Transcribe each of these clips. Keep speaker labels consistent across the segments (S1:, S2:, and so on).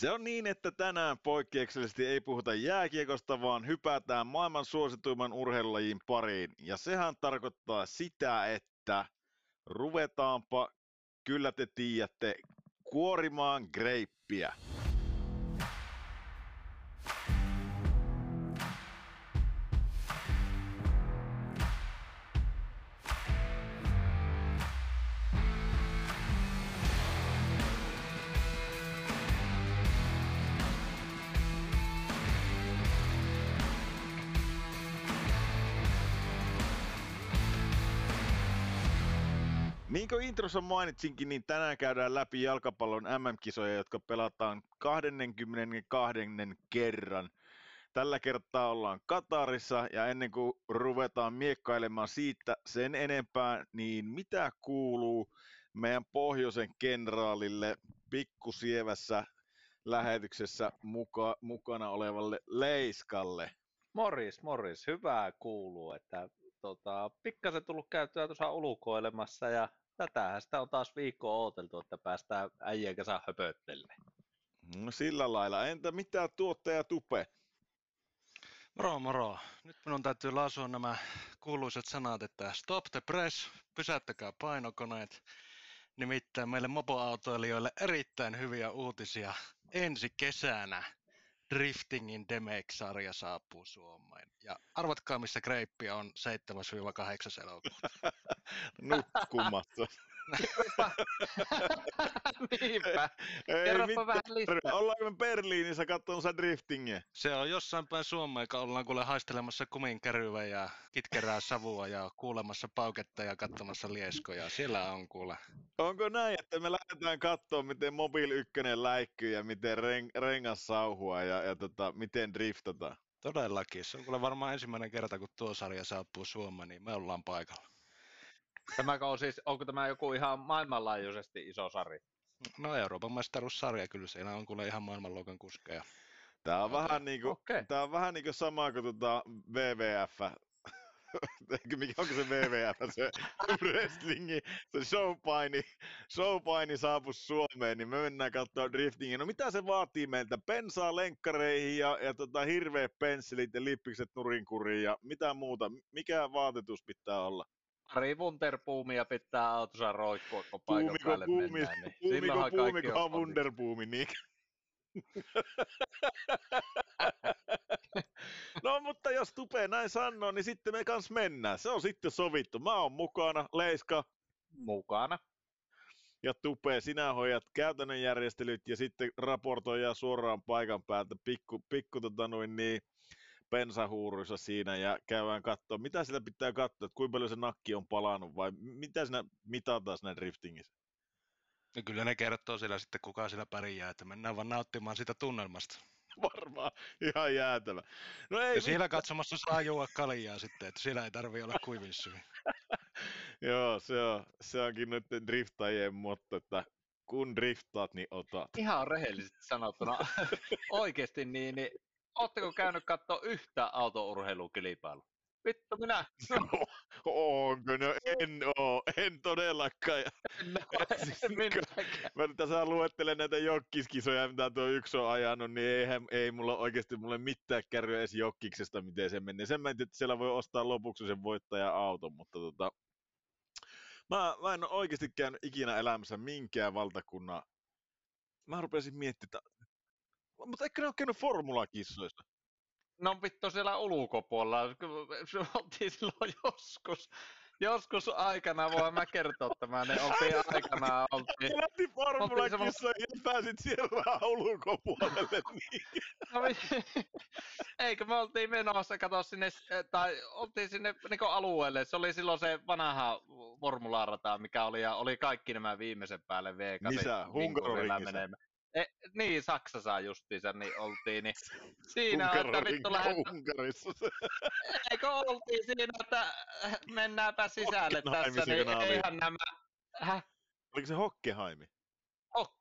S1: Se on niin, että tänään poikkeuksellisesti ei puhuta jääkiekosta, vaan hypätään maailman suosituimman urheilulajin pariin. Ja sehän tarkoittaa sitä, että ruvetaanpa, kyllä te tiedätte, kuorimaan greippiä. Niin kuin introssa mainitsinkin, niin tänään käydään läpi jalkapallon MM-kisoja, jotka pelataan 22. kerran. Tällä kertaa ollaan Katarissa ja ennen kuin ruvetaan miekkailemaan siitä sen enempää, niin mitä kuuluu meidän pohjoisen kenraalille pikkusievässä lähetyksessä mukana olevalle Leiskalle?
S2: Morris, hyvää kuuluu, että pikkasen tullut käyttöä tuossa ulkoilemassa ja tätähän sitä on taas viikkoa ooteltu, että päästään äijien kanssa höpöttelemään.
S1: No sillä lailla. Entä mitä tuottaja Tupe?
S3: Moro. Nyt minun täytyy lausua nämä kuuluisat sanat, että stop the press, pysäyttäkää painokoneet. Nimittäin meille mopoautoilijoille erittäin hyviä uutisia. Ensi kesänä Driftingin Demek-sarja saapuu Suomeen. Ja arvatkaa, missä greippi on 7-8 elokuuta.
S1: Nukkumassa.
S2: Niinpä. Kerropa vähän lisää.
S1: Ollaanko me Berliinissä katsomassa driftingiä?
S3: Se on jossain päin Suomea, kun ollaan kuule haistelemassa kuminkäryä ja kitkerää savua ja kuulemassa pauketta ja katsomassa lieskoja. Siellä on kuule.
S1: Onko näin, että me lähdetään katsomaan, miten Mobiil 1 läikkyy ja miten rengas sauhua ja miten driftataan?
S3: Todellakin. Se on kuule varmaan ensimmäinen kerta, kun tuo sarja saapuu Suomeen, niin me ollaan paikalla.
S2: Onko tämä joku ihan maailmanlaajuisesti iso sarja?
S3: No Euroopan mestaruussarja kyllä, siinä on kuule ihan maailmanluokan kuskeja.
S1: Tää on vähän niinku sama kuin WWF. Onko se WWF, se wrestlingi, se showpaini saapus Suomeen, niin me mennään katsomaan driftingia. No mitä se vaatii meiltä? Bensaa lenkkareihin ja hirveät pensselit ja lippikset nurinkuriin ja mitä muuta? Mikä vaatetus pitää olla?
S2: Pari Wunderboomia pitää autossa roikkua, kun paikan päälle mennään.
S1: Puumiko on Wunderboomi, niin. No mutta jos Tupe näin sanoo, niin sitten me kans mennään. Se on sitten sovittu. Mä oon mukana, Leiska.
S2: Mukana.
S1: Ja Tupe, sinä hoidat käytännön järjestelyt ja sitten raportoidaan suoraan paikan päältä pikku pensahuuruissa siinä ja käydään katsoa, mitä sillä pitää katsoa, että kuinka paljon se nakki on palannut vai mitä siinä mitataan siinä driftingissä?
S3: No kyllä ne kertoo siellä sitten, kuka siellä pärjää, että mennään vaan nauttimaan sitä tunnelmasta.
S1: Varmaan ihan jäätävä. No ei
S3: ja siellä katsomassa saa juoda kaljaa sitten, että siellä ei tarvitse olla kuivinsyy.
S1: Joo, se onkin nyt driftajien motto, että kun driftaat, niin otat.
S2: Ihan rehellisesti sanottuna. Oikeesti niin ootteko käynyt katsoa yhtä autourheilukilpailua? Vittu minä.
S1: Onko? No en todellakaan. Mä nyt tässä luettelen näitä jokkiskisoja, mitä tuo yksi on ajanut, niin ei mulla oikeasti mitään kärryä edes jokkiksesta, miten se menee. Sen mä en tiedä, että siellä voi ostaa lopuksi sen voittajan auton, mutta mä en ole oikeasti käynyt ikinä elämässä minkään valtakunnan. Mä rupesin miettimään, mutta eikö ne ole käynyt formulakissoissa?
S2: No vittu siellä ulkopuolella. Oltiin silloin joskus aikana, voin mä kertoa tämän, ne oltiin aikanaan.
S1: Lähti formulakissoihin ja pääsit siellä vähän ulkopuolelle.
S2: No, eikö me oltiin menossa, kato sinne, tai oltiin sinne niin alueelle. Se oli silloin se vanha formulaarata, mikä oli, ja oli kaikki nämä viimeisen päälle V8.
S1: Missä? Hungaroringissa?
S2: Niin, Saksassa justiinsa, niin oltiin, niin siinä, että vittu
S1: Unkarissa.
S2: Eikö oltiin siinä, että mennäänpä sisälle tässä, niin eihän nämä.
S1: Oliko se Hockenheimi?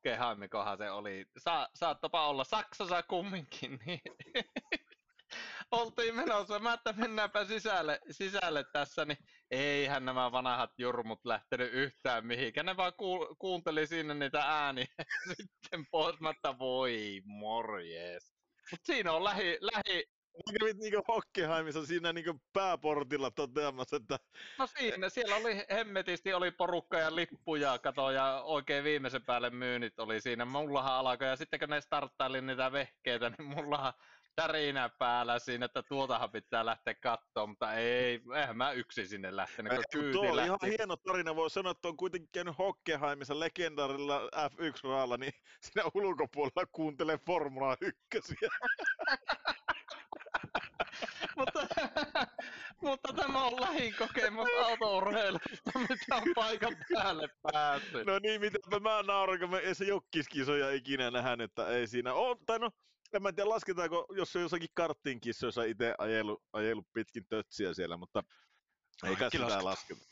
S2: Hockenheimikohan se oli. Saattopa olla Saksassa kumminkin, niin oltiin menossa, mä että mennäänpä sisälle tässä, niin eihän nämä vanhat jurmut lähtenyt yhtään mihinkään. Ne vaan kuunteli sinne niitä ääniä sitten pois, mä että voi morjes. Mut siinä on lähi.
S1: Mä kävit niinku Hockenheimissa siinä niinku pääportilla toteamassa, että...
S2: No siinä, siellä oli hemmetisti, oli porukka ja lippuja, kato, ja oikein viimeisen päälle myynnit oli siinä. Mullahan alkoi, ja sitten kun ne starttaili niitä vehkeitä, niin mullahan tärinä päällä siinä, että tuotahan pitää lähteä katsomaan, mutta eihän mä yksin sinne lähtenyt, kun kyyti
S1: tuo oli
S2: lähti.
S1: ihan hieno tarina, voi sanoa, että on kuitenkin käynyt Hockenheimissa legendaarilla F1-raalla, niin siinä ulkopuolella kuuntelee Formula 1.
S2: mutta tämä on lähin kokemus autourheilusta, mitä on paikan päälle päässyt.
S1: No niin, mitäpä mä nauran, kun mä ei se jokkiskisoja ikinä nähnyt, että ei siinä ole. Tai no, en mä tiedä lasketaanko, jos se on jossakin karttiin kissoissa itse ajellut pitkin tötsiä siellä, mutta ei kai sitä lasketa.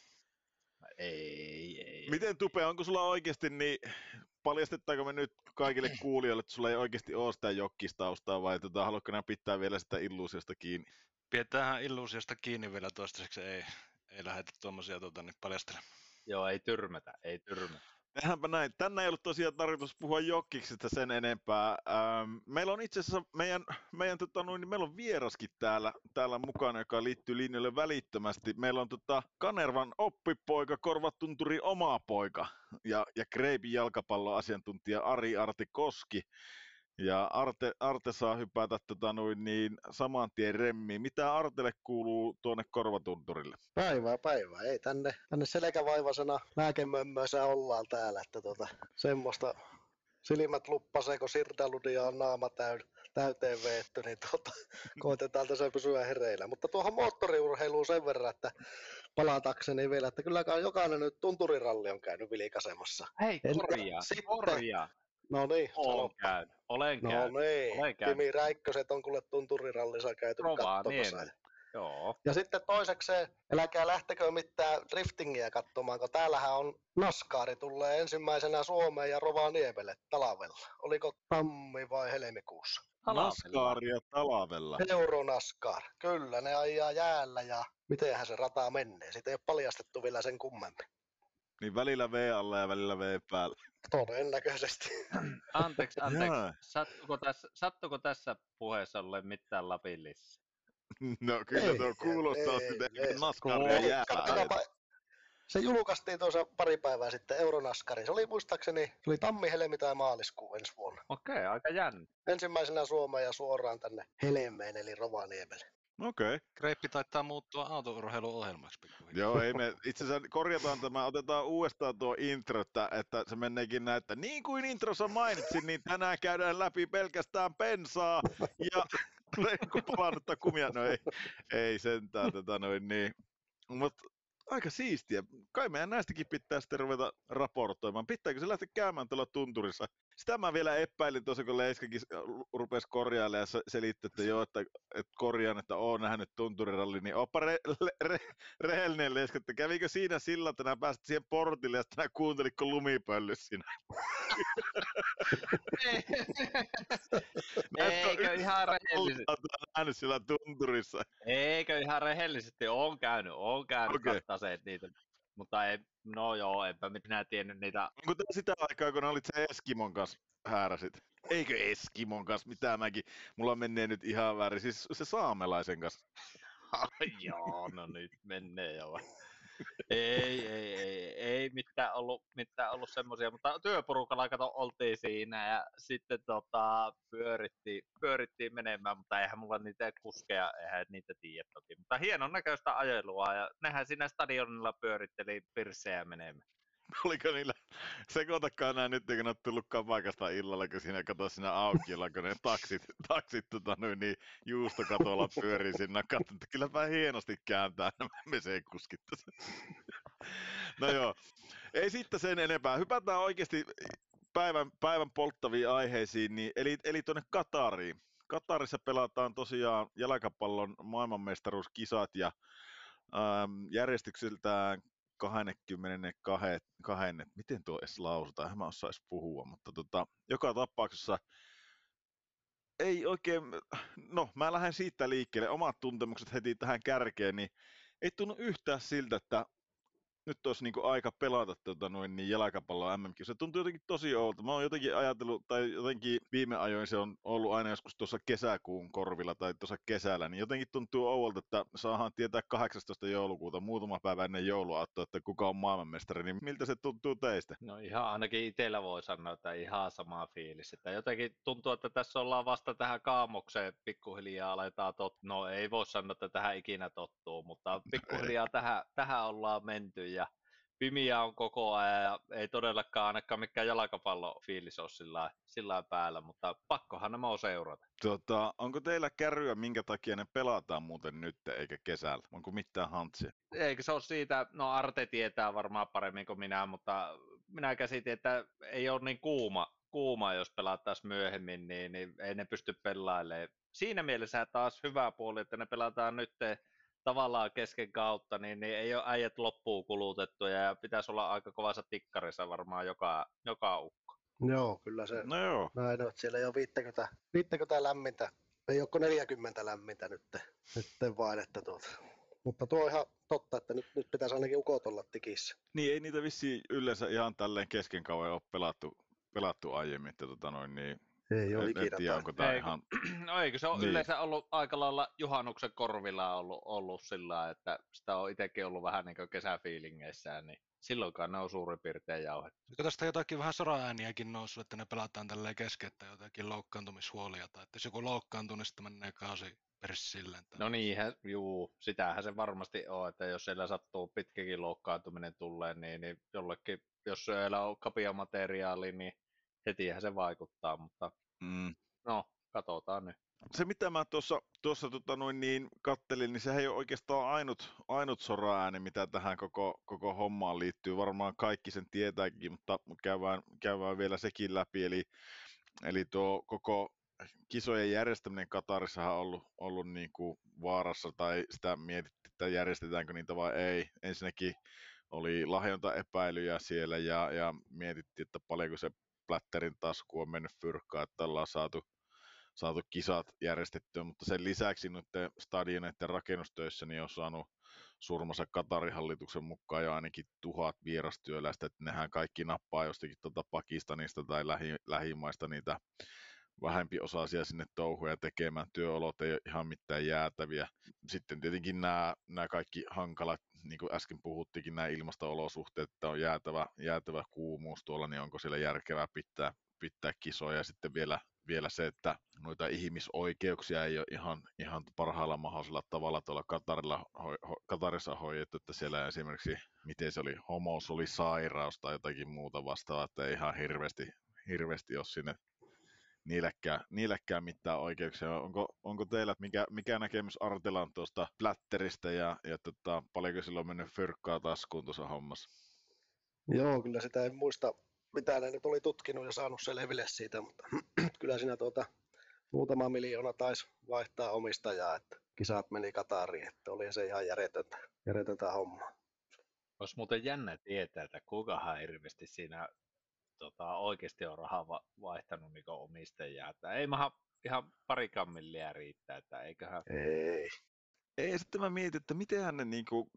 S2: Ei.
S1: Miten Tupe, onko sulla oikeasti niin, paljastetaanko me nyt kaikille kuulijoille, että sulla ei oikeasti ole sitä jokkistaustaa vai haluatko nämä pitää vielä sitä illuusiosta kiinni?
S3: Pidetään illuusiosta kiinni vielä toistaiseksi, ei lähdetä tuommoisia paljastelemaan.
S2: Joo, ei tyrmätä.
S1: Tehdäänpä näin. Tänään ei ollut tosiaan tarkoitus puhua jokkiksesta sen enempää. Meillä on itse asiassa meillä on vieraskin täällä mukana, joka liittyy linjoille välittömästi. Meillä on Kanervan oppipoika, Korvatunturin oma poika ja Kreipin jalkapalloasiantuntija Arti Koski. Ja Arte saa hypätä saman tien remmiin. Mitä Artelle kuuluu tuonne Korvatunturille?
S4: Päivää. Ei tänne selkävaivasena lääkemömmöissä ollaan täällä, että semmoista silmät luppasee, kun sirdaludia on naama täyteen veetty, niin koitetaan tässä pysyä hereillä. Mutta tuohon moottoriurheiluun sen verran, että palatakseni vielä, että kyllä jokainen nyt tunturiralli on käynyt vilkaisemassa.
S2: Hei, korjaa.
S4: No niin,
S2: Olen käynyt.
S4: No niin, Kimi Räikköset on kuule tunturirallissa käyty katsomassa.
S2: Joo.
S4: Ja sitten toisekseen, älkää lähtekö mitään driftingiä katsomaan, kun täällähän on NASCAR tulee ensimmäisenä Suomeen ja Rovaniemelle talvella. Oliko tammi vai helmikuussa?
S1: NASCARia talvella.
S4: Euronaskar, kyllä, ne ajaa jäällä ja mitenhän se rata menee. Siitä ei ole paljastettu vielä sen kummemmin.
S1: Niin välillä V alla ja välillä V päällä.
S4: Todennäköisesti.
S2: Anteeksi. Sattuko tässä puheessa olleen mitään Lapinlisää?
S1: No kyllä tuo kuulostaa sitä NASCAria jäällä.
S4: Se julkaistiin tuossa pari päivää sitten Euronaskari. Se oli muistaakseni, se oli tammi, helmi tai maaliskuu ensi vuonna.
S2: Okei, aika jännä.
S4: Ensimmäisenä Suomeen ja suoraan tänne Helmeen eli Rovaniemelle.
S1: Okei.
S3: Kreippi taitaa muuttua autourheiluohjelmaksi pikkuhiljaa.
S1: Joo, ei me itse asiassa korjataan tämä, otetaan uudestaan tuo intro, että se meneekin näin, että niin kuin introssa mainitsin, niin tänään käydään läpi pelkästään bensaa ja palannutta kumia. No ei sentään niin. Mutta aika siistiä. Kai meidän näistäkin pitää sitten ruveta raportoimaan. Pitääkö se lähteä käymään tuolla tunturissa? Sitä mä vielä epäilin tuossa, kun Leiskakin rupesi korjailemaan ja selitti, että joo, että korjaan, että oon nähnyt tunturiralli, niin ooppa rehellinen Leiska, että kävikö siinä sillä, että nää pääsit siihen portille ja sitten nää kuuntelitko lumipöllys siinä?
S2: Eikö ihan rehellisesti?
S1: Nähnyt sillä tunturissa.
S2: Eikö ihan rehellisesti? Oon käynyt
S1: Okay.
S2: kattaseet niitä. Mutta ei, no joo, enpä minä tiennyt niitä.
S1: Onko tämä sitä aikaa, kun olit se Eskimon kanssa hääräsit? Eikö Eskimon kanssa? Mitä mäkin? Mulla menee nyt ihan väärin. Siis se saamelaisen kanssa.
S2: Joo, no nyt menee jo. Ei mitään ollut semmoisia, mutta työporukalla kato oltiin siinä ja sitten pyörittiin menemään, mutta eihän mulla niitä kuskeja, eihän niitä tiedä toki. Mutta hienon näköistä ajelua ja nehän siinä stadionilla pyöritteli pirssejä menemään.
S1: Oliko niillä, sekoitakaan nää nyt, kun ne on tullutkaan paikasta illalla, kun siinä kato siinä aukiolla, kun ne taksit niin juustokatolla pyörii sinne. Katso, että kylläpä hienosti kääntää nämä mesekuskit tässä. No joo, ei sitten sen enempää. Hypätään oikeasti päivän polttaviin aiheisiin, niin, eli tuonne Katariin. Katarissa pelataan tosiaan jalkapallon maailmanmestaruuskisat ja järjestykseltään 22, miten tuo edes lausutaan, en mä osais puhua, mutta joka tapauksessa ei oikein, no mä lähden siitä liikkeelle, omat tuntemukset heti tähän kärkeen, niin ei tunnu yhtään siltä, että nyt olisi niinku aika pelata niin jalkapalloa MM-kisoja. Se tuntuu jotenkin tosi oudolta. Mä oon jotenkin ajatellut, tai jotenkin viime ajoin se on ollut aina joskus tuossa kesäkuun korvilla tai tuossa kesällä, niin jotenkin tuntuu oudolta, että saadaan tietää 18. joulukuuta muutama päivä ennen jouluaattoa, että kuka on maailmanmestari, niin miltä se tuntuu teistä?
S2: No ihan ainakin itsellä voi sanoa, että ihan sama fiilis. Että jotenkin tuntuu, että tässä ollaan vasta tähän kaamokseen, pikkuhiljaa aletaan no ei voi sanoa, että tähän ikinä tottuu, mutta pikkuhiljaa tähän ollaan menty ja pimiä on koko ajan ja ei todellakaan ainakaan mikään jalkapallofiilis ole sillä päällä, mutta pakkohan nämä on seurata.
S1: Onko teillä kärryä, minkä takia ne pelataan muuten nyt eikä kesällä? Onko mitään hantsia?
S2: Eikö se ole siitä, no Arte tietää varmaan paremmin kuin minä, mutta minä käsitin, että ei ole niin kuuma jos pelattaisiin myöhemmin, niin ei ne pysty pelailemaan. Siinä mielessä taas hyvä puoli, että ne pelataan nyt tavallaan kesken kautta, niin ei ole äijät loppuun kulutettuja ja pitäisi olla aika kovassa tikkarissa varmaan joka ukko.
S4: Joo, kyllä se
S1: No joo.
S4: näin on, että siellä ei ole 50 lämmintä, ei ole 40 lämmintä nyt vain, että Mutta tuo on ihan totta, että nyt pitäisi ainakin ukot olla tikissä.
S1: Niin ei niitä vissiin yleensä ihan tälleen kesken kauan ole pelattu aiemmin, että niin
S4: ei ole ikinä.
S1: Tiedä, onko tämä ihan...
S2: No eikö se ole
S1: niin.
S2: yleensä ollut aika lailla juhannuksen korvilla ollut sillä, että sitä on itsekin ollut vähän niin kuin kesäfiilingeissään, niin silloinkaan ne on suurin piirtein jauhettu.
S3: Onko tästä jotakin vähän soraääniäkin noussut, että ne pelataan tälleen kesken, että jotakin loukkaantumishuolia, tai että jos joku loukkaantuu, niin sitten menee kausi silleen.
S2: No niinhän, sitähän se varmasti on, että jos siellä sattuu pitkäkin loukkaantuminen tulee, niin jollekin, jos siellä on kapea materiaali, niin hetihän se vaikuttaa, mutta no, katsotaan nyt.
S1: Se mitä mä tuossa kattelin, niin sehän ei ole oikeastaan ainut soraääni, mitä tähän koko hommaan liittyy. Varmaan kaikki sen tietääkin, mutta käydään vielä sekin läpi. Eli tuo koko kisojen järjestäminen Katarissahan on ollut niin kuin vaarassa, tai sitä mietittiin, että järjestetäänkö niitä vai ei. Ensinnäkin oli lahjontaepäilyjä siellä ja mietittiin, että paljonko se Blätterin tasku on mennyt fyrkkaan, että ollaan saatu kisat järjestettyä, mutta sen lisäksi noiden stadioneiden rakennustöissä niin on saanut surmansa Katarin hallituksen mukaan jo ainakin 1000 vierastyöläistä, että nehän kaikki nappaa jostakin Pakistanista tai lähimaista niitä vähempiosaisia sinne touhuja tekemään. Työolot ei ole ihan mitään jäätäviä. Sitten tietenkin nämä kaikki hankalat, niin kuin äsken puhuttikin, nämä ilmasto-olosuhteet, että on jäätävä kuumuus tuolla, niin onko siellä järkevää pitää kisoja. Ja sitten vielä se, että noita ihmisoikeuksia ei ole ihan parhaalla mahdollisella tavalla tuolla Katarissa hoidettu, että siellä esimerkiksi, miten se oli, homous oli sairaus tai jotakin muuta vastaavaa, että ei ihan hirveästi ole sinne niillekään mitään oikeuksia. Onko teillä, mikä näkemys Artella on tuosta Blätteristä ja paljonko sillä on mennyt fyrkkaa taskuun tuossa hommassa?
S4: Joo, kyllä sitä en muista, mitä ne nyt oli tutkinut ja saanut selville siitä, mutta kyllä siinä muutama miljoona taisi vaihtaa omistajaa, että kisat meni Katariin, että oli se ihan järjetöntä hommaa.
S2: Olisi muuten jännä tietää, että kuinkahan hirveästi siinä oikeasti on rahaa vaihtanut niin omistajaa, että ei maha ihan parikaan milliä riittää, että eiköhän...
S4: Ei,
S1: sitten mä mietin, että mitenhän ne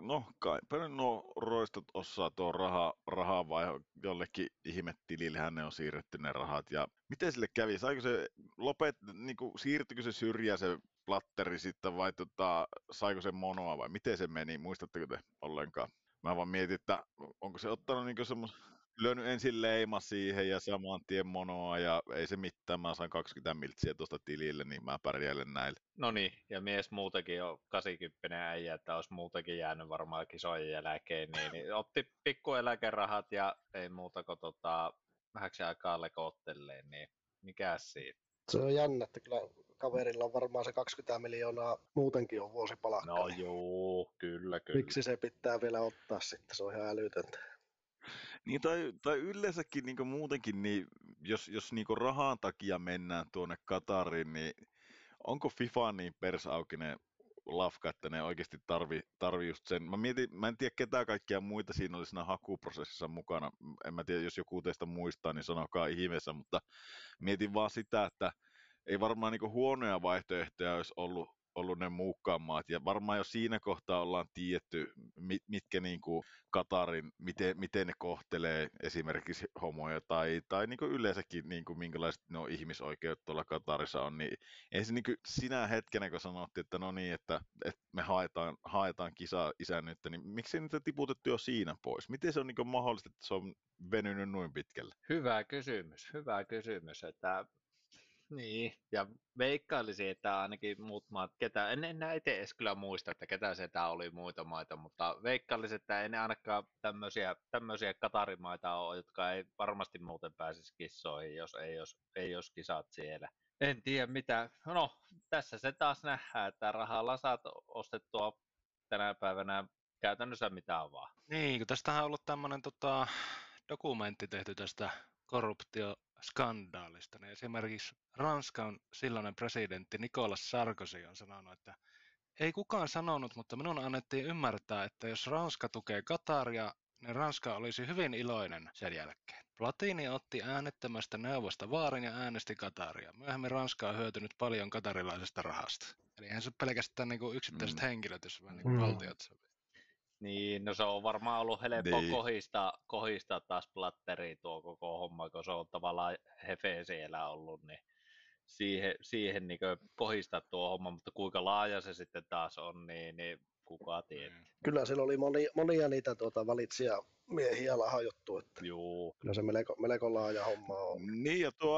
S1: nuo roistot osaa tuo rahaa vai jollekin ne on siirretty ne rahat ja miten sille kävi? Saiko se siirtyykö se syrjään se Blatteri sitten vai saiko se monoa vai miten se meni? Muistatteko te ollenkaan? Mä vaan mietin, että onko se ottanut lyönyt ensin leima siihen ja saman tien monoa ja ei se mitään, mä saan 20 miltsiä tuosta tilille, niin mä pärjäilen näille.
S2: No niin, ja mies muutenkin on 80 äijä, että olisi muutenkin jäänyt varmaan kisojen jälkeen, niin otti pikkueläkerahat ja ei muuta kuin vähäksi aikaa lekoottelee, niin mikäs siitä?
S4: Se on jännä, että kyllä kaverilla on varmaan se 20 miljoonaa muutenkin on vuosipalakka.
S2: No joo, kyllä.
S4: Miksi se pitää vielä ottaa sitten, se on ihan älytöntä.
S1: Niin, tai yleensäkin niin muutenkin, niin jos niin rahan takia mennään tuonne Katariin, niin onko FIFA niin persaukinen lafka, että ne oikeasti tarvii just sen. Mä en tiedä ketä kaikkia muita siinä oli siinä hakuprosessissa mukana. En mä tiedä, jos joku teistä muistaa, niin sanokaa ihmeessä, mutta mietin vaan sitä, että ei varmaan niinku huonoja vaihtoehtoja olisi ollut ne muutkaan maat. Ja varmaan jo siinä kohtaa ollaan tiedetty, mitkä niinku Katarin, miten ne kohtelee esimerkiksi homoja tai niinku yleensäkin niinku minkälaiset no ihmisoikeudet tuolla Katarissa on. Niin ei se niinku sinä hetkenä, kun sanottiin, että no niin, että me haetaan kisa-isännyyttä, niin miksi niitä tiputettu jo siinä pois? Miten se on niinku mahdollista, että se on venynyt noin pitkälle?
S2: Hyvä kysymys, että niin, ja veikkailisin, että ainakin muut maat, en enää itse edes kyllä muista, että ketä sitä oli muita maita, mutta veikkailisin, että ei ne ainakaan tämmöisiä Katarimaita ole, jotka ei varmasti muuten pääsisi kissoihin, jos ei olisi kisat siellä. En tiedä mitä, no tässä se taas nähdään, että rahalla saat ostettua tänä päivänä käytännössä mitä vaan.
S3: Niin, kun tästähän on ollut tämmöinen dokumentti tehty tästä korruptioskandaalista, niin esimerkiksi Ranskan silloinen presidentti Nicolas Sarkozy on sanonut, että ei kukaan sanonut, mutta minun annettiin ymmärtää, että jos Ranska tukee Kataria, niin Ranska olisi hyvin iloinen sen jälkeen. Platini otti äänettömästä neuvosta vaarin ja äänesti Kataria. Myöhemmin Ranska on hyötynyt paljon katarilaisesta rahasta. Eli eihän se ole pelkästään niinku yksittäiset henkilöt, jos vaan niinku valtiot.
S2: Niin, no se on varmaan ollut helppo
S1: Niin.
S2: kohistaa taas Platteriin tuo koko homma, kun se on tavallaan hefe siellä ollut, niin siihen niin kohistaa tuo homma, mutta kuinka laaja se sitten taas on, niin kuka tietää.
S4: Kyllä siellä oli monia niitä valitsijamiehiä lahajuttu, että
S2: Juu.
S4: kyllä se melko laaja homma on.
S1: Niin, ja tuo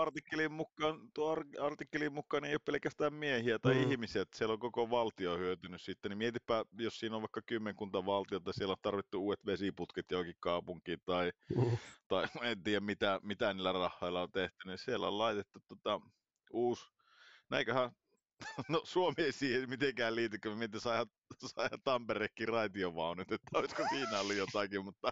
S1: artikkelin mukaan ei ole pelkästään miehiä tai ihmisiä, että siellä on koko valtio hyötynyt sitten. Niin mietipä, jos siinä on vaikka 10 valtiota, siellä on tarvittu uudet vesiputket johonkin kaupunkiin tai en tiedä mitä niillä rahoilla on tehty, niin siellä on laitettu uusi, näinköhän, no Suomi ei siihen mitenkään liity, kun mietin sai Tampereekin raitiovaunut, että olisiko siinä ollut jotakin, mutta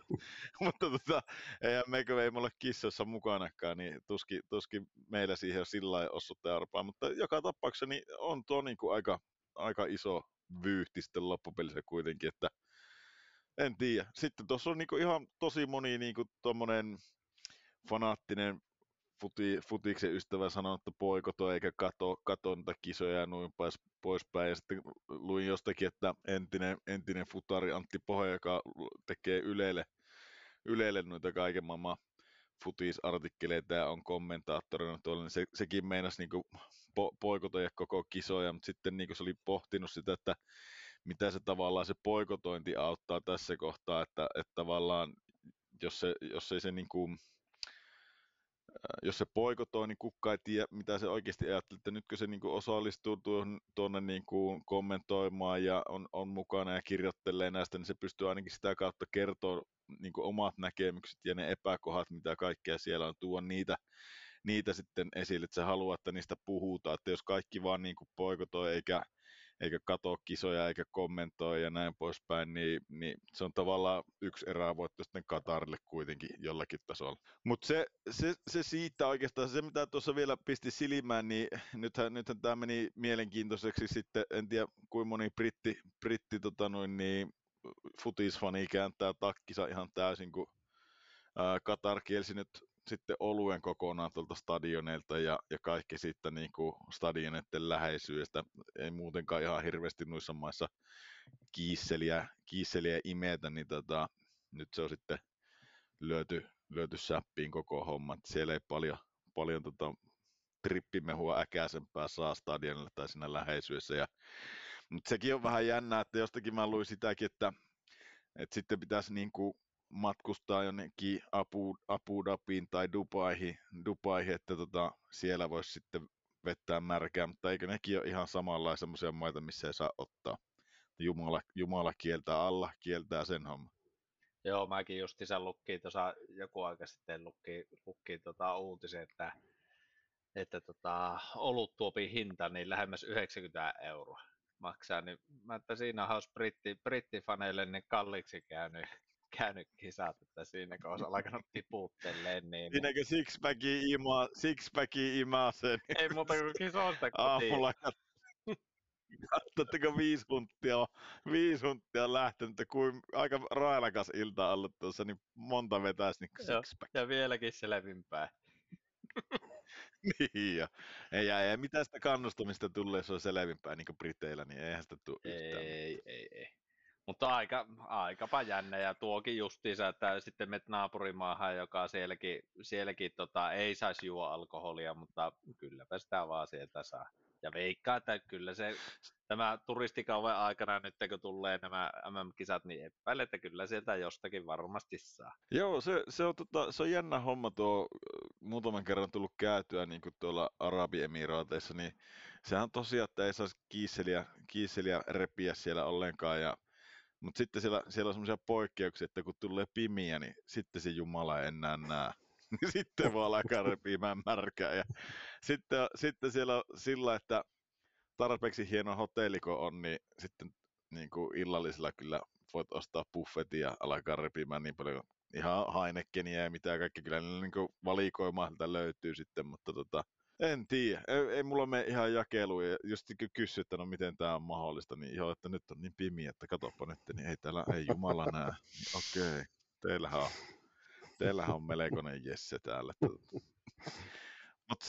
S1: eihän meikä ei mulla kissoissa mukanakaan, niin tuskin meillä siihen on sillä lailla osuutta arpaa, mutta joka tapauksessa niin on tuo niin kuin aika iso vyyhti sitten loppupelissä kuitenkin, että en tiedä. Sitten tuossa on niinku ihan tosi moni niinku tommonen fanaattinen futiksen ystävä sanonut, että boikotoi eikä kato niitä kisoja ja noin poispäin. Ja sitten luin jostakin, että entinen futari Antti Pohe, joka tekee Ylelle noita kaiken maailman futisartikkeleita ja on kommentaattorina tuolla, niin sekin meinasi niinku boikotoida koko kisoja, mutta sitten niinku se oli pohtinut sitä, että mitä se tavallaan se boikotointi auttaa tässä kohtaa, että tavallaan jos ei se niinku jos se boikotoi, niin kukaan ei tiedä, mitä se oikeasti ajattelee, että nyt kun se niinku osallistuu tuonne niinku kommentoimaan ja on mukana ja kirjoittelee näistä, niin se pystyy ainakin sitä kautta kertoa niinku omat näkemykset ja ne epäkohdat, mitä kaikkea siellä on, tuoda niitä sitten esille, että se haluaa, että niistä puhutaan, että jos kaikki vaan niinku boikotoi eikä katso kisoja eikä kommentoi ja näin poispäin, niin se on tavallaan yksi erävoitto sitten Katarille kuitenkin jollakin tasolla. Mutta se siitä oikeastaan, se mitä tuossa vielä pisti silmään, niin nythän tämä meni mielenkiintoiseksi sitten, en tiedä kuinka moni britti niin futisfani kääntää takkinsa ihan täysin, kun Katar kielsi nyt sitten oluen kokonaan tuolta stadioneilta ja kaikki sitten niin kuin stadioneiden läheisyydestä. Ei muutenkaan ihan hirveästi noissa maissa kiisseliä imetä, niin nyt se on sitten lyöty säppiin koko homma. Siellä ei paljon trippimehua äkäisempää saa stadionilla tai siinä läheisyydessä. Mutta sekin on vähän jännää, että jostakin mä luin sitäkin, että sitten pitäisi niin kuin matkustaa jonnekin Abu Dhabiin tai Dubaihin, että siellä voisi sitten vettää märkää, mutta eikö nekin ole ihan samanlaisia semmoisia maita, missä ei saa ottaa. Jumala kieltää, Allah kieltää sen homman.
S2: Joo, mäkin justiinsa lukkiin tuossa joku aika sitten lukkiin uutisen, että oluttuopin hinta niin lähemmäs 90 € maksaa, niin mä että siinä olisi brittifaneille niin kalliiksi käynyt kisat, että siinä kun olisi alkanut tiputteleen. Niin
S1: siinäkö sixpacki imaa sen?
S2: Ei muuta kuin kisoista kotiin.
S1: Aamulla katsotteko 5 huntia on lähtenyt, että kuin aika railakas ilta ollut tuossa, niin monta vetäisi niin sixpack.
S2: Ja vieläkin selvinpäin.
S1: Niin, ei mitään sitä kannustamista tulee, se on selvinpäin niin kuin Briteillä, niin eihän sitä tule yhtään.
S2: Ei. Mutta aikapa jännä, ja tuokin justiinsa, että sitten menet naapurimaahan, joka sielläkin ei saisi juo alkoholia, mutta kylläpä sitä vaan sieltä saa. Ja veikkaa, että kyllä tämä turistikauven aikana, nyt kun tulee nämä MM-kisat, niin epäilen, että kyllä sieltä jostakin varmasti saa.
S1: Joo, se on jännä homma tuo, muutaman kerran tullut käytyä niin kuin tuolla Arabiemiraateissa, niin sehän on tosiaan, että ei saisi kiisseliä repiä siellä ollenkaan, mutta sitten siellä on semmoisia poikkeuksia, että kun tulee pimiä, niin sitten se Jumala ei enää näe. Sitten vaan alkaa repimään märkää. Ja sitten siellä on sillä, että tarpeeksi hieno hotelli kun on, niin sitten niin kuin illallisella kyllä voit ostaa buffetin ja alkaa repimään niin paljon ihan Heinekeniä ja mitä kaikki kyllä niin kuin valikoimaa löytyy sitten, mutta en tiedä, ei mulla mene ihan jakeluun, ja just kun kysy, että no miten tää on mahdollista, niin joo, että nyt on niin pimiä, että katoppa nyt, niin ei täällä, ei Jumala näe. Okei, teillähän on melkoinen Jesse täällä. Mutta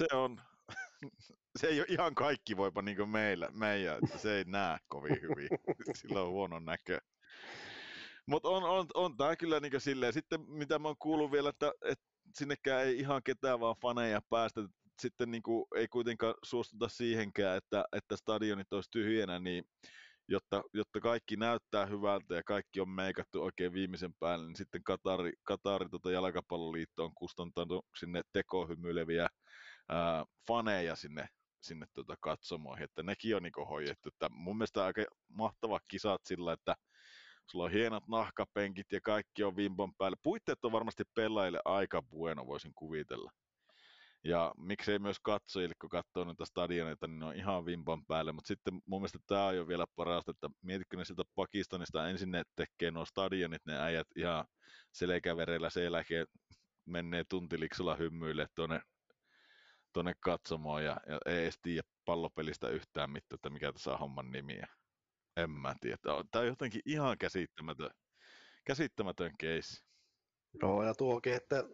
S1: se ei ole ihan kaikki voipa niin kuin meidän, että se ei näe kovin hyvin, sillä on huono näkö. Mutta on tää kyllä niin silleen, sitten mitä mä oon kuullut vielä, että sinnekään ei ihan ketään vaan faneja päästä, sitten niin kuin ei kuitenkaan suostuta siihenkään, että stadionit olisi tyhjänä, niin jotta kaikki näyttää hyvältä ja kaikki on meikattu oikein viimeisen päälle, niin sitten Katari jalkapalloliitto on kustantanut sinne tekohymyileviä faneja sinne katsomoihin, että nekin on niin hoidettu. Että mun mielestä aika mahtava kisat sillä, että sulla on hienot nahkapenkit ja kaikki on vimpan päällä. Puitteet on varmasti pelaajille aika bueno, voisin kuvitella. Ja miksei myös katsojille, kun katsoo noita stadioneita, niin ne on ihan vimpan päälle. Mutta sitten mun mielestä tämä on jo vielä parasta, että mietitkö ne sieltä Pakistanista ensin ne tekee nuo stadionit, ne äijät ihan selkäverellä sen jälkeen menee tuntiliksulla hymyille tuonne katsomoon ja ei edes tiedä pallopelistä yhtään mitään, että mikä tässä on homman nimi. En mä tiedä. Tämä on jotenkin ihan käsittämätön case.
S4: Joo, ja tuokin, että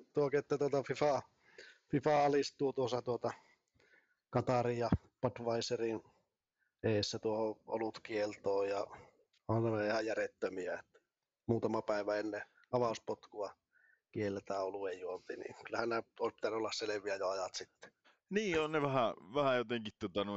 S4: FIFA alistuu tuossa Qatarin ja Budweiserin eessä tuohon olutkieltoon ja on ne ihan järjettömiä, että muutama päivä ennen avauspotkua kielletään oluen juonti, niin kyllähän nämä olisi pitänyt olla selviä jo ajat sitten.
S1: Niin, on ne vähän jotenkin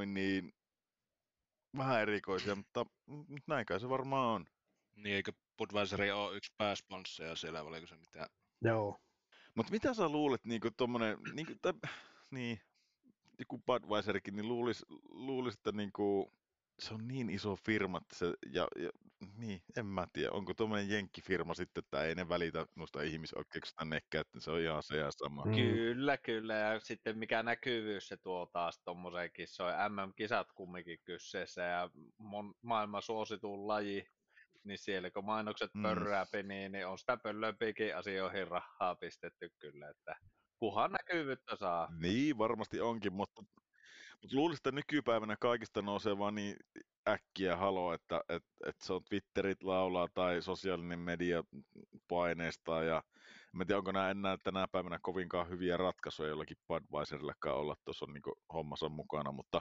S1: vähän erikoisia, mutta näin kai se varmaan on.
S3: Niin, eikö Budweiseri ole yksi pääsponsseja siellä, oliko se mitään?
S4: Joo.
S1: Mutta mitä sä luulet, niinku tommonen, niin, joku Budweiserikin, niin luulis, että niinku, se on niin iso firma, että niin, en mä tiedä, onko tommonen jenkkifirma sitten, että ei ne välitä noista ihmisoikeuksista nekään, että se on ihan se ja sama.
S2: Kyllä, ja sitten mikä näkyvyys se tuo taas tommosenkin, se on MM-kisat kumminkin kyseessä, ja maailman suosituin laji, niin siellä kun mainokset pörrääpi, niin on sitä pöllömpiäkin asioihin rahaa pistetty kyllä, että kunhan näkyvyyttä saa.
S1: Niin, varmasti onkin, mutta luulisin, että nykypäivänä kaikista nousee vaan niin äkkiä halo, että se on Twitterit laulaa tai sosiaalinen media paineistaa ja en tiedä, onko nämä enää tänä päivänä kovinkaan hyviä ratkaisuja jollakin Budweiserilläkään olla tuossa niin hommassa mukana, mutta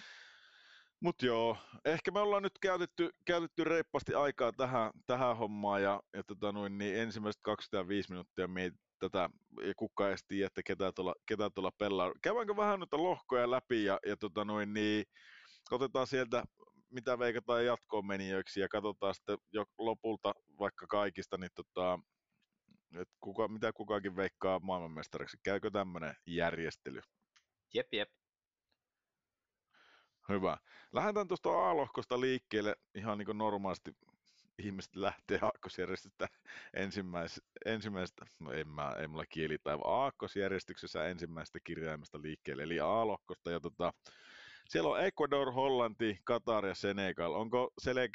S1: joo, ehkä me ollaan nyt käytetty reippaasti aikaa tähän hommaan ja niin ensimmäiset 25 minuuttia tätä, ja kukaan ei tiedä, että ketä tuolla pelaa. Käydäänkö vähän noita lohkoja läpi ja niin otetaan sieltä, mitä veikataan jatkoon menijöiksi ja katsotaan sitten jo lopulta vaikka kaikista, niin mitä kukakin veikkaa maailmanmestariksi. Käykö tämmönen järjestely?
S2: Jep.
S1: Hyvä. Lähdetään tuosta A-lohkosta liikkeelle ihan niin kuin normaalisti ihmiset lähtee aakkosjärjestystä ensimmäisestä, no ei mulla kielitaiva, aakkosjärjestyksessä ensimmäisestä kirjaimesta liikkeelle, eli A-lohkosta, ja siellä on Ecuador, Hollanti, Katar ja Senegal. Onko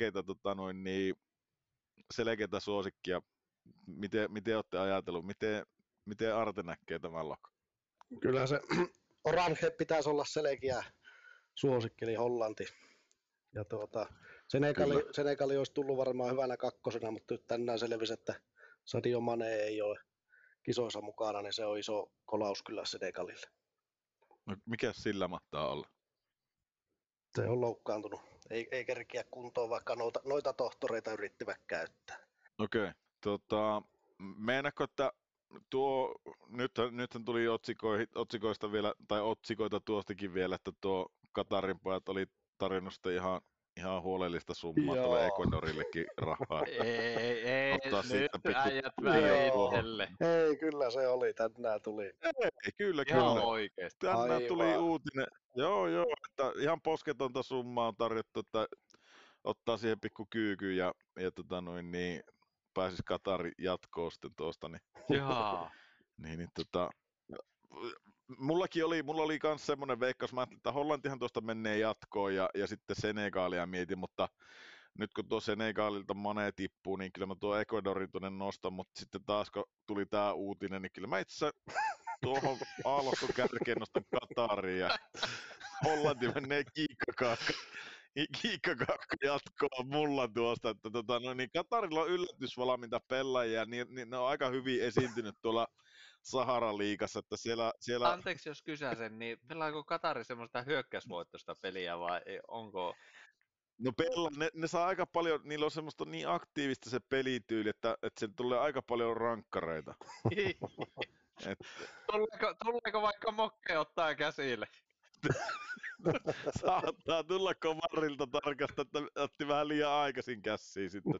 S1: selkeitä suosikkia? Miten olette ajatellut? Miten Arte näkee tämän lohkon?
S4: Kyllä se Orange pitäisi olla selkeä suosikki, eli Hollanti. Ja Senegali olisi tullut varmaan hyvänä kakkosena, mutta nyt tänään selvisi, että Sadio Mane ei ole kisoissa mukana, niin se on iso kolaus kyllä Senegalille.
S1: No, mikä sillä mahtaa olla?
S4: Se on loukkaantunut. Ei kerkiä kuntoon, vaikka noita tohtoreita yrittivät käyttää.
S1: Okei. Meinaatko, että nythän tuli otsikoista vielä, tai otsikoita tuostakin vielä, että tuo Katarin pojat oli tarjonnut sitä ihan huolellista summaa tuolle Ecuadorillekin rahaa.
S2: Ei,
S1: Ottaa
S2: nyt
S1: siitä pikku
S2: äijät
S1: Joo.
S2: väitelle.
S4: Ei, kyllä se oli. Tänään tuli.
S1: Ei, kyllä.
S2: Ihan oikeesti.
S1: Tänään tuli uutinen. Joo, että ihan posketonta summaa on tarjottu, että ottaa siihen pikku kyykyn ja pääsis Katarin jatkoon sitten tuosta.
S2: Jaa.
S1: Mulla oli kans semmonen veikkaus, mä ajattelin, että Hollantihan tuosta menee jatkoon ja sitten Senegalia mietin, mutta nyt kun tuo Senegalilta Mane tippuu, niin kyllä mä tuo Ecuadorin tuonne nostan, mutta sitten taas kun tuli tää uutinen, niin kyllä mä itse tuohon aallokko kärkeen nostan Katariin ja Hollanti menee kiikkakaakka jatkoa mulla tuosta, että Katarilla on yllätysvalmiita pelaajia, niin ne on aika hyvin esiintynyt tuolla Saharan liigassa, että siellä...
S2: Anteeksi jos kysäsen, niin pelaako Katari semmoista hyökkäysvoittoista peliä vai onko...
S1: No ne saa aika paljon, niillä on semmoista niin aktiivista se pelityyli, että se tulee aika paljon rankkareita.
S2: Tuleeko vaikka Mokke ottaa käsille?
S1: Saattaa tulla Komarilta tarkasta, että otti vähän liian aikaisin käsiin sitten.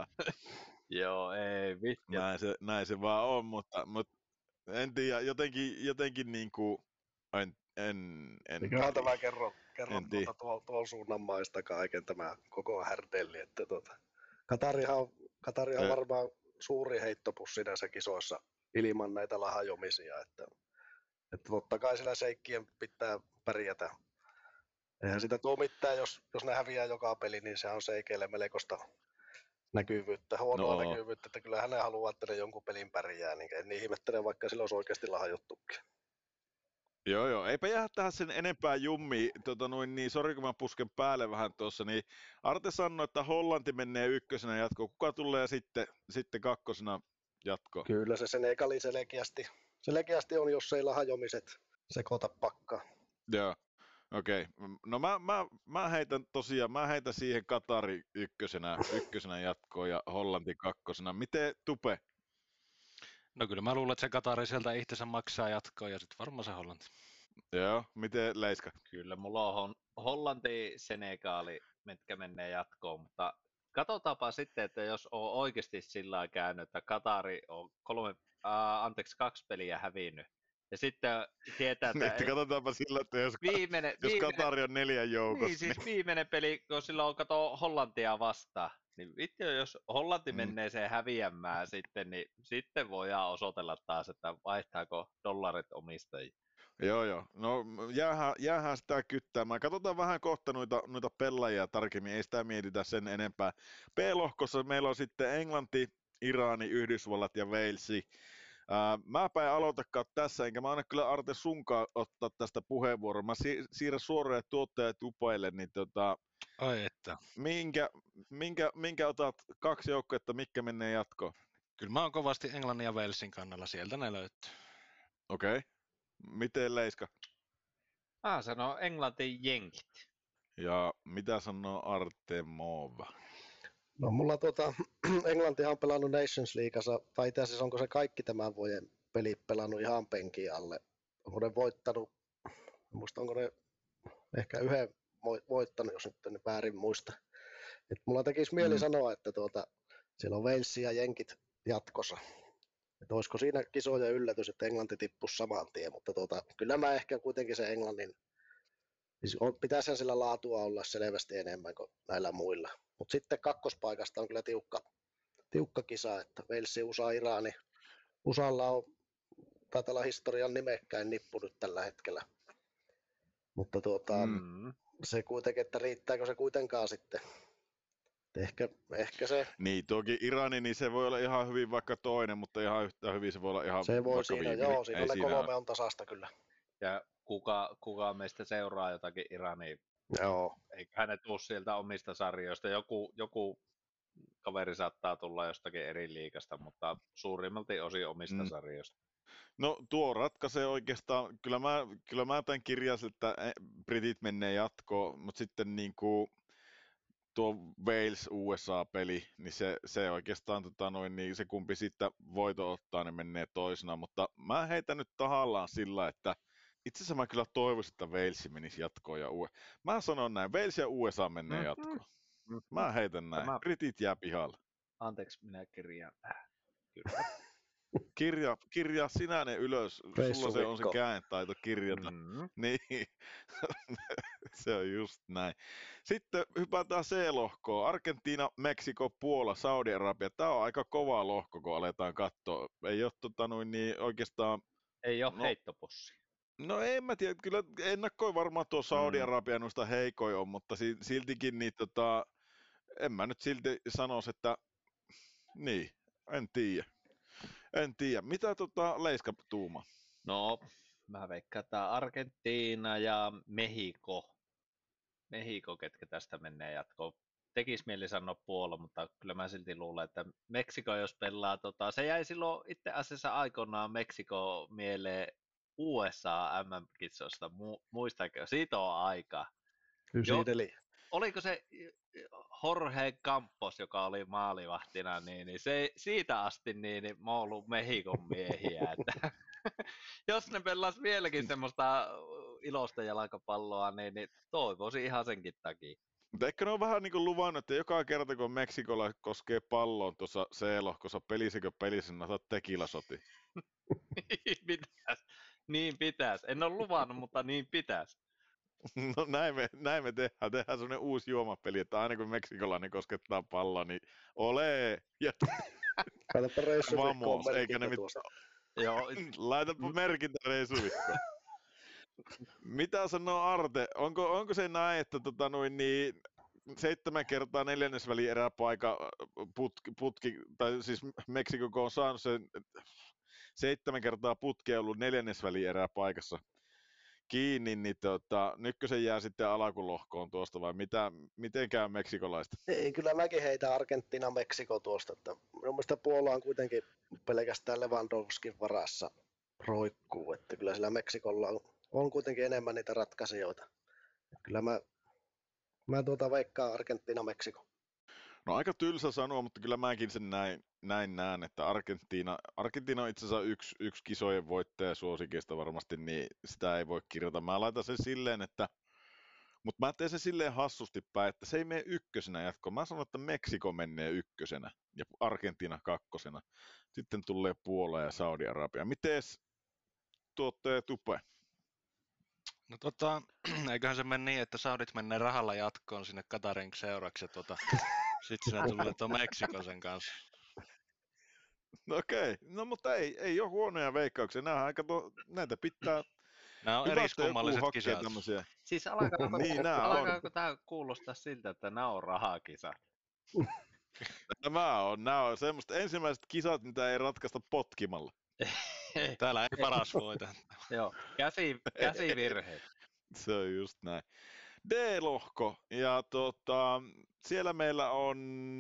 S2: Joo, ei vittu.
S1: Näin se vaan on, mutta en tiedä, jotenkin niinku,
S4: Mikähän tämä kerron tuon suunnan maista kaiken tämä koko härdelli, että Katarihan on varmaan suuri heittopussi näissä kisoissa ilman näitä lahajomisia, että totta kai sillä seikkien pitää pärjätä. Eihän sitä tuo mitään, jos ne häviää joka peli, niin se on seikeille melkoista näkyvyyttä, huonoa näkyvyyttä, että kyllähän ne haluaa, että ne jonkun pelin pärjää, niin en niin ihmettele, vaikka sillä olisi oikeasti lahajuttukin.
S1: Joo, eipä jää tähän sen enempää jummiin, sori kun mä pusken päälle vähän tuossa, niin Arte sanoi, että Hollanti menee ykkösenä jatkoon, kuka tulee sitten kakkosena jatkoon?
S4: Kyllä se Senegali selkeästi on, jos ei lahajomiset sekoita pakkaa.
S1: Joo, okei. No mä heitän siihen Katari ykkösenä jatkoon ja Hollanti kakkosena. Miten Tupe?
S3: No kyllä mä luulen, että se Katari sieltä itsensä maksaa jatkoon ja sitten varmaan se Hollanti.
S1: Joo, miten Leiska?
S2: Kyllä, mulla on Hollanti, Senegali, mitkä menee jatkoon, mutta katsotaanpa sitten, että jos on oikeasti sillä käynyt, että Katari on 2 peliä hävinnyt, ja sitten tietää, että...
S1: katsotaanpa sillä, että jos Katari on 4 joukossa.
S2: Niin, siis viimeinen peli, kun sillä on Hollantia vastaan, niin vittu, jos Hollanti menee sen häviämään sitten, niin sitten voidaan osoitella taas, että vaihtaako dollarit omistajia.
S1: Joo. No jäähän sitä kyttäämään. Katsotaan vähän kohta noita pelaajia tarkemmin, ei sitä mietitä sen enempää. B-lohkossa meillä on sitten Englanti, Irani, Yhdysvallat ja Walesi. Mäpä en aloitakaan tässä, enkä mä anna kyllä Arte sunkaan ottaa tästä puheenvuoron. Mä siirrän suoraan tuottajat Tupaille, niin
S3: Ai että.
S1: Minkä otat 2 joukkuetta, mitkä menee jatkoon?
S3: Kyllä mä oon kovasti Englannin ja Walesin kannalla, sieltä ne löytyy.
S1: Okei. Miten Leiska?
S2: Mä sanon Englanti jenkit.
S1: Ja mitä sanoo Artemova?
S4: No mulla Englantihan on pelannut Nations Leagueassa, tai itse asiassa onko se kaikki tämän vuoden pelit pelannut ihan penkin alle. Onko ne voittanut, muista onko ne ehkä yhden voittanut, jos nyt en väärin muista. Et mulla tekisi mieli sanoa, että siellä on Wales ja jenkit jatkossa. Että olisiko siinä kisojen yllätys, että Englanti tippuisi saman tien, mutta kyllä mä ehkä kuitenkin se Englannin, siis pitäisi sillä laatua olla selvästi enemmän kuin näillä muilla. Mutta sitten kakkospaikasta on kyllä tiukka kisa, että Wales, USA, Irani. USAlla on taitaa olla historian nimekkäin nippu nyt tällä hetkellä. Mutta se kuitenkin, että riittääkö se kuitenkaan sitten. Ehkä se...
S1: Niin, toki Irani, niin se voi olla ihan hyvin vaikka toinen, mutta ihan yhtä hyvin se voi olla ihan
S4: se voi
S1: vaikka
S4: siinä,
S1: viimeinen.
S4: joo, siinä on ne 3 on tasasta kyllä.
S2: Ja kuka meistä seuraa jotakin Irania?
S4: Joo.
S2: Eikä hänet tule sieltä omista sarjoista. Joku kaveri saattaa tulla jostakin eri liigasta, mutta suurimmalti osin omista sarjoista.
S1: No tuo ratkaisee oikeastaan, kyllä mä tämän kirjasin, että Britit menee jatkoon, mutta sitten niinku tuo Wales-USA-peli, niin se oikeastaan niin se kumpi sitten voito ottaa, ne menee toisena, mutta mä heitän nyt tahallaan sillä, että itse asiassa mä kyllä toivoisin, että Wales menisi jatkoon ja Mä sanon näin, Wales ja USA menee jatkoon. Mä heitän näin, Britit jää pihalle.
S2: Anteeksi, minä kirjaan. Kyllä.
S1: Kirjaa sinä ne ylös, sulla se on se kääntaito kirjata. Niin, se on just näin. Sitten hypätään C-lohkoon. Argentiina, Meksiko, Puola, Saudi-Arabia. Tää on aika kova lohko, kun aletaan katsoa. Ei ole niin oikeastaan...
S2: Ei ole heittopossi.
S1: No en mä tiedä, kyllä ennakkoin varmaan tuo Saudi-Arabia noista heikoin on, mutta siltikin niin en mä nyt silti sanoisi, että niin, en tiedä. Mitä Leiska tuuma?
S2: No, mä veikkaan, että Argentiina ja Mehiko, ketkä tästä menee jatkoon. Tekis mieli sanoa Puola, mutta kyllä mä silti luulen, että Meksiko jos pelaa, se jäi silloin itse asiassa aikoinaan Meksiko mieleen USA MM-kisosta, muistaako? Siitä on aikaa. Oliko se Jorge Campos, joka oli maalivahtina, niin siitä asti niin mä oon ollut Mehikon miehiä, että jos ne pelas vieläkin semmoista ilosta jalkapalloa, niin toivoisin ihan senkin takia.
S1: Mutta ehkä ne on vähän niin kuin luvannut, että joka kerta kun Meksikolla koskee palloon tuossa C-lohkossa, pelisikö pelisin, otat tekilasoti.
S2: Niin pitäis. En ole luvannut, mutta niin pitäis.
S1: No näin me tehdään semmoinen uusi juomapeli, että aina kun meksikolainen koskettaa palloa, niin ole!
S4: Vamos,
S1: eikä ne
S2: Joo.
S1: Laitapa merkintä reisuvikkoon. Mitä sanoo Arte? Onko se näin, että 7 kertaa neljännesväli eräpaikka putki, tai siis Meksiko, kun on saanut sen 7 kertaa putkea ollut neljännesväli eräpaikassa kiinni, niin nytkö se jää sitten alakulohkoon tuosta vai miten käy meksikolaista?
S4: Ei, kyllä mäkin heitän Argentiina Meksiko tuosta, että minun mielestä Puola on kuitenkin pelkästään Lewandowskin varassa roikkuu, että kyllä sillä Meksikolla on kuitenkin enemmän niitä ratkaisijoita. Kyllä mä veikkaan Argentiina Meksiko.
S1: No aika tylsä sanoa, mutta kyllä mäkin sen näin näen, että Argentiina on itse asiassa yksi kisojen voittaja suosikeista varmasti, niin sitä ei voi kirjata. Mä laitan sen silleen, mutta mä teen sen silleen hassusti päin, että se ei mene ykkösenä jatkoon. Mä sanon, että Meksiko menee ykkösenä ja Argentiina kakkosena. Sitten tulee Puola ja Saudi-Arabia. Mites tuotteet Tupe?
S3: No eiköhän se mene niin, että Saudit menee rahalla jatkoon sinne Katarin seuraksi ja sitten sinä tulee tuo Meksiko sen kanssa.
S1: No okei, no mutta ei ole huonoja veikkauksia. Näitä pitää...
S3: Nämä on eriskummalliset kisat.
S1: Tämmöisiä.
S2: Siis alkaako tämä kuulostaa siltä, että nämä on rahakisat?
S1: Nämä on semmoista ensimmäiset kisat, mitä ei ratkaista potkimalla.
S3: Täällä ei paras voita.
S2: Joo, käsivirhe.
S1: Se on just näin. D-lohko, ja siellä meillä on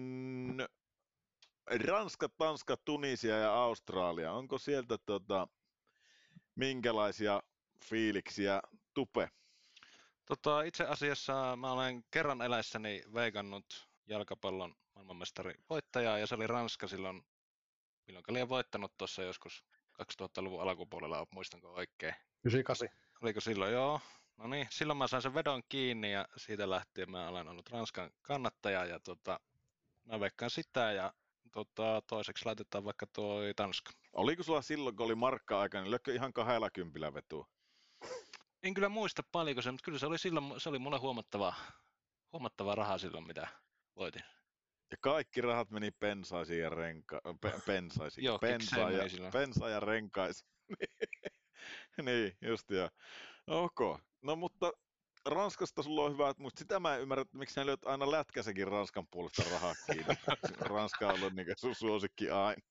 S1: Ranska, Tanska, Tunisia ja Australia. Onko sieltä minkälaisia fiiliksiä, Tupe?
S3: Itse asiassa mä olen kerran eläessäni veikannut jalkapallon maailmanmestarin voittajaa, ja se oli Ranska silloin, milloin olin voittanut tuossa joskus 2000-luvun alkupuolella, muistanko oikein?
S4: 98.
S3: Oliko silloin? Joo. No niin, silloin mä sain sen vedon kiinni ja siitä lähtien mä olen ollut Ranskan kannattaja ja mä veikkaan sitä ja toiseksi laitetaan vaikka toi Tanska.
S1: Oliko sulla silloin, kun oli markka-aika, niin lökkö ihan 20 vetua?
S3: En kyllä muista paljonko se, mutta kyllä se oli mulle huomattava raha silloin, mitä voitin.
S1: Ja kaikki rahat meni pensaisiin ja pensaisiin.
S3: Joo,
S1: pensa ja renkaisiin. Niin, just joo. Ok. No mutta Ranskasta sulla on hyvä, mutta sitä mä en ymmärrä, että miksi sä lyöt aina lätkäsäkin Ranskan puolesta rahaa kiinni. Ranska on ollut niin sun suosikki aina.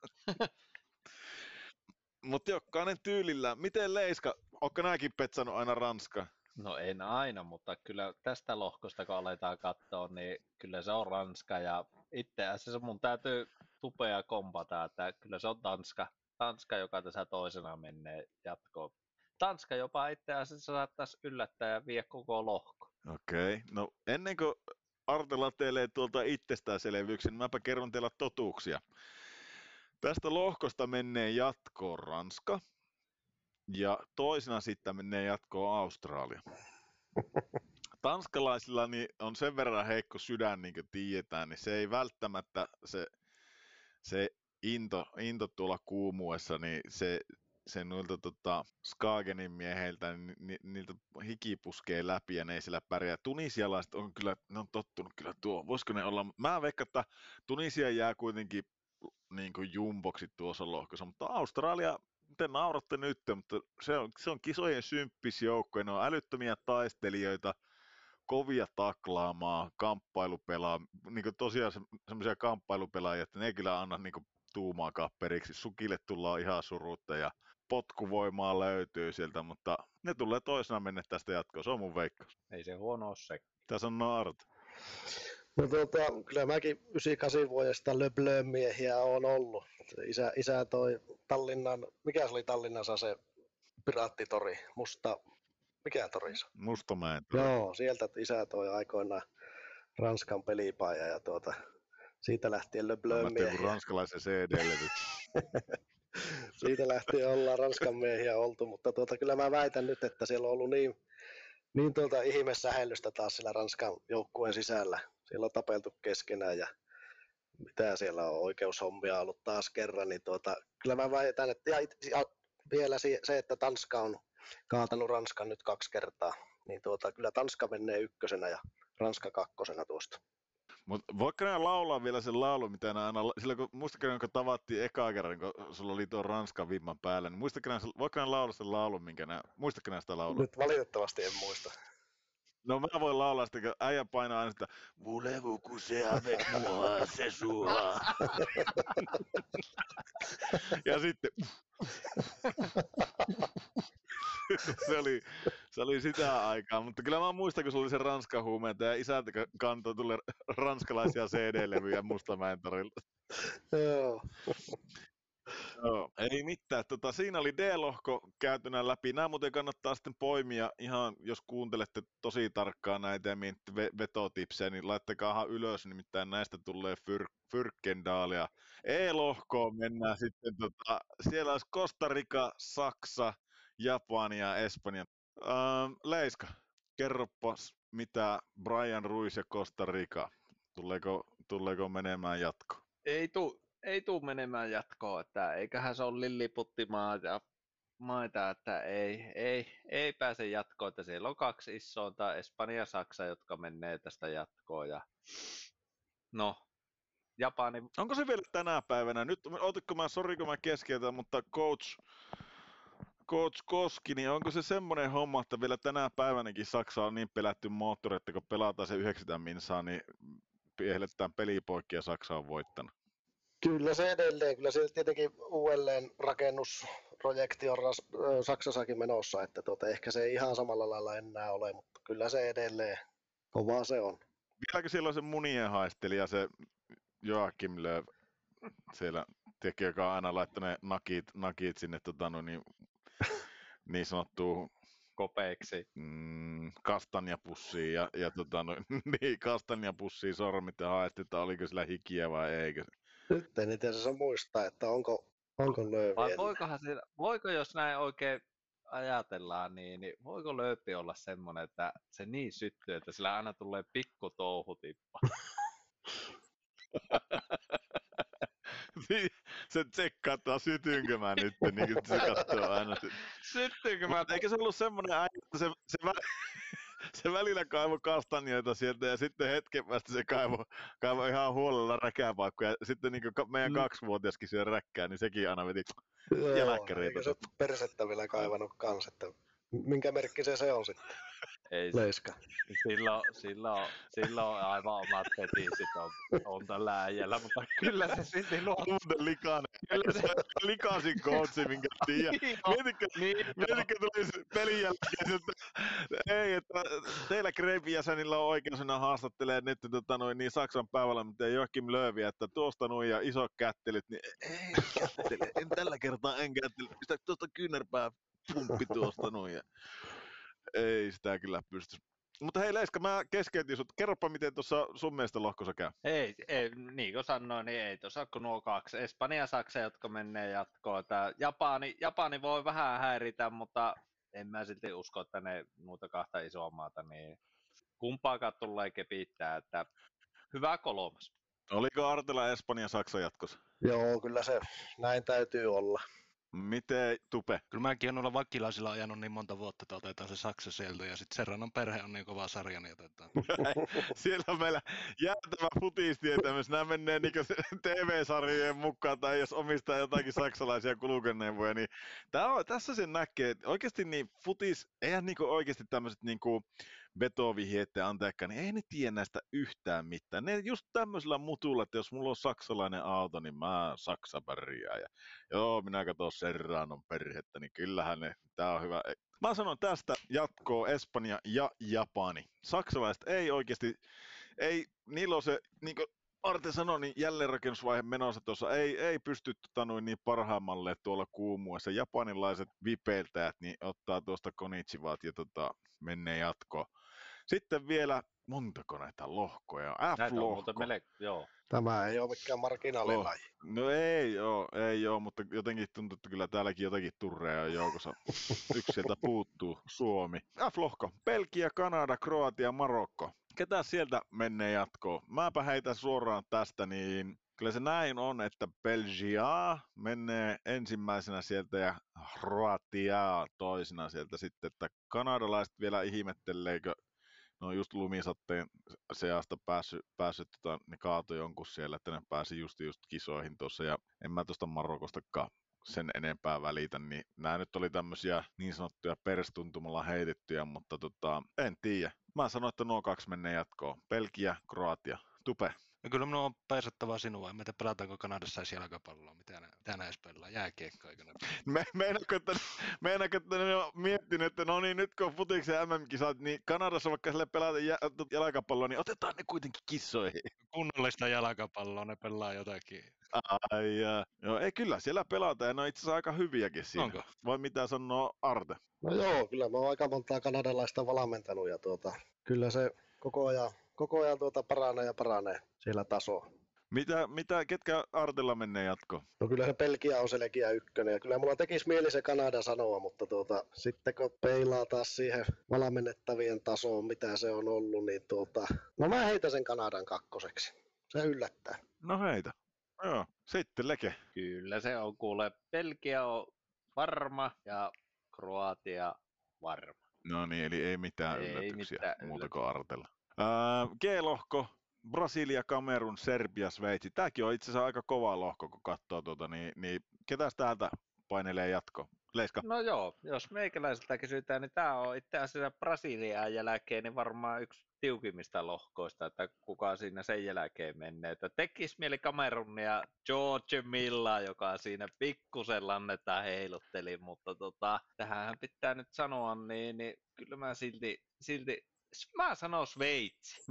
S1: Mutta jokainen tyylillä. Miten Leiska, ootko nääkin petsannut aina Ranskaa?
S2: No en aina, mutta kyllä tästä lohkosta kun aletaan katsoa, niin kyllä se on Ranska ja itse asiassa mun täytyy Tupea kompata, että kyllä se on Tanska. Tanska, joka tässä toisena menee jatkoon. Tanska jopa itse asiassa saattaisi yllättää ja vie koko lohko.
S1: Okei. No ennen kuin Arte latelee tuolta itsestäänselvyyksiä, niin mäpä kerron teillä totuuksia. Tästä lohkosta menee jatkoon Ranska ja toisena sitten menee jatkoon Australia. Tanskalaisilla niin on sen verran heikko sydän, niin kuin tiedetään, niin se ei välttämättä se into tuolla kuumuessa, niin se noilta Skagenin mieheiltä, niin niiltä hiki puskee läpi ja ne ei siellä pärjää. Tunisialaiset on kyllä, ne on tottunut kyllä tuo. Voisiko ne olla, mä veikkaan, että Tunisia jää kuitenkin niin kuin jumboksi tuossa lohkossa, mutta Australia, te nauratte nyt, mutta se on kisojen symppisjoukko, ne on älyttömiä taistelijoita, kovia taklaamaan, kamppailupelaa, niin kuin tosiaan semmoisia kamppailupelaajia, että ne ei kyllä anna niin kuin tuumaakaan periksi. Sukille tullaan ihan surutta ja potkuvoimaa löytyy sieltä, mutta ne tulee toisena mennä tästä jatkoon. Se on mun veikkaus.
S2: Ei se huono ole se.
S1: Tässä on Arte.
S4: No kyllä mäkin 98 vuodesta Le Bleu-miehiä on ollut. Isä toi Tallinnan, mikä se oli Tallinnassa se piraattitori, mikä tori se?
S1: Mustamäen.
S4: Joo, sieltä isä toi aikoinaan Ranskan pelipaaja ja siitä lähtien Le Bleu-miehiä.
S1: ranskalaisen CD-levy.
S4: Siitä lähtien ollaan Ranskan miehiä oltu, mutta kyllä mä väitän nyt, että siellä on ollut niin ihmesähellystä taas siellä Ranskan joukkueen sisällä. Siellä on tapeltu keskenään ja mitä siellä on oikeushommia ollut taas kerran, niin kyllä mä väitän, että ja vielä se, että Tanska on kaatanut Ranskan nyt 2 kertaa, niin kyllä Tanska menee ykkösenä ja Ranska kakkosena tuosta.
S1: Mutta voitko nää laulaa vielä sen laulun, mitä nää aina, silloin kun muistatko, kun tavattiin ekaa kerran, kun sulla oli tuo Ranskan vimman päällä, niin voitko nää laulaa sen laulun, muistatko nää sitä laulua?
S4: Nyt valitettavasti en muista.
S1: No mä voin laulaa sitä, kun äijä painaa aina sitä Voulez-vous coucher avec moi ce soir? Ja sitten se oli sitä aikaa, mutta kyllä mä muistan, kun se oli se Ranskan huumeita ja isältä kantoi tulle ranskalaisia CD-levyjä Mustamäen torilta.
S4: Joo.
S1: Joo, ei mitään. Siinä oli D-lohko käytynä läpi. Nämä muuten kannattaa sitten poimia ihan, jos kuuntelette tosi tarkkaan näitä ja mietitte vetotipsejä, niin laittakaahan ylös, nimittäin näistä tulee fyrkkendaalia. E-lohkoon mennään sitten, siellä olisi Costa Rica, Saksa, Japani ja Espanja. Leiska, kerropas mitä Brian Ruiz ja Costa Rica, tuleeko menemään jatkoon?
S2: Ei tuu menemään jatkoon, että eiköhän se ole lilliputtimaa ja maita, että ei pääse jatkoon, että siellä on 2 isointa, Espanja ja Saksa, jotka menee tästä jatkoon ja no, Japani.
S1: Onko se vielä tänä päivänä? Nyt, sori kun mä keskeytän, mutta Coach Koski, niin onko se semmoinen homma, että vielä tänä päivänäkin Saksa on niin pelätty moottori, että kun pelataan se 90 minsaa, niin piehletään pelipoikki ja Saksa on voittanut?
S4: Kyllä se edelleen, kyllä se tietenkin uudelleen rakennusprojekti on Saksassakin menossa, että ehkä se ei ihan samalla lailla enää ole, mutta kyllä se edelleen kovaa se on. Vieläkö
S1: siellä on se munien haistelija, se Joachim Löw, siellä teki, joka on aina laittanut nakit sinne niin sanottuun
S2: kopeeksi.
S1: Kastanjapussiin ja niin, kastanjapussiin sormit ja haistetaan, oliko sillä hikiä vai eikö.
S4: Nyt en itse asiassa muista, että onko Löövi.
S2: Vai voiko jos näin oikein ajatellaan, niin voiko Lööpi olla semmoinen, että se niin syttyy, että sillä aina tulee pikku touhutippa?
S1: Se tsekkaa, että sytynkö mä nyt, niin se katsoo aina.
S2: Syttynkö mä?
S1: Eikö se ollut semmoinen äijä, että se välillä kaivoi kastanjoita sieltä ja sitten hetken päästä se kaivoi ihan huolella räkäpaikkoja. Ja sitten niin meidän 2-vuotiaskin syö räkkää, niin sekin aina veti jälkkäreitä.
S4: Eikö se persettä vielä kaivannut kans, että Minkä merkki se on sitten?
S2: Ei,
S4: Leiska.
S2: sillä on aivan omat fetisit on tällä äijällä, mutta kyllä se silti luo.
S1: Muuten likainen.
S2: Kyllä
S1: Se on likaisin coachi, minkä tiedä. Mietitkö tulisi pelin jälkeen, että ei, että teillä Greipin jäsenillä on oikeusena haastattelee nyt niin Saksan päivällä, mutta Joakim Lööviä, että tuosta noin ja isot kättelyt, niin ei kättele, en tällä kertaa en kättele, pistä tuosta kyynärpää pumppi tuosta noin. Ja ei sitä kyllä pysty. Mutta hei Leiska, mä keskeytin sut. Kerropa, miten tuossa sun mielestä lohkossa käy.
S2: Ei, niin kuin sanoin, niin ei tuossa kuin nuo kaksi. Espanja ja Saksa, jotka menee jatkoon. Japani voi vähän häiritä, mutta en mä silti usko, että ne muuta kahta isoa maata, niin kumpaakaan tulee kepittää, että hyvä kolmas.
S1: Oliko Artela Espanja ja Saksa jatkossa?
S4: Joo, kyllä se näin täytyy olla.
S1: Miten Tupe?
S3: Kyllä mäkin on noilla vakkilaisilla ajanut niin monta vuotta, että otetaan se Saksa sieltä ja sitten Serranon perhe on niin kova sarja, niin otetaan.
S1: Siellä on meillä jäätävä futistietämys. Nämä menee niin TV-sarjojen mukaan tai jos omistaa jotakin saksalaisia kulkeneuvoja, niin tässä sen näkee, että oikeasti niin futis, eihän niin oikeasti tämmöiset niin vetovihjeet ja anteekkaan, niin ei ne tiedä näistä yhtään mitään. Ne just tämmöisellä mutulla, että jos mulla on saksalainen auto, niin mä Saksa pärjää. Ja joo, minä katson Serranon perhettä, niin kyllähän tää on hyvä. Mä sanon tästä jatkoa Espanja ja Japani. Saksalaiset ei oikeasti, niillä on se, niin kuin Arte sanoi, niin jälleenrakennusvaihe menossa tuossa ei pysty niin parhaimmalle tuolla kuumuessa. Japanilaiset vipeiltäjät niin ottaa tuosta konnichiwaat ja menee jatkoon. Sitten vielä, montako näitä lohkoja? F-lohko.
S2: Joo.
S4: Tämä ei ole mikään marginaalilaji.
S1: No ei oo, mutta jotenkin tuntuu, että kyllä täälläkin jotakin turreja on joukossa. Yksi sieltä puuttuu, Suomi. F-lohko, Belgia, Kanada, Kroatia, Marokko. Ketä sieltä menee jatkoon? Mäpä heitän suoraan tästä, niin kyllä se näin on, että Belgia menee ensimmäisenä sieltä ja Kroatia toisena sieltä sitten, että kanadalaiset vielä ihmetteleekö. No just lumisatteen seasta päässyt ne kaatoi jonkun siellä, että ne pääsi just kisoihin tuossa ja en mä tuosta Marokostakaan sen enempää välitä, niin nämä nyt oli tämmöisiä niin sanottuja perstuntumalla heitettyjä, mutta en tiedä. Mä sanoin, että nuo kaksi menee jatkoon. Belgia, Kroatia. Tupe.
S3: Ja kyllä minun on peisattava sinua. En tiedä, pelataanko Kanadassa edes jalkapalloa. Mitä näissä pelaa? Jääkiekkoa, eikö ne pelaa?
S1: Meinaatko, että ne on miettinyt, että no niin, nyt kun on futiksen MM-kisat, niin Kanadassa vaikka sille pelata jalkapalloa, niin otetaan ne kuitenkin kissoihin.
S3: Kunnollista jalkapalloa, ne pelaa jotakin.
S1: Ai joo, ei kyllä siellä pelataan ja ne on itse asiassa aika hyviäkin siinä.
S3: Onko?
S1: Vai mitä sanoo Arte?
S4: No joo, kyllä mä oon aika montaa kanadalaista valmentanut ja kyllä se koko ajan paranee siellä taso.
S1: Ketkä Artella menee jatkoon?
S4: No kyllä se Belgia on selkeä ykkönen ja kyllä mulla tekisi mieli se Kanada sanoa, mutta sitten kun peilaa taas siihen valmennettavien tasoon, mitä se on ollut, niin no mä heitän sen Kanadan kakkoseksi. Se yllättää.
S1: No heitä. Joo, sitten Leke.
S2: Kyllä se on, kuule, Belgia on varma ja Kroatia varma.
S1: No niin, eli ei mitään yllätyksiä muuta kuin Artella. G-lohko, Brasilia, Kamerun, Serbia, Sveitsi. Tämäkin on itse asiassa aika kova lohko, kun katsoo niin ketäs täältä painelee jatko? Leiska?
S2: No joo, jos meikäläiseltä kysytään, niin tämä on itse asiassa Brasilian jälkeen niin varmaan yksi tiukimmista lohkoista, että kuka siinä sen jälkeen menee. Että tekisi mieli Kamerun ja George Milla, joka siinä pikkusen lannetta heilutteli, mutta tähän pitää nyt sanoa, niin kyllä mä silti mä sanon Sveitsi.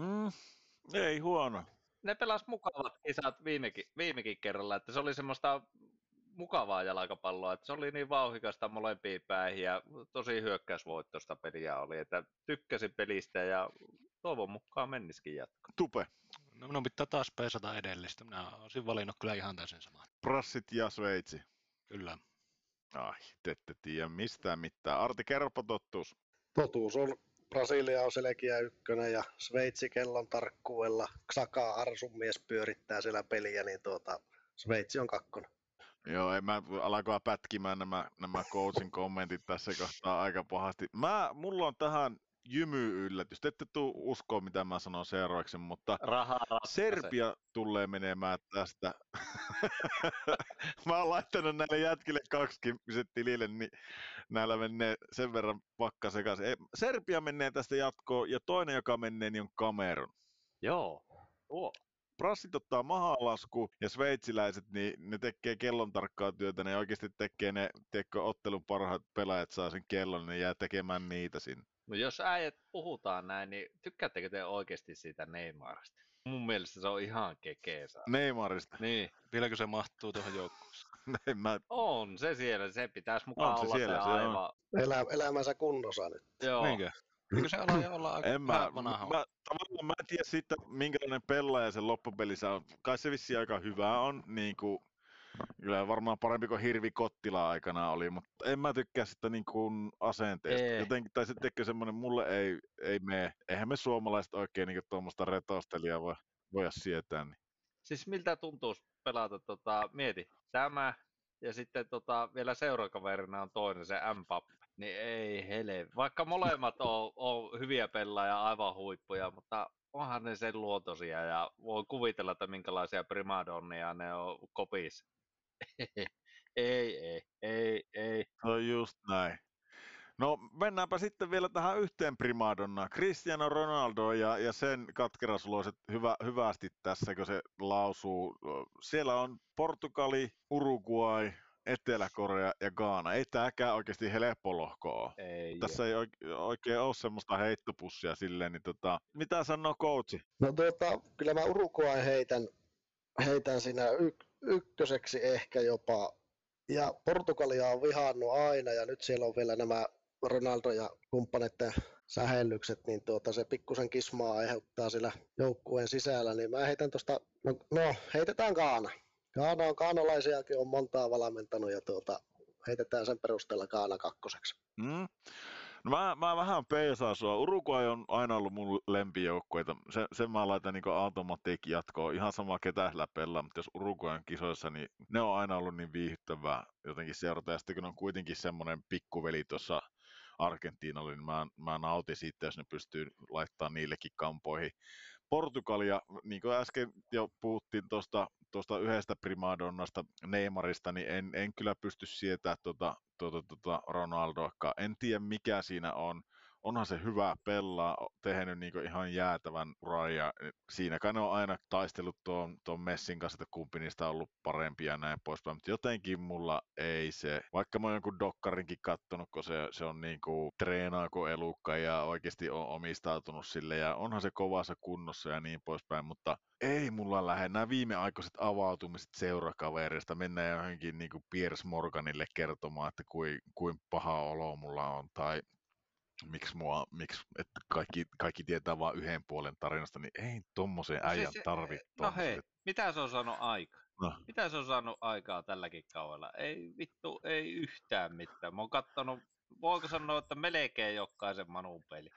S1: Ei huono.
S2: Ne pelas mukavat kisat viimekin kerralla, että se oli semmoista mukavaa jalkapalloa, että se oli niin vauhikasta molempiin päihin ja tosi hyökkäysvoittoista peliä oli, että tykkäsin pelistä ja toivon mukaan menisikin jatkoon.
S1: Tupe.
S3: No minun pitää taas peesata edellistä. Minä olisin valinnut kyllä ihan täysin samaan.
S1: Brassit ja Sveitsi.
S3: Kyllä.
S1: Ai, te ette tiedä mistään mitään. Arti, kerropa totuus.
S4: Totuus on, Brasilia on selkeä ykkönen ja Sveitsi kellon tarkkuudella. Xhaka Arsun mies pyörittää siellä peliä, niin Sveitsi on kakkonen.
S1: Joo, en mä alkaa pätkimään nämä coachin kommentit tässä kohtaa aika pahasti. Mulla on tähän jymy-yllätys. Te ette tuu uskoa, mitä mä sanon seuraavaksi, mutta
S2: Raha ratkaisee.
S1: Serbia tulee menemään tästä. Mä oon laittanut näille jätkille 20 tilille, niin näillä menee sen verran pakka sekaisin. Serbia menee tästä jatkoon, ja toinen, joka menee, niin on Kamerun.
S2: Joo.
S1: Brassit ottaa mahalasku, ja sveitsiläiset, niin ne tekee kellon tarkkaa työtä, ne oikeasti tekee ne, ottelun parhaat pelaajat saa sen kellon, ne jää tekemään niitä sinne.
S2: No jos äijät puhutaan näin, niin tykkäättekö te oikeasti siitä Neymarista? Mun mielestä se on ihan kekeesaa.
S1: Neymarista.
S2: Niin.
S3: Vieläkö se mahtuu tuohon joukkueeseen?
S2: On se siellä, se pitäisi mukaan
S1: se
S2: olla
S1: siellä,
S2: se
S1: se
S2: aivan.
S4: Elämänsä kunnossa nyt.
S2: Joo.
S3: Niinkö? Eikö se ala jo olla aika vanha?
S1: Tavallaan mä en tiedä siitä, minkälainen pelaaja sen loppupelissä on. Kai se vissiin aika hyvä on, niin kuin, kyllä varmaan parempi kuin Hirvi Kottila aikana oli, mutta en mä tykkää sitä niin kuin asenteesta. Jotenkin, tai se tekee semmoinen, mulle ei mene. Eihän me suomalaiset oikein niin tuommoista retostelijaa voida sietää. Niin.
S2: Siis miltä tuntuu pelata, mieti, tämä ja sitten vielä seurakaverina on toinen, se Mbappe. Niin ei hele. Vaikka molemmat on hyviä pelaajia, aivan huippuja, mutta onhan ne sen luontoisia ja voi kuvitella, että minkälaisia primadonnia ne on kopissa. ei.
S1: Se on just näin. No mennäänpä sitten vielä tähän yhteen primadonnaan. Cristiano Ronaldo ja sen katkerasuloiset hyvästi tässä, kun se lausuu. Siellä on Portugali, Uruguay, Etelä-Korea ja Ghana. Ei tääkään oikeasti helppo lohko ole. Tässä ei oikein ole semmoista heittopussia silleen. Niin mitä sanoo coachi?
S4: No kyllä mä Uruguay heitän siinä ykköseksi ehkä jopa. Ja Portugalia on vihannut aina ja nyt siellä on vielä nämä Ronaldo ja kumppaneiden sähellykset, niin se pikkusen kismaa aiheuttaa siellä joukkueen sisällä, niin mä heitän tosta, no heitetään Ghana. Ghanalaisiakin on montaa valmentanut ja heitetään sen perusteella Ghana kakkoseksi.
S1: No mä vähän peesaan sua. Uruguay on aina ollut mun lempijoukkueita. Sen mä laitan niin automatiikki jatkoon. Ihan sama ketä läpellä, mutta jos Uruguay on kisoissa, niin ne on aina ollut niin viihdyttävää jotenkin seurata. Ja sitten kun on kuitenkin semmoinen pikkuveli tuossa Argentiinalla, niin mä nautin siitä, jos ne pystyy laittamaan niillekin kampoihin. Portugalia, niin kuin äsken jo puhuttiin tuosta yhdestä primadonnasta Neymarista, niin en kyllä pysty sietämään Ronaldoakaan. En tiedä mikä siinä on. Onhan se hyvä pelaa, tehnyt niin ihan jäätävän uran ja siinäkään ne on aina taistellut tuon Messin kanssa, että kumpi niistä on ollut parempi ja näin poispäin, mutta jotenkin mulla ei se, vaikka mä oon jonkun dokkarinkin kattonut, kun se on niinku treenaa kuin elukka ja oikeasti on omistautunut sille ja onhan se kovassa kunnossa ja niin poispäin, mutta ei mulla lähde. Nämä viimeaikoiset avautumiset seurakaverista mennään johonkin niinku Piers Morganille kertomaan, että kuin paha olo mulla on tai että kaikki tietää vain yhden puolen tarinasta, niin ei tommosen äijän tarvitse.
S2: No hei, mitä se on saanut aikaa?
S1: No.
S2: Mitä se on saanut aikaa tälläkin kaudella? Ei vittu, ei yhtään mitään. Mä oon kattonut, voiko sanoa, että melkein jokaisen Manun peli.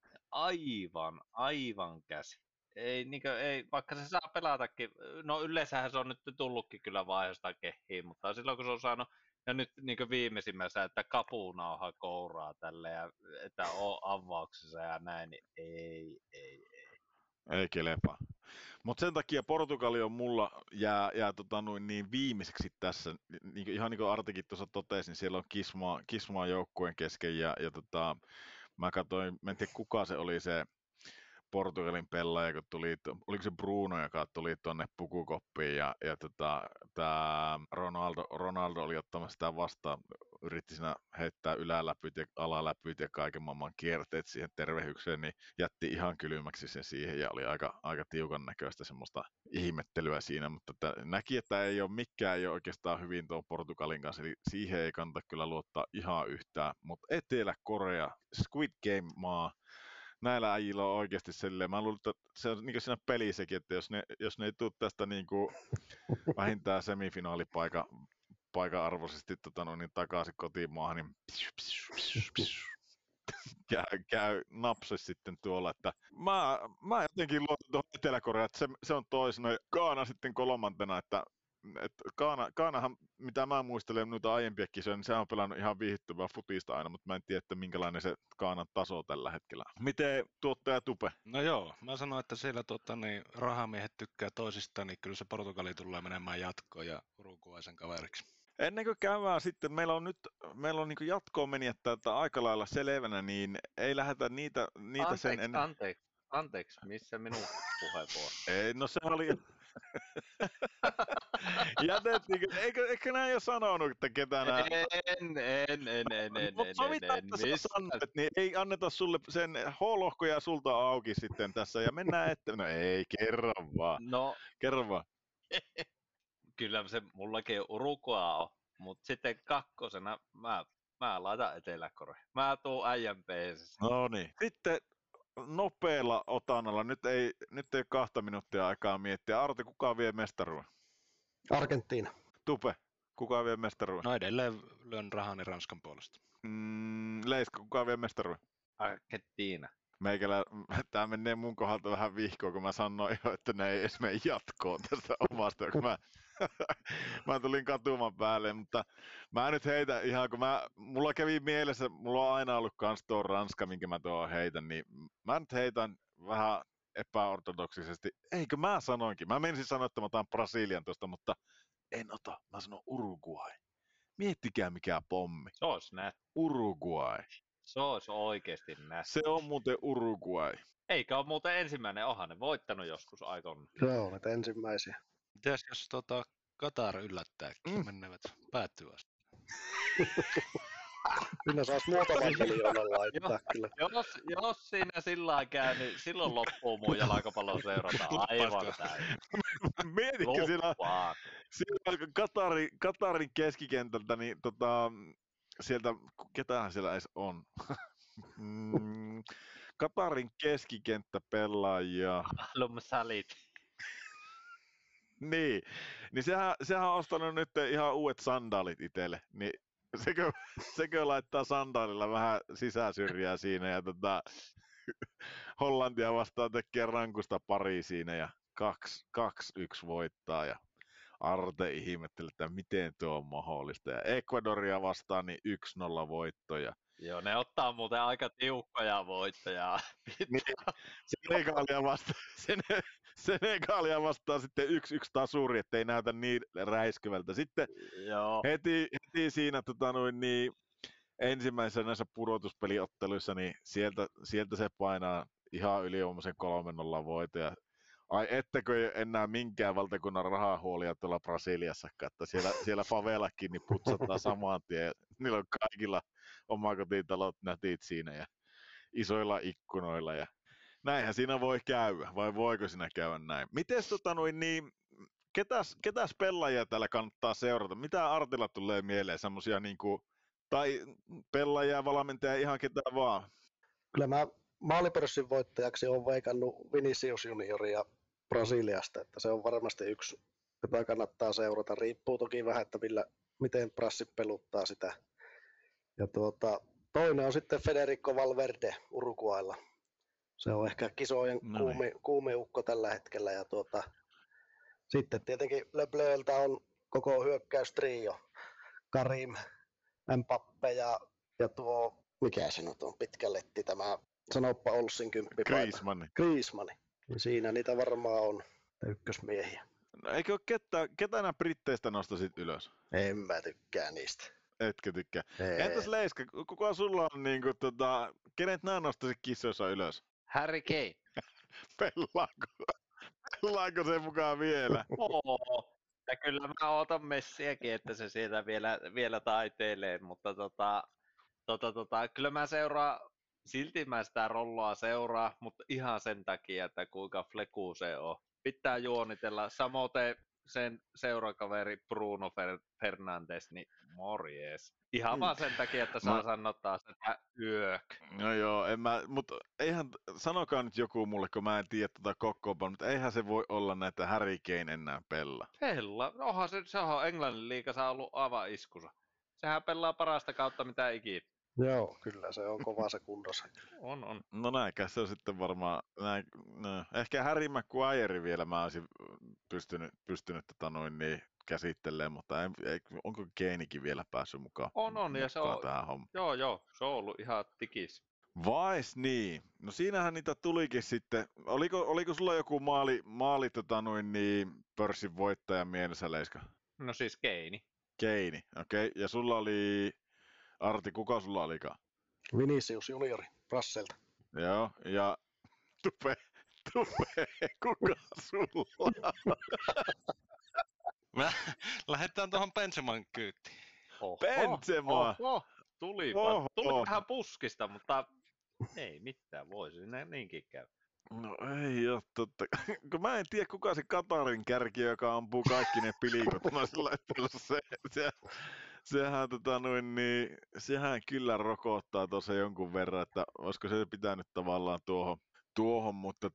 S2: Aivan käsi. Ei, vaikka se saa pelatakin, no yleensähän se on nyt tullutkin kyllä vaiheesta kehiin, mutta silloin kun se on saanut, ja nyt niin viimeisimmässä, että kapunauha kouraa tälle ja että on avauksessa ja näin, niin ei.
S1: Ei kelepaa. Mutta sen takia Portugali on mulla jää niin viimeiseksi tässä, ihan niin kuin Artikin tuossa totesi, niin siellä on kismaa joukkueen kesken ja mä katsoin, mä en tiedä kuka se oli se Portugalin pelaaja, kun oliko se Bruno, joka tuli tuonne pukukoppiin ja tämä Ronaldo oli ottamassa sitä vastaan, yritti siinä heittää yläläpyt ja alaläpyt ja kaiken maailman kierteet siihen tervehykseen, niin jätti ihan kylmäksi sen siihen ja oli aika tiukan näköistä semmoista ihmettelyä siinä, mutta näki, että mikään ei ole oikeastaan hyvin tuon Portugalin kanssa, eli siihen ei kannata kyllä luottaa ihan yhtään, mutta Etelä-Korea, Squid Game-maa, näillä äijillä on oikeasti silleen, mä luulen, että se on niin siinä pelissäkin, että jos ne ei tule tästä niin kuin vähintään semifinaalipaikan arvoisesti niin takaisin kotimaahan, niin käy napse sitten tuolla, että mä jotenkin luotan tuohon Etelä-Koreaan, että se on toisena, Ghana sitten kolmantena, että Kaanahan, mitä mä muistelen noita aiempia kisoja, niin se on pelannut ihan viihdyttävää futista aina, mutta mä en tiedä, että minkälainen se Kaanan taso tällä hetkellä. Miten tuottaja Tupe?
S3: No joo, mä sanoin, että siellä rahamiehet tykkää toisistaan, niin kyllä se Portugali tulee menemään jatkoon ja Uruguay sen kaveriksi.
S1: Ennen kuin käydään sitten, meillä on niin jatkoon meni, että aika lailla selvänä, niin ei lähdetä niitä sen ennen.
S2: Anteeksi, missä minun puheenvuoro?
S1: Ei, no se oli... Jätettiinkö? Eikö näin jo sanonut, että ketään...
S2: En.
S1: Mutta sovitaan, että sä sanoit, niin ei anneta sulle sen H-lohkoja sulta auki sitten tässä ja mennään eteen. No ei, kerro vaan.
S2: No,
S1: kerro vaan.
S2: Kyllä se mullakin Uruguay on, mutta sitten kakkosena mä laitan Etelä-Korea. Mä tuun IMP:ssä.
S1: No niin. Sitten nopealla otannalla, nyt ei 2 minuuttia aikaa miettiä. Arti, kuka vie mestaruuden?
S4: Argentiina.
S1: Tupe, kuka vie mestaruuden?
S3: No edelleen lyön rahani Ranskan puolesta.
S1: Leiska, kuka vie mestaruuden?
S2: Argentiina.
S1: Tää menee mun kohdalta vähän vihkoon, kun mä sanoin jo, että ne ei edes mene jatkoon tästä omasta, kun mä tulin katuman päälle, mutta mä nyt heitän ihan, kun mulla kävi mielessä, mulla on aina ollut kans tuo Ranska, minkä mä tuon heitän, niin mä nyt heitän vähän epäortodoksisesti. Eikö mä sanoinkin? Mä menisin sanoa, että mä otan Brasilian tuosta, mutta en ota. Mä sanon Uruguay. Miettikää mikä pommi.
S2: Se olisi nähty.
S1: Uruguay.
S2: Se olisi oikeesti nähty.
S1: Se on muuten Uruguay.
S2: Eikä ole muuten ensimmäinen, onhan ne voittanut joskus aikoina.
S4: Joo, että ensimmäisiä.
S3: Mitäs jos Katar yllättääkin, menevät päättyy asti?
S4: Kyllä saisi muutaman miljoonan laittaa kyllä.
S2: Jos siinä sillä käy, niin silloin loppuu mun jalkapallon seurata aivan täysin.
S1: Mietitkö siellä Katarin keskikentältä, niin sieltä, ketähän siellä edes on? Katarin keskikenttäpelaajia.
S2: Lumsalit.
S1: Niin sehän on ostanut nyt ihan uudet sandaalit itselle, niin sekö laittaa sandaalilla vähän sisäsyrjää siinä ja Hollantia vastaan tekee rankusta pari siinä ja 2-1 voittaa ja Arte ihmettelee, että miten tuo on mahdollista ja Ecuadoria vastaan niin 1-0 voittoja.
S2: Joo, ne ottaa muuten aika tiukkoja voittoja.
S1: Niin, Senegalia vastaan sitten 1-1 tasuri, ettei näytä niin räiskyvältä. Sitten
S2: joo.
S1: heti siinä ensimmäisessä näissä pudotuspeliotteluissa, niin sieltä se painaa ihan ylivoimaisen 3-0 voitoja. Ai ettekö ei enää minkään valtakunnan rahahuolia tuolla Brasiliassakaan, että siellä favelakin niin putsataan saman tien. Niillä on kaikilla omakotitalot nätit siinä ja isoilla ikkunoilla ja näinhän siinä voi käydä, vai voiko siinä käydä näin? Mites ketäs pelaajia täällä kannattaa seurata? Mitä Artilla tulee mieleen semmosia tai pelaajia, valmentajia, ihan ketä vaan?
S4: Kyllä mä maalipörssin voittajaksi olen veikannut Vinicius Junioria Brasiliasta, että se on varmasti yksi, jota kannattaa seurata. Riippuu toki vähän, että miten Brassit peluttaa sitä. Ja toinen on sitten Federico Valverde Uruguaylla. Se on ehkä kisojen kuumin ukko tällä hetkellä. Ja sitten tietenkin Le Bleultä on koko hyökkäystrio. Karim, Mbappe ja mikä se nyt on, pitkä letti tämä, sanoppa Olssin 10 paita. Griezmann. Niin siinä niitä varmaan on ykkösmiehiä.
S1: No, eikö ole ketä nämä Britteistä nostasit ylös?
S4: En mä tykkää niistä.
S1: Etkö tykkää? Entäs Leiska, kuka sulla on kenet nää nostasit kisoissa ylös?
S2: Harry Kane.
S1: Pelaako se mukaan vielä?
S2: Oo. Ja kyllä mä ootan Messiäkin, että se sieltä vielä taiteilee, mutta kyllä mä silti mä sitä rolloa seuraa, mutta ihan sen takia, että kuinka fleku se on. Pitää juonitella. Samoin sen seurakaveri Bruno Fernandes, niin morjes. Ihan vaan sen takia, että saa sanottaa sitä yök.
S1: No joo, mutta eihän, sanokaa nyt joku mulle, kun mä en tiedä kokoonpanoa, mutta eihän se voi olla näitä Harry Kane enää pelaa.
S2: Onhan se on Englannin liigassa ollut aivan iskussa. Sehän pelaa parasta kautta mitä ikinä.
S4: Joo, kyllä se on kova se kunnossa.
S2: On.
S1: No näinkä se on sitten varmaan, ehkä Harry Maguire vielä mä olisin pystynyt käsittelee, mutta onko Keinikin vielä päässyt mukaan,
S2: On, ja se on,
S1: tähän hommaan?
S2: joo, se on ollut ihan tikis.
S1: Vais niin. No siinähän niitä tulikin sitten. Oliko sulla joku maali pörssin voittajan mielessä, Leiska?
S2: No siis Keini.
S1: Keini, okei. Okay. Ja sulla oli, Arti, kuka sulla olikaan?
S4: Vinicius juniori Rasselta.
S1: Joo, ja Tupe, kuka sulla?
S3: Lähdetään tuohon Benseman kyytiin.
S1: Benzema!
S2: Tuli vähän puskista, mutta ei mitään, voisi niinkin käy.
S1: No ei oo totta. Kun mä en tiedä kuka se Katarin kärki, joka ampuu kaikki ne pilikot. Mä sillä sehän kyllä rokottaa tuossa jonkun verran, että olisiko se pitänyt tavallaan tuohon, mutta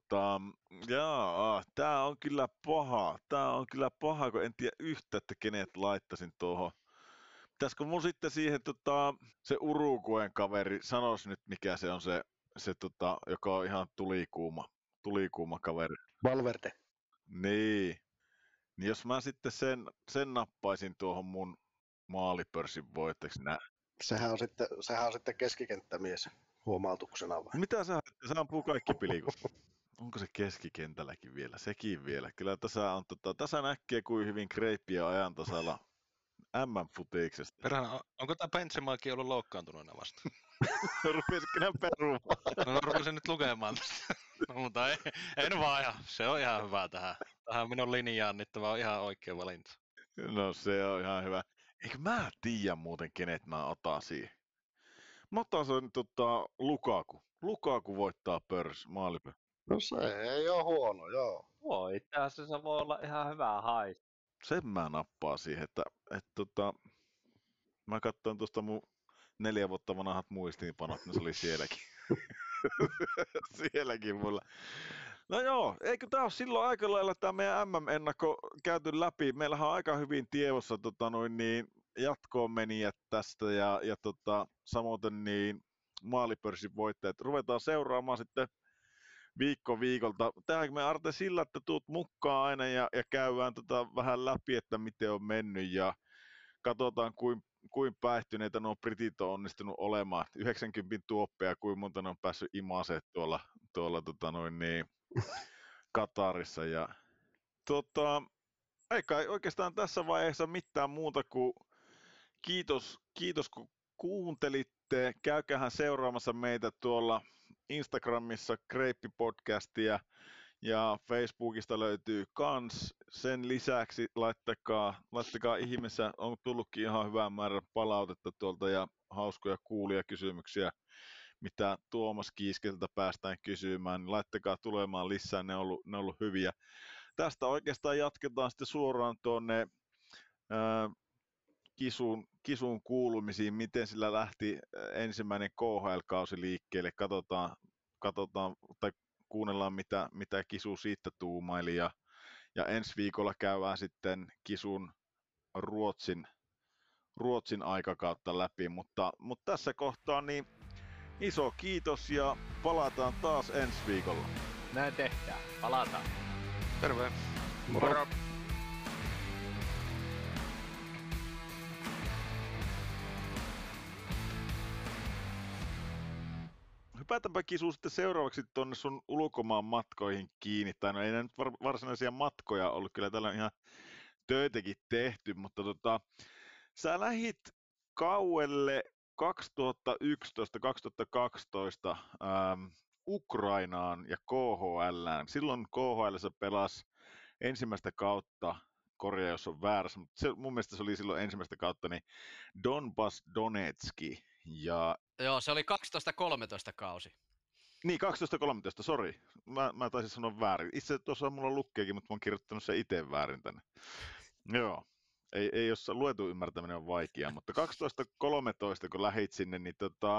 S1: tää on kyllä paha, kun en tiedä yhtä, että kenet laittaisin tuohon. Pitäisikö mun sitten siihen se Uruguayn kaveri, sanois nyt mikä se on se joka on ihan tulikuuma kaveri.
S4: Valverde.
S1: Niin jos mä sitten sen nappaisin tuohon mun maalipörssin voittajaksi
S4: Sehän on sitten keskikenttämies huomautuksena vai?
S1: Mitä sä ampuu kaikki pilikut? Onko se keskikentälläkin vielä? Sekin vielä. Kyllä tässä näkee kuin hyvin kreippiä ajan tasalla MM-futiiksesta.
S3: Perhana, onko tää Benzemaakin ollut loukkaantunut vasta?
S1: Rupeisitko nää perumaan?
S3: No rupesin nyt lukemaan tästä. No, mutta en vaan, se on ihan hyvä tähän. Tähän minun linjaan, niin tämä on ihan oikea valinta.
S1: No se on ihan hyvä. Eikö mä tiedä muuten kenet mä otan siihen? Mä otan sen Lukaku. Lukaku voittaa maalipö.
S4: No se ei oo huono, joo.
S2: Voi, tässä se voi olla ihan hyvä hais.
S1: Sen mä nappaan siihen, että mä katsoin tuosta mun 4 vuotta vanhat muistiinpanot, niin se oli sielläkin. Sielläkin mulla. No joo, eikö tää ole silloin aika lailla tää meidän MM-ennakko käyty läpi? Meillähän on aika hyvin tiedossa jatkoon menijät tästä ja samoin niin maalipörssin voittajat. Ruvetaan seuraamaan sitten viikolta. Tehdäänkö me Arte sillä, että tuut mukaan aina ja käydään vähän läpi, että miten on mennyt ja katsotaan kuin päihtyneitä nuo britit on onnistunut olemaan. 90 tuoppeja, kuin monta ne on päässyt imaseen tuolla Katarissa. Ja, ei kai oikeastaan tässä vaiheessa mitään muuta kuin kiitos kun kuuntelitte. Käykähän seuraamassa meitä tuolla Instagramissa Kreippi-podcastia ja Facebookista löytyy kans. Sen lisäksi laittakaa ihmeessä, on tullutkin ihan hyvää määrä palautetta tuolta ja hauskoja kuulia kysymyksiä, mitä Tuomas Kiiskeltä päästään kysymään, niin laittakaa tulemaan lisää, ne on ollut hyviä. Tästä oikeastaan jatketaan sitten suoraan tuonne kisun kuulumisiin, miten sillä lähti ensimmäinen KHL-kausi liikkeelle, katsotaan tai kuunnellaan mitä Kisu siitä tuumaili ja ensi viikolla käydään sitten Kisun Ruotsin aikakautta läpi, mutta tässä kohtaa niin iso kiitos ja palataan taas ensi viikolla.
S2: Näin tehdään, palataan.
S3: Terve.
S2: Moro.
S1: Hypätäänpä Kisu sitten seuraavaksi tuonne sun ulkomaan matkoihin kiinni, tai no ei nyt varsinaisia matkoja ollut, kyllä täällä on ihan töitäkin tehty, mutta sä lähit kauelle 2011-2012 Ukrainaan ja KHLään. Silloin KHL:ssä pelasi ensimmäistä kautta, korjaa jos on väärässä, mutta mun mielestä se oli silloin ensimmäistä kautta, niin Donbas Donetski.
S5: Joo, se oli 12-13 kausi.
S1: Niin, 12-13, sori. Mä taisin sanoa väärin. Itse tuossa mulla lukkeekin, mutta mä oon kirjoittanut sen itse väärin tänne. Joo. Ei jos luetun ymmärtäminen on vaikeaa, mutta 12-13 kun lähit sinne, niin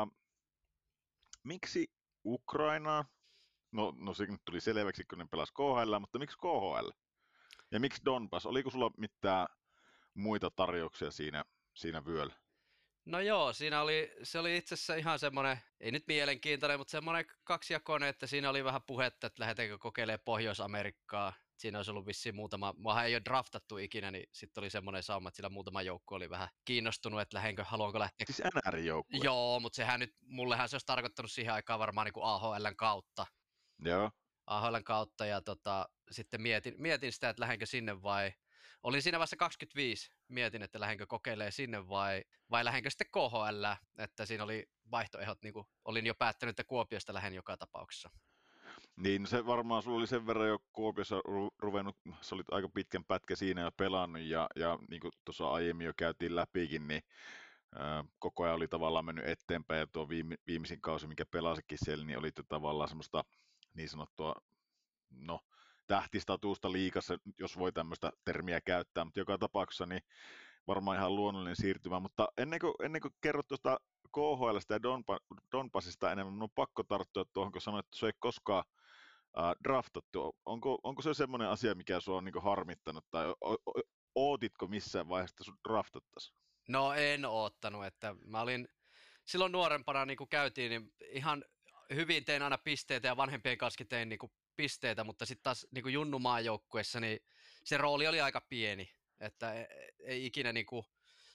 S1: miksi Ukrainaa? No se nyt tuli selväksi, kun ne pelasi KHL, mutta miksi KHL? Ja miksi Donbas? Oliko sulla mitään muita tarjouksia siinä vyöllä?
S5: No joo, se oli itse asiassa ihan semmoinen, ei nyt mielenkiintoinen, mutta semmoinen kaksijakoinen, että siinä oli vähän puhetta, että lähdetäänkö kokeilemaan Pohjois-Amerikkaa. Siinä olisi ollut vissiin muutama, muahan ei ole draftattu ikinä, niin sitten oli semmoinen sauma, että sillä muutama joukko oli vähän kiinnostunut, että haluanko lähteä.
S1: Siis NR-joukkue?
S5: Joo, mutta mullehan se olisi tarkoittanut siihen aikaan varmaan niin kuin AHLn kautta.
S1: Joo.
S5: AHLn kautta ja sitten mietin sitä, että lähdenkö sinne vai olin siinä vasta 25, mietin, että lähdenkö kokeilemaan sinne vai lähdenkö sitten KHL, että siinä oli vaihtoehdot, niin kuin olin jo päättänyt, että Kuopiosta lähden joka tapauksessa.
S1: Niin se varmaan sulla oli sen verran jo Kuopiossa ruvennut, sä olit aika pitkän pätkä siinä jo pelannut ja niin kuin tuossa aiemmin jo käytiin läpikin, niin koko ajan oli tavallaan mennyt eteenpäin ja tuo viimeisin kausi, mikä pelasikin siellä, niin oli tavallaan semmoista niin sanottua, no tähtistatuusta liigassa, jos voi tämmöistä termiä käyttää, mutta joka tapauksessa niin varmaan ihan luonnollinen siirtymä, mutta ennen kuin kerrot tuosta KHL:stä ja Donbassista enemmän, minun on pakko tarttua tuohon, kun sanoit, että se ei koskaan draftattu. Onko se semmoinen asia, mikä sinua on niin harmittanut, tai ootitko missään vaiheessa, että sinut draftattaisiin?
S5: No en oottanut, että mä olin silloin nuorempana, niin kuin käytiin, niin ihan hyvin tein aina pisteitä ja vanhempien kanssa tein niin kuin pisteitä, mutta sitten taas niin kuin junnumaajoukkuessa, niin se rooli oli aika pieni, että ei ikinä niin kuin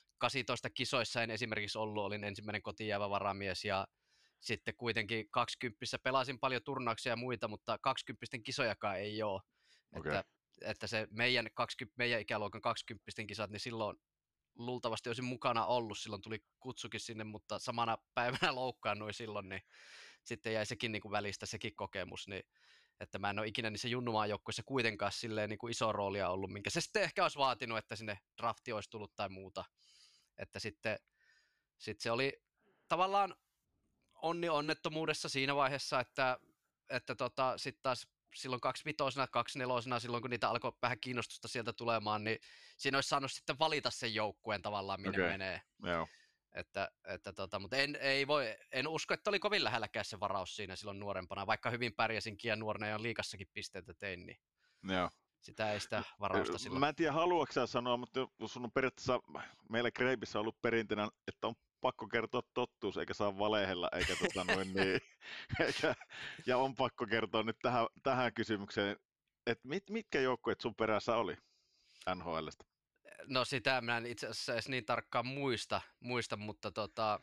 S5: 18 kisoissa en esimerkiksi ollut, olin ensimmäinen kotiin jäävä varamies ja sitten kuitenkin 20 pelasin paljon turnauksia ja muita, mutta 20 kisojakaan ei ole.
S1: Okay.
S5: Että se meidän ikäluokan 20 kisat, niin silloin luultavasti olisin mukana ollut, silloin tuli kutsukin sinne, mutta samana päivänä loukkaannuin silloin, niin sitten jäi sekin niin kuin välistä sekin kokemus, niin että mä en ole ikinä niissä junnumaajoukkuissa kuitenkaan silleen niin kuin iso roolia ollut, minkä se sitten ehkä olisi vaatinut, että sinne drafti olisi tullut tai muuta. Että sitten se oli tavallaan onnettomuudessa siinä vaiheessa, että sitten taas silloin 25, 24, silloin kun niitä alkoi vähän kiinnostusta sieltä tulemaan, niin siinä olisi saanut sitten valita sen joukkueen tavallaan, minne menee.
S1: Joo.
S5: Mutta en usko, että oli kovin lähelläkään se varaus siinä silloin nuorempana, vaikka hyvin pärjäsinkin ja nuorena ja liigassakin pisteitä tein, niin
S1: Joo.
S5: sitä ei sitä varausta silloin.
S1: Mä en tiedä, haluatko sä sanoa, mutta sun on periaatteessa meillä Kreipissä ollut perinteinen, että on pakko kertoa totuus, eikä saa valehella, eikä ja on pakko kertoa nyt tähän kysymykseen, että mitkä joukkueet sun perässä oli NHL:stä?
S5: No sitä minä en itse asiassa edes niin tarkkaan muista, mutta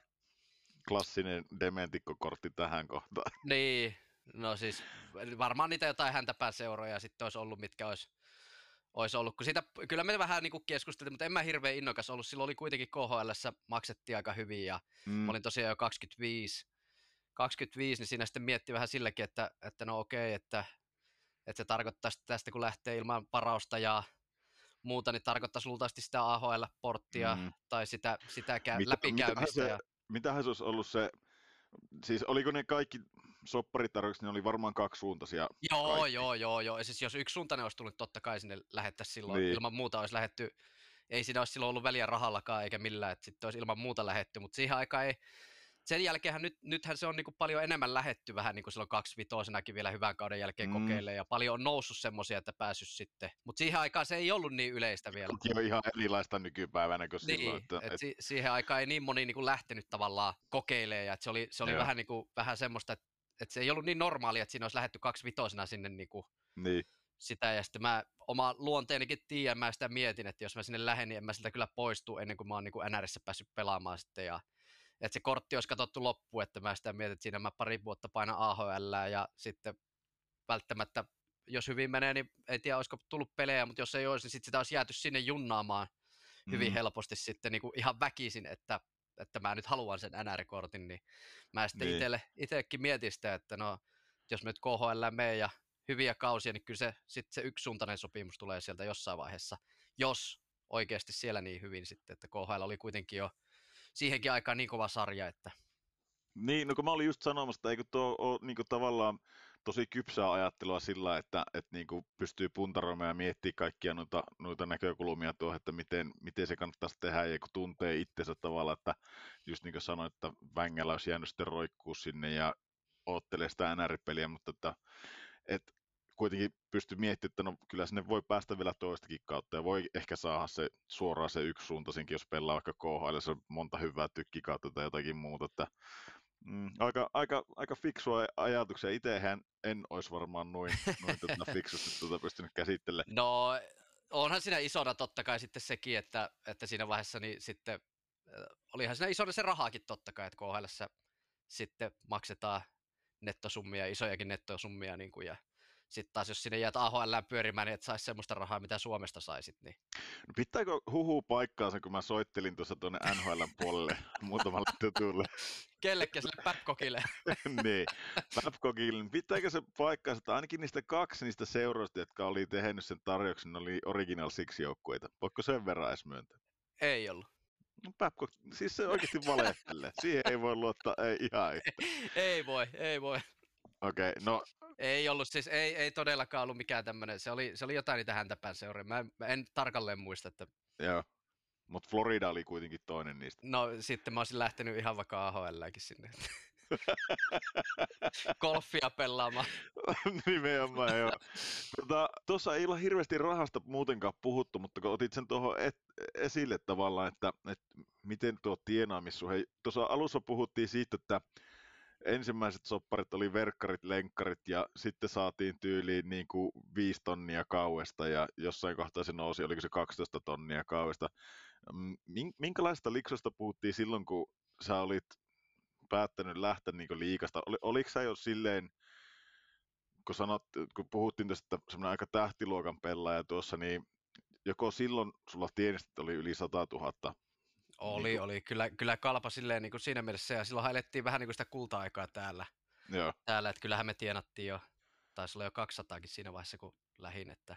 S1: Klassinen dementikkokortti tähän kohtaan.
S5: Niin, no siis varmaan niitä jotain häntäpääseuroja sitten olisi ollut, mitkä olisi ollut, kun siitä, kyllä me vähän niin kuin keskusteltiin, mutta en mä hirveän innokas ollut, silloin oli kuitenkin KHL:ssä maksettiin aika hyvin ja mä olin tosiaan jo 25, niin siinä sitten mietti vähän silläkin, että no okei, että se tarkoittaa tästä kun lähtee ilman parausta ja muuta, niin tarkoittaisi luultavasti sitä AHL-porttia tai sitä läpikäymistä.
S1: Mitähän se olisi ollut se, siis oliko ne kaikki sopparitarjoukset, ne oli varmaan kaksisuuntaisia?
S5: Joo. Ja siis jos yksisuuntainen olisi tullut, totta kai sinne lähettäisiin silloin,
S1: niin.
S5: Ilman muuta olisi lähetty, ei siinä olisi silloin ollut väliä rahallakaan eikä millään, että sitten olisi ilman muuta lähetty, mutta siihen aikaan ei, sen jälkeenhän nythän se on niin kuin paljon enemmän lähetty vähän niin kuin silloin 25-vuotiaakin vielä hyvän kauden jälkeen kokeilee ja paljon on noussut semmoisia, että päässyt sitten. Mutta siihen aikaan se ei ollut niin yleistä vielä.
S1: Se on ihan erilaista nykypäivänä kuin
S5: niin,
S1: silloin.
S5: Siihen aikaan ei niin moni niin kuin lähtenyt tavallaan kokeilemaan ja se oli vähän, niin kuin, vähän semmoista, että se ei ollut niin normaalia, että siinä olisi lähdetty 25 sinne niin kuin sitä ja sitten mä oma luonteenikin tiedän, mä sitä mietin, että jos mä sinne lähden, niin en mä siltä kyllä poistu ennen kuin mä oon niin kuin NRissä päässyt pelaamaan sitten ja että se kortti olisi katsottu loppuun, että mä sitä mietin, että siinä mä pari vuotta painan AHL ja sitten välttämättä, jos hyvin menee, niin ei tiedä, olisiko tullut pelejä, mutta jos ei olisi, niin sitten sitä olisi jääty sinne junnaamaan hyvin helposti sitten niin kuin ihan väkisin, että mä nyt haluan sen NR-kortin, niin mä sitten itsellekin mietin sitä, että no, jos mä nyt KHL menen ja hyviä kausia, niin kyllä se yksisuuntainen sopimus tulee sieltä jossain vaiheessa, jos oikeasti siellä niin hyvin sitten, että KHL oli kuitenkin jo siihenkin aikaan niin kova sarja, että...
S1: Niin, no kun mä olin just sanomassa, että eikö tuo ole niin kuin tavallaan tosi kypsää ajattelua sillä, että niin kuin pystyy puntaroimaan ja miettimään kaikkia noita näkökulmia tuohon, että miten se kannattaisi tehdä ja kun tuntee itsensä tavallaan, että just niin kuin sanoin, että Vängälä olisi jäänyt sitten roikkuu sinne ja oottelee sitä NR-peliä, mutta että kuitenkin pystyi miettimään, että no kyllä sinne voi päästä vielä toistakin kautta ja voi ehkä saada se suoraan se yksisuuntaisinkin, jos pelaa vaikka KHL, se on monta hyvää tykkikautta tai jotakin muuta, että aika fiksua ajatuksia. Itsehän en olisi varmaan noin fiksusti pystynyt käsittelemään.
S5: No, onhan siinä isona totta kai sitten sekin, että siinä vaiheessa niin sitten olihan siinä isona se rahaakin totta kai, että KHL:ssä sitten maksetaan nettosummia, isojakin nettosummia, niin kuin, ja sitten taas jos sinne jäät AHL:ään pyörimään, niin et saisi semmoista rahaa, mitä Suomesta saisit. Niin.
S1: No pitääkö huhuu paikkaansa, kun mä soittelin tuossa tuonne NHL:n puolelle muutamalle tutulle?
S5: Kellekin sille Babcockille.
S1: Niin, Babcockille. Pitääkö se paikkaansa, että ainakin niistä 2 niistä seuroista, jotka oli tehnyt sen tarjouksen, oli Original Six-joukkueita. Voitko sen verran edes myöntää?
S5: Ei ollut.
S1: No Babcock, siis se oikeasti valehtelee. Siihen ei voi luottaa, ei ihan yhtä.
S5: Ei voi.
S1: Okei, no.
S5: Ei ollut, siis ei todellakaan ollut mikään tämmöinen, se oli jotain niitä häntäpään seuria. Mä en tarkalleen muista, että...
S1: Joo, mutta Florida oli kuitenkin toinen niistä.
S5: No sitten mä olisin lähtenyt ihan vaikka AHL:äkin sinne. Golfia pelaamaan.
S1: Nimenomaan, joo. Tuossa ei ole hirveästi rahasta muutenkaan puhuttu, mutta kun otit sen tuohon esille tavallaan, että miten tuo tienaamissuhe. Tuossa alussa puhuttiin siitä, että ensimmäiset sopparit oli verkkarit, lenkkarit ja sitten saatiin tyyliin niin kuin 5 tonnia kauesta ja jossain kohtaa se nousi, oliko se 12 tonnia kauesta. Minkälaista liksosta puhuttiin silloin, kun sä olit päättänyt lähteä niin liigasta? Oliko sä jo silleen, kun puhuttiin tästä semmoinen aika tähtiluokan pelaaja tuossa, niin joko silloin sulla tienestit oli yli 100 000?
S5: Oli. Kyllä kalpa silleen niin kuin siinä mielessä, ja silloin elettiin vähän niin kuin sitä kulta-aikaa täällä.
S1: Joo.
S5: Täällä, että kyllähän me tienattiin jo, taisi olla jo 200kin siinä vaiheessa, kun lähin, että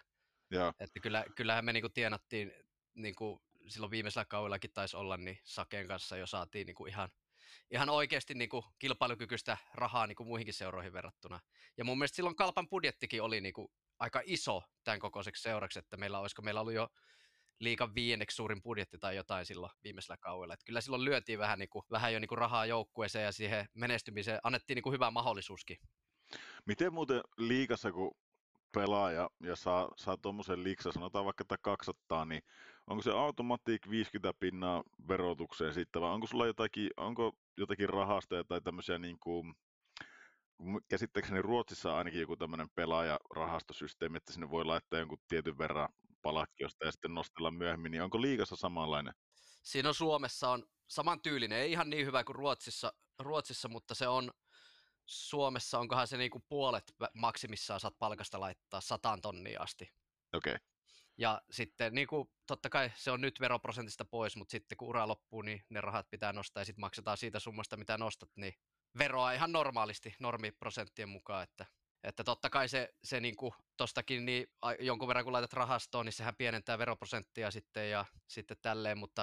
S5: kyllähän me niin kuin tienattiin, niin kuin silloin viimeisellä kaudellakin taisi olla, niin Sakeen kanssa jo saatiin niin kuin ihan oikeasti niin kuin kilpailukykyistä rahaa niin kuin muihinkin seuroihin verrattuna. Ja mun mielestä silloin kalpan budjettikin oli niin kuin aika iso tämän kokoiseksi seuraksi, että olisiko meillä ollut jo liigan 5. suurin budjetti tai jotain silloin viimeisellä kaudella. Että kyllä silloin lyötiin vähän jo niin kuin rahaa joukkueeseen ja siihen menestymiseen annettiin niin kuin hyvä mahdollisuuskin.
S1: Miten muuten liigassa, kun pelaaja ja saa tuommoisen liiksa, sanotaan vaikka 200, niin onko se automaattik 50 pinnaa verotukseen sitten, vai onko sulla jotakin rahastoja tai tämmöisiä niin kuin, käsittääkseni Ruotsissa on ainakin joku tämmöinen pelaajarahastosysteemi, että sinne voi laittaa jonkun tietyn verran palakkiosta ja sitten nostella myöhemmin, niin onko liigassa samanlainen?
S5: Siinä on Suomessa on samantyylinen, ei ihan niin hyvä kuin Ruotsissa, mutta se on Suomessa, onkohan se niinku puolet maksimissaan saat palkasta laittaa 100 tonnia asti.
S1: Okei. Okay.
S5: Ja sitten niinku, totta kai se on nyt veroprosentista pois, mutta sitten kun ura loppuu, niin ne rahat pitää nostaa ja sitten maksetaan siitä summasta, mitä nostat, niin veroa ihan normaalisti, normiprosenttien mukaan, että totta kai se niinku tostakin niin jonkun verran kun laitat rahastoon, niin sehän pienentää veroprosenttia sitten ja sitten tälleen, mutta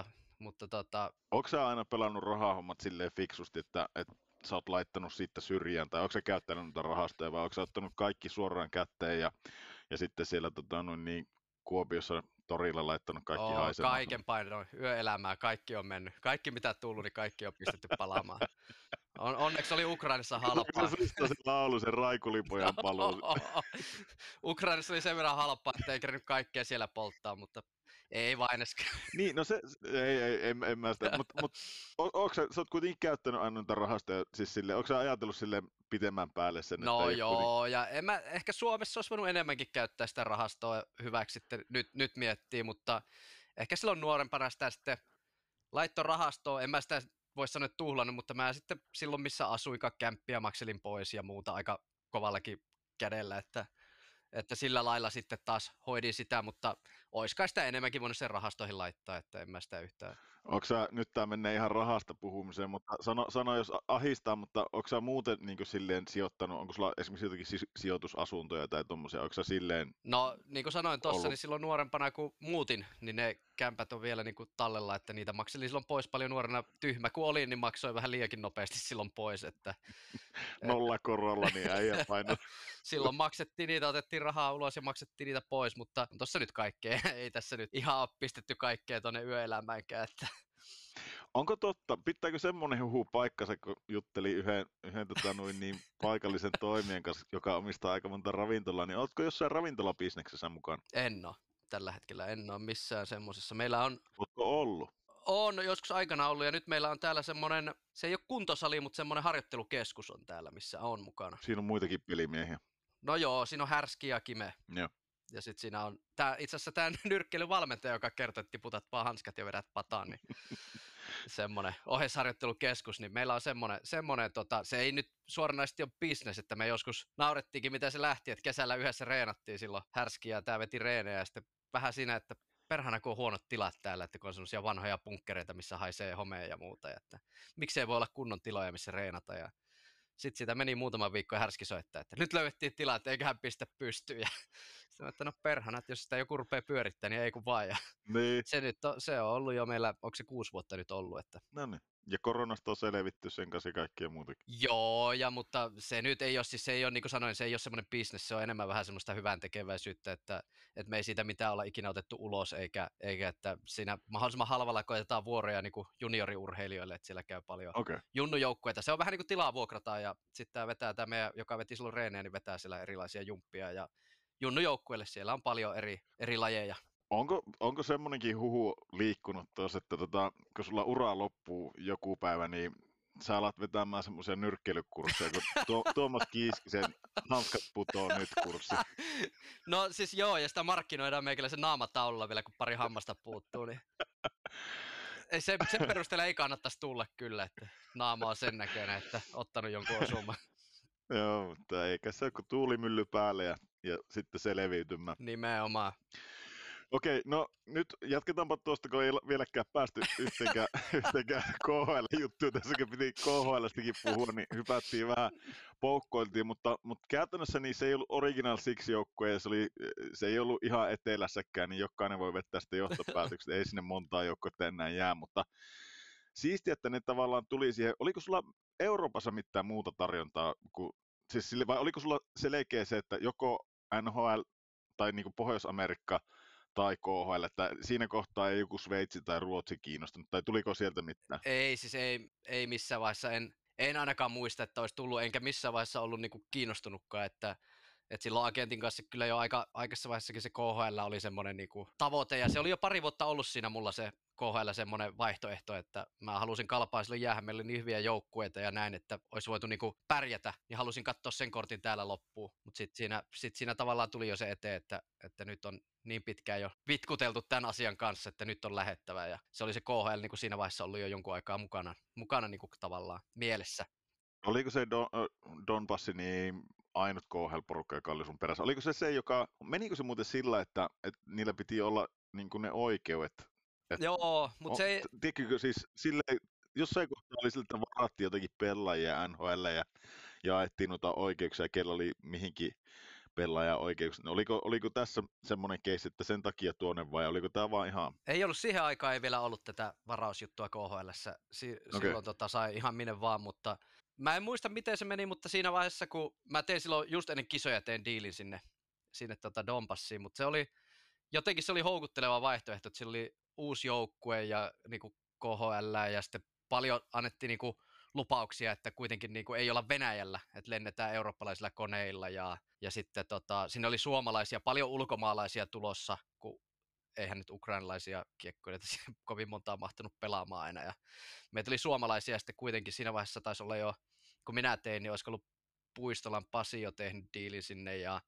S1: Onko sä aina pelannut rahahommat silleen fiksusti, että sä oot laittanut siitä syrjään, tai onko sä käyttänyt noita rahastoja, vai onko sä ottanut kaikki suoraan kätteen ja sitten siellä Kuopiossa torilla laittanut kaikki haisemaan?
S5: Kaiken painoin, yöelämää, kaikki on mennyt. Kaikki mitä tullut, niin kaikki on pistetty palaamaan. Onneksi oli Ukrainassa halpaa.
S1: Se laulu, se Raikulipojan paluu.
S5: Ukrainassa oli sen verran halpaa, että ei kerännyt kaikkea siellä polttaa, mutta ei vain edes.
S1: Niin, no se, en mä sitä, mutta sä oot kuitenkin käyttänyt aina noita rahastoja, siis silleen, onko sä ajatellut silleen pitemmän päälle sen?
S5: No joo, ja ehkä Suomessa olisi voinut enemmänkin käyttää sitä rahastoa hyväksi sitten nyt miettii, mutta ehkä silloin nuorempana sitä sitten laittoi rahastoon, en mä sitä voi sanoa tuhlannut, mutta mä sitten silloin missä asuin, kämppiä makselin pois ja muuta aika kovallakin kädellä, että sillä lailla sitten taas hoidin sitä, mutta oiskaan sitä enemmänkin voinut sen rahastoihin laittaa, että en mä sitä yhtään.
S1: Nyt tää menee ihan rahasta puhumiseen, mutta sano jos ahistaa, mutta onko sä muuten niin kuin silleen sijoittanut, onko sulla esimerkiksi jotakin sijoitusasuntoja tai tommosia, onko sä silleen?
S5: No niin kuin sanoin tuossa, niin silloin nuorempana kun muutin, niin ne kämpät on vielä niin kuin tallella, että niitä makselin silloin pois paljon nuorena, tyhmä kun olin, niin maksoin vähän liiankin nopeasti silloin pois, että
S1: nolla korolla, niin äijä paino.
S5: Silloin maksettiin niitä, otettiin rahaa ulos ja maksettiin niitä pois, mutta tuossa nyt kaikkea, ei tässä nyt ihan ole pistetty kaikkea tuonne yöelämäänkään, että
S1: Onko totta, pitääkö semmoinen huhu paikkansa, kun jutteli yhden paikallisen toimijan kanssa, joka omistaa aika monta ravintolaa, niin ootko jossain ravintolabisneksessä mukaan?
S5: En ole. Tällä hetkellä en ole missään semmoisessa. Meillä on...
S1: Ootko ollut?
S5: On joskus aikana ollut, ja nyt meillä on täällä semmoinen, se ei ole kuntosali, mutta semmoinen harjoittelukeskus on täällä, missä on mukana.
S1: Siinä on muitakin pelimiehiä.
S5: No joo, siinä on Härski ja Kime.
S1: Joo.
S5: Ja sitten siinä on itse asiassa tämä nyrkkeilyvalmentaja, joka kertoo, että tiputat vaan hanskat ja vedät pataan, niin semmoinen ohjeisharjoittelukeskus, niin meillä on semmoinen se ei nyt suoranaisesti ole business, että me joskus naurettiinkin, miten se lähti, että kesällä yhdessä reenattiin silloin Härski ja tämä veti reenejä, ja sitten vähän siinä, että perhana kun on huonot tilat täällä, että kun on semmoisia vanhoja punkkereita, missä haisee homea ja muuta, ja että miksei voi olla kunnon tiloja, missä reenata, ja sitten siitä meni muutama viikko ja Härski soittaa, että nyt löydettiin tilaa, että eiköhän pistä pystyyn. Ja sitten että no perhana, että jos sitä joku rupeaa pyörittämään, niin ei kun vaan. Ja
S1: niin.
S5: Se on ollut jo meillä, onko se 6 vuotta nyt ollut. Että...
S1: No niin. Ja koronasta on selvitty sen kanssa kaikkea muutakin.
S5: Joo, mutta se nyt ei ole, siis se ei ole, niin kuin sanoin, se ei ole semmoinen business, se on enemmän vähän semmoista hyvän tekeväisyyttä, että me ei siitä mitään olla ikinä otettu ulos, eikä että siinä mahdollisimman halvalla koetetaan vuoroja niin kuin junioriurheilijoille, että siellä käy paljon junnujoukkueita. Se on vähän niin kuin tilaa vuokrataan, ja sitten tämä meidän, joka veti silloin reenejä, niin vetää siellä erilaisia jumppia, ja junnujoukkueelle siellä on paljon eri lajeja.
S1: Onko semmoinenkin huhu liikkunut tuossa, että kun sulla ura loppuu joku päivä, niin sä alat vetämään semmoisia nyrkkeilykursseja, kun Tuomas Kiiskisen hanskat putoo nyt kurssi?
S5: No siis joo, ja sitä markkinoidaan meikäläisen naamataululla vielä, kun pari hammasta puuttuu. Niin... sen perusteella ei kannattaisi tulla kyllä, että naama on sen näköinen, että ottanut jonkun osuman.
S1: Joo, mutta eikä se kun tuulimylly päälle ja sitten selviytymään.
S5: Nimenomaan.
S1: Okei, no nyt jatketaanpa tuosta, kun ei vieläkään päästy yhteenkään KHL-juttuun. Tässäkin piti KHL:stäkin puhua, niin hypättiin vähän, poukkoiltiin, mutta käytännössä niin se ei ollut Original Six-joukkue, ja se ei ollut ihan etelässäkään, niin jokainen voi vettää sitä johtopäätöksestä. Ei sinne montaa joukkuetta enää jää, mutta siistiä, että ne tavallaan tuli siihen. Oliko sulla Euroopassa mitään muuta tarjontaa, vai oliko sulla selkeä se, että joko NHL tai niin kuin Pohjois-Amerikka tai KHL, että siinä kohtaa ei joku Sveitsi tai Ruotsi kiinnostunut, tai tuliko sieltä mitään?
S5: Ei, siis ei missään vaiheessa, en ainakaan muista, että olisi tullut, enkä missään vaiheessa ollut niinku kiinnostunutkaan, että silloin agentin kanssa kyllä jo aikaisessa vaiheessakin se KHL oli semmoinen niinku tavoite, ja se oli jo pari vuotta ollut siinä mulla se KHL semmoinen vaihtoehto, että mä halusin kalpaa silloin jäähän, meillä oli niin hyviä joukkueita ja näin, että olisi voitu niinku pärjätä, niin halusin katsoa sen kortin täällä loppuun, mutta sitten siinä tavallaan tuli jo se eteen, että nyt on niin pitkään jo vitkuteltu tämän asian kanssa, että nyt on lähettävä, ja se oli se KHL niin kuin siinä vaiheessa ollut jo jonkun aikaa mukana niin kuin tavallaan mielessä.
S1: Oliko se Donbassi niin ainut KHL-porukka, joka oli sun perässä? Oliko se, menikö se muuten sillä, että niillä piti olla niin kuin ne oikeudet?
S5: Joo, mutta se ei...
S1: Tiedätkö, siis silleen, jossain kohtaa oli siltä varattiin jotenkin pelaajia NHL ja jaettiin noita oikeuksia, kello oli mihinkin pelaajan oikeuksia. No, oliko tässä semmoinen case, että sen takia tuonne, vai oliko tämä vaan ihan...
S5: Ei ollut siihen aikaan, ei vielä ollut tätä varausjuttua KHL:ssä. Silloin sai ihan minne vaan, mutta mä en muista miten se meni, mutta siinä vaiheessa, kun mä tein silloin just ennen kisoja, tein diilin sinne Donbassiin, mutta jotenkin se oli houkutteleva vaihtoehto, että sillä oli uusi joukkue ja niinku KHL, ja sitten paljon annettiin niinku lupauksia, että kuitenkin niinku ei olla Venäjällä, että lennetään eurooppalaisilla koneilla, ja sitten sinne oli suomalaisia, paljon ulkomaalaisia tulossa, kun eihän nyt ukrainalaisia kiekkoilijoita siihen kovin montaa mahtunut pelaamaan aina, ja meitä oli suomalaisia, ja sitten kuitenkin siinä vaiheessa taisi olla jo, kun minä tein, niin olisiko ollut Puistolan Pasi jo tehnyt diilin sinne, ja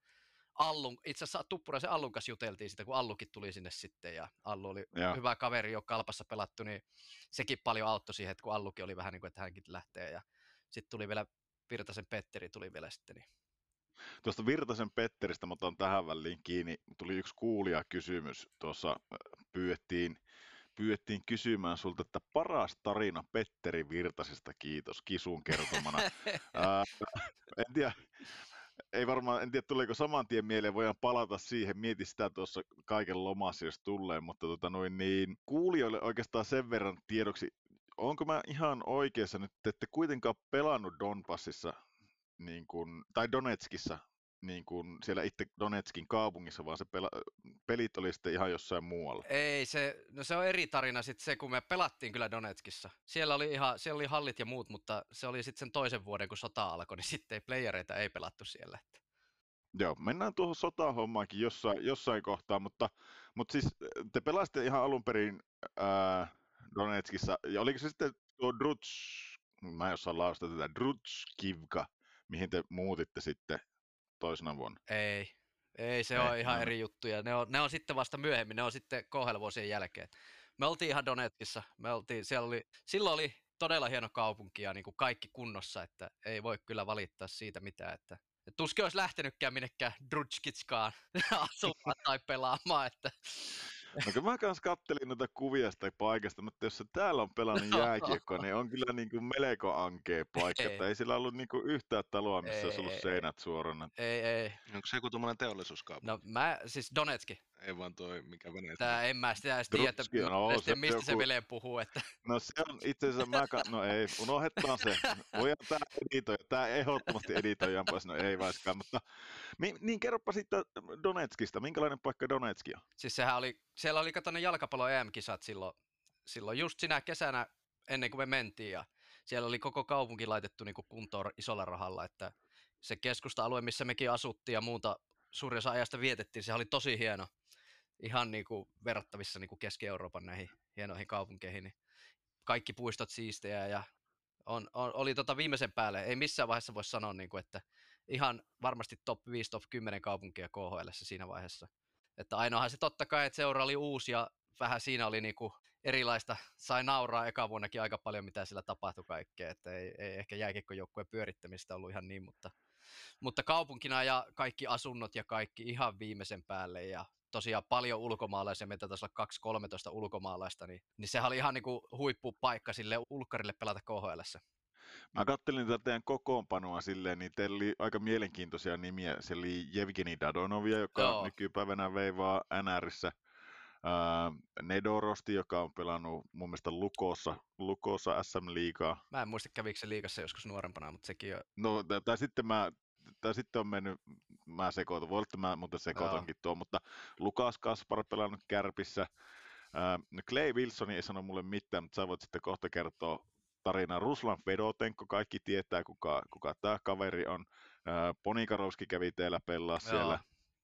S5: itse asiassa Tuppuraisen Allun kanssa juteltiin sitä, kun Allukin tuli sinne sitten, ja Allu oli hyvä kaveri, jo Kalpassa pelattu, niin sekin paljon auttoi siihen, että kun Allukin oli vähän niin kuin, että hänkin lähtee, ja sitten tuli vielä Virtasen Petteri tuli vielä sitten. Niin.
S1: Tuosta Virtasen Petteristä mä otan tähän väliin kiinni, tuli yksi kuulijakysymys, tuossa pyydettiin kysymään sulta, että paras tarina Petteri Virtasesta, kiitos, Kisun kertomana. En tiedä, tuleeko saman tien mieleen, voidaan palata siihen, mieti sitä tuossa kaiken lomassa, jos tulee, mutta kuulijoille oikeastaan sen verran tiedoksi, onko mä ihan oikeassa nyt, että ette kuitenkaan pelannut Donbassissa, tai Donetskissa niin kuin siellä itse Donetskin kaupungissa, vaan se pelit oli sitten ihan jossain muualla.
S5: Ei, se on eri tarina sitten se, kun me pelattiin kyllä Donetskissa. Siellä oli hallit ja muut, mutta se oli sitten sen toisen vuoden, kun sota alkoi, niin sitten playereita ei pelattu siellä.
S1: Joo, mennään tuohon sotahommaankin jossain kohtaa, mutta siis te pelasitte ihan alun perin Donetskissa, ja oliko se sitten tuo mä en osaa lausua tätä, Drutskivka, mihin te muutitte sitten toisena vuonna?
S5: Ei, se on ihan eri juttuja. Ne on sitten vasta myöhemmin, ne on sitten KHL-vuosien jälkeen. Me oltiin ihan Donetskissa, silloin oli todella hieno kaupunki ja niin kuin kaikki kunnossa, että ei voi kyllä valittaa siitä mitään, että tuskin olisi lähtenytkään minnekään Drutskitskaan asumaan tai pelaamaan, että
S1: No kun mä kans kattelin noita kuvia sitä paikasta, mutta jos se täällä on pelannut jääkiekkoa, niin on kyllä niin kuin melko ankea paikka, että ei sillä ollut niin kuin yhtään taloa, missä olisi ollut seinät suorana.
S5: Ei.
S3: Onko se joku tommonen teollisuuskaupunki?
S5: No siis Donetski.
S3: Ei vaan toi, mikä Venäjä.
S5: En mä sitä edes tiedä, että mistä joku... se veleen puhuu. Että...
S1: No se on itse asiassa, no ei, unohdetaan se. Voidaan tää ehdottomasti editoidaan pois, no ei vaiskaan, mutta niin kerropa sitten Donetskista, minkälainen paikka Donetski on?
S5: Siis siellä oli kato ne jalkapallon EM-kisat silloin just sinä kesänä ennen kuin me mentiin ja siellä oli koko kaupunki laitettu niin kuin kuntoon isolla rahalla, että se keskusta-alue, missä mekin asuttiin ja muuta suurin osa ajasta vietettiin, se oli tosi hieno, ihan niin kuin verrattavissa niin kuin Keski-Euroopan näihin hienoihin kaupunkeihin, niin kaikki puistot siistejä ja oli viimeisen päälle, ei missään vaiheessa voi sanoa, niin kuin, että ihan varmasti top 5, top 10 kaupunkia KHL:ssä siinä vaiheessa. Että ainoahan se totta kai, että seura oli uusi ja vähän siinä oli niinku erilaista, sai nauraa eka vuonnakin aika paljon, mitä sillä tapahtui kaikkea, että ei ehkä jääkiekkojoukkueen pyörittämistä ollut ihan niin, mutta kaupunkina ja kaikki asunnot ja kaikki ihan viimeisen päälle ja tosiaan paljon ulkomaalaisia, meitä taisi olla 2-13 ulkomaalaista, niin sehän oli ihan niinku huippupaikka sille ulkkarille pelata KHL:ssä.
S1: Mä kattelin tätä teidän kokoonpanoa silleen, niin teillä oli aika mielenkiintoisia nimiä. Se oli Jevgeni Dadonovia, joka nykypäivänä veivaa NRissä. Nedorosti, joka on pelannut mun mielestä Lukossa SM-liigaa.
S5: Mä en muista, kävikö se liigassa joskus nuorempana, mutta sekin on...
S1: No, tai sitten on mennyt, mä sekoitan, voi olla, että mä muuten sekoitankin tuon, mutta Lukas Kaspar pelannut Kärpissä. Clay Wilson ei sano mulle mitään, mutta sä voit sitten kohta kertoa tarinaa. Ruslan Fedotenko, kaikki tietää, kuka tämä kaveri on. Ponikarovski kävi teillä pelaa siellä.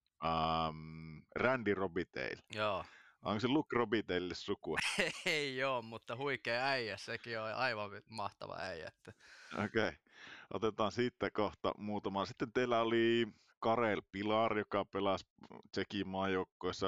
S1: Randy Robitaille.
S5: Joo.
S1: Onko se Luke Robitaille sukua?
S5: Ei joo, mutta huikea äijä, sekin on aivan mahtava äijä.
S1: Okei. Otetaan siitä kohta muutama. Sitten teillä oli Karel Pilar, joka pelasi Tsekin maajoukkoissa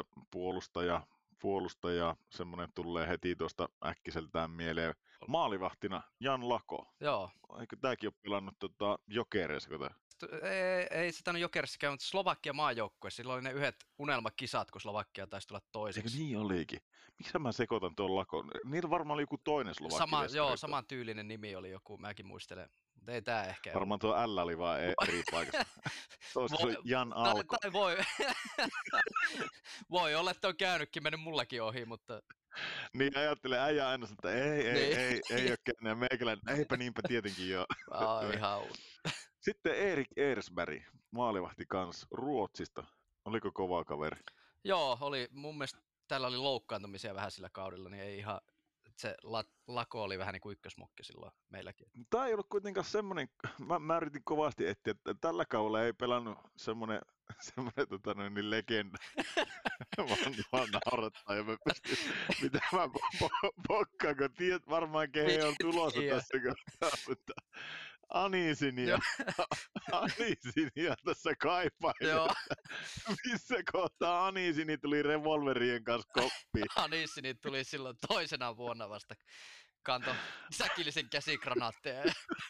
S1: puolustaja, semmoinen tulee heti tuosta äkkiseltään mieleen. Maalivahtina Jan Lako.
S5: Joo.
S1: Eikö tämäkin ole pelannut Jokereissa?
S5: Ei se tainnut Jokerissa käy, mutta Slovakia maajoukkueessa. Silloin oli ne yhdet unelmakisat, kun Slovakia taisi tulla toiseksi.
S1: Eikö niin olikin? Miksi mä sekoitan tuon Lakon? Niillä varmaan oli joku toinen Slovakia.
S5: Saman tyylinen nimi oli joku, mäkin muistelen. Mutta ei tää ehkä.
S1: Varmaan tuo L oli vaan eri paikassa. Tuossa oli Jan Alko.
S5: Tai voi olla, että on käynytkin, mennyt mullakin ohi, mutta...
S1: Niin ajattelee äijä aina, että ei ole käynyt. Meikäläinen, eipä niinpä tietenkin joo.
S5: Ihan
S1: Sitten Erik Ersberg, maalivahti kans Ruotsista. Oliko kova kaveri?
S5: Joo, oli. Mun mielestä täällä oli loukkaantumisia vähän sillä kaudella, niin ei ihan... Se Lako oli vähän niin kuin ykkösmokki silloin meilläkin.
S1: Tämä ei ollut kuitenkaan semmoinen, mä yritin kovasti etsiä, että tällä kaudella ei pelannut semmoinen niin legenda. vaan naurattaa ja mä pystyn, mitä mä pokkaan, kun tiedät varmaan kehen on tulossa tässä kohtaa, mutta Anisinia tässä kaipain. Missä kohtaa Anisini tuli revolverien kanssa koppiin?
S5: Anisini tuli silloin toisena vuonna vasta. Kanto säkillisen käsikranaatteja.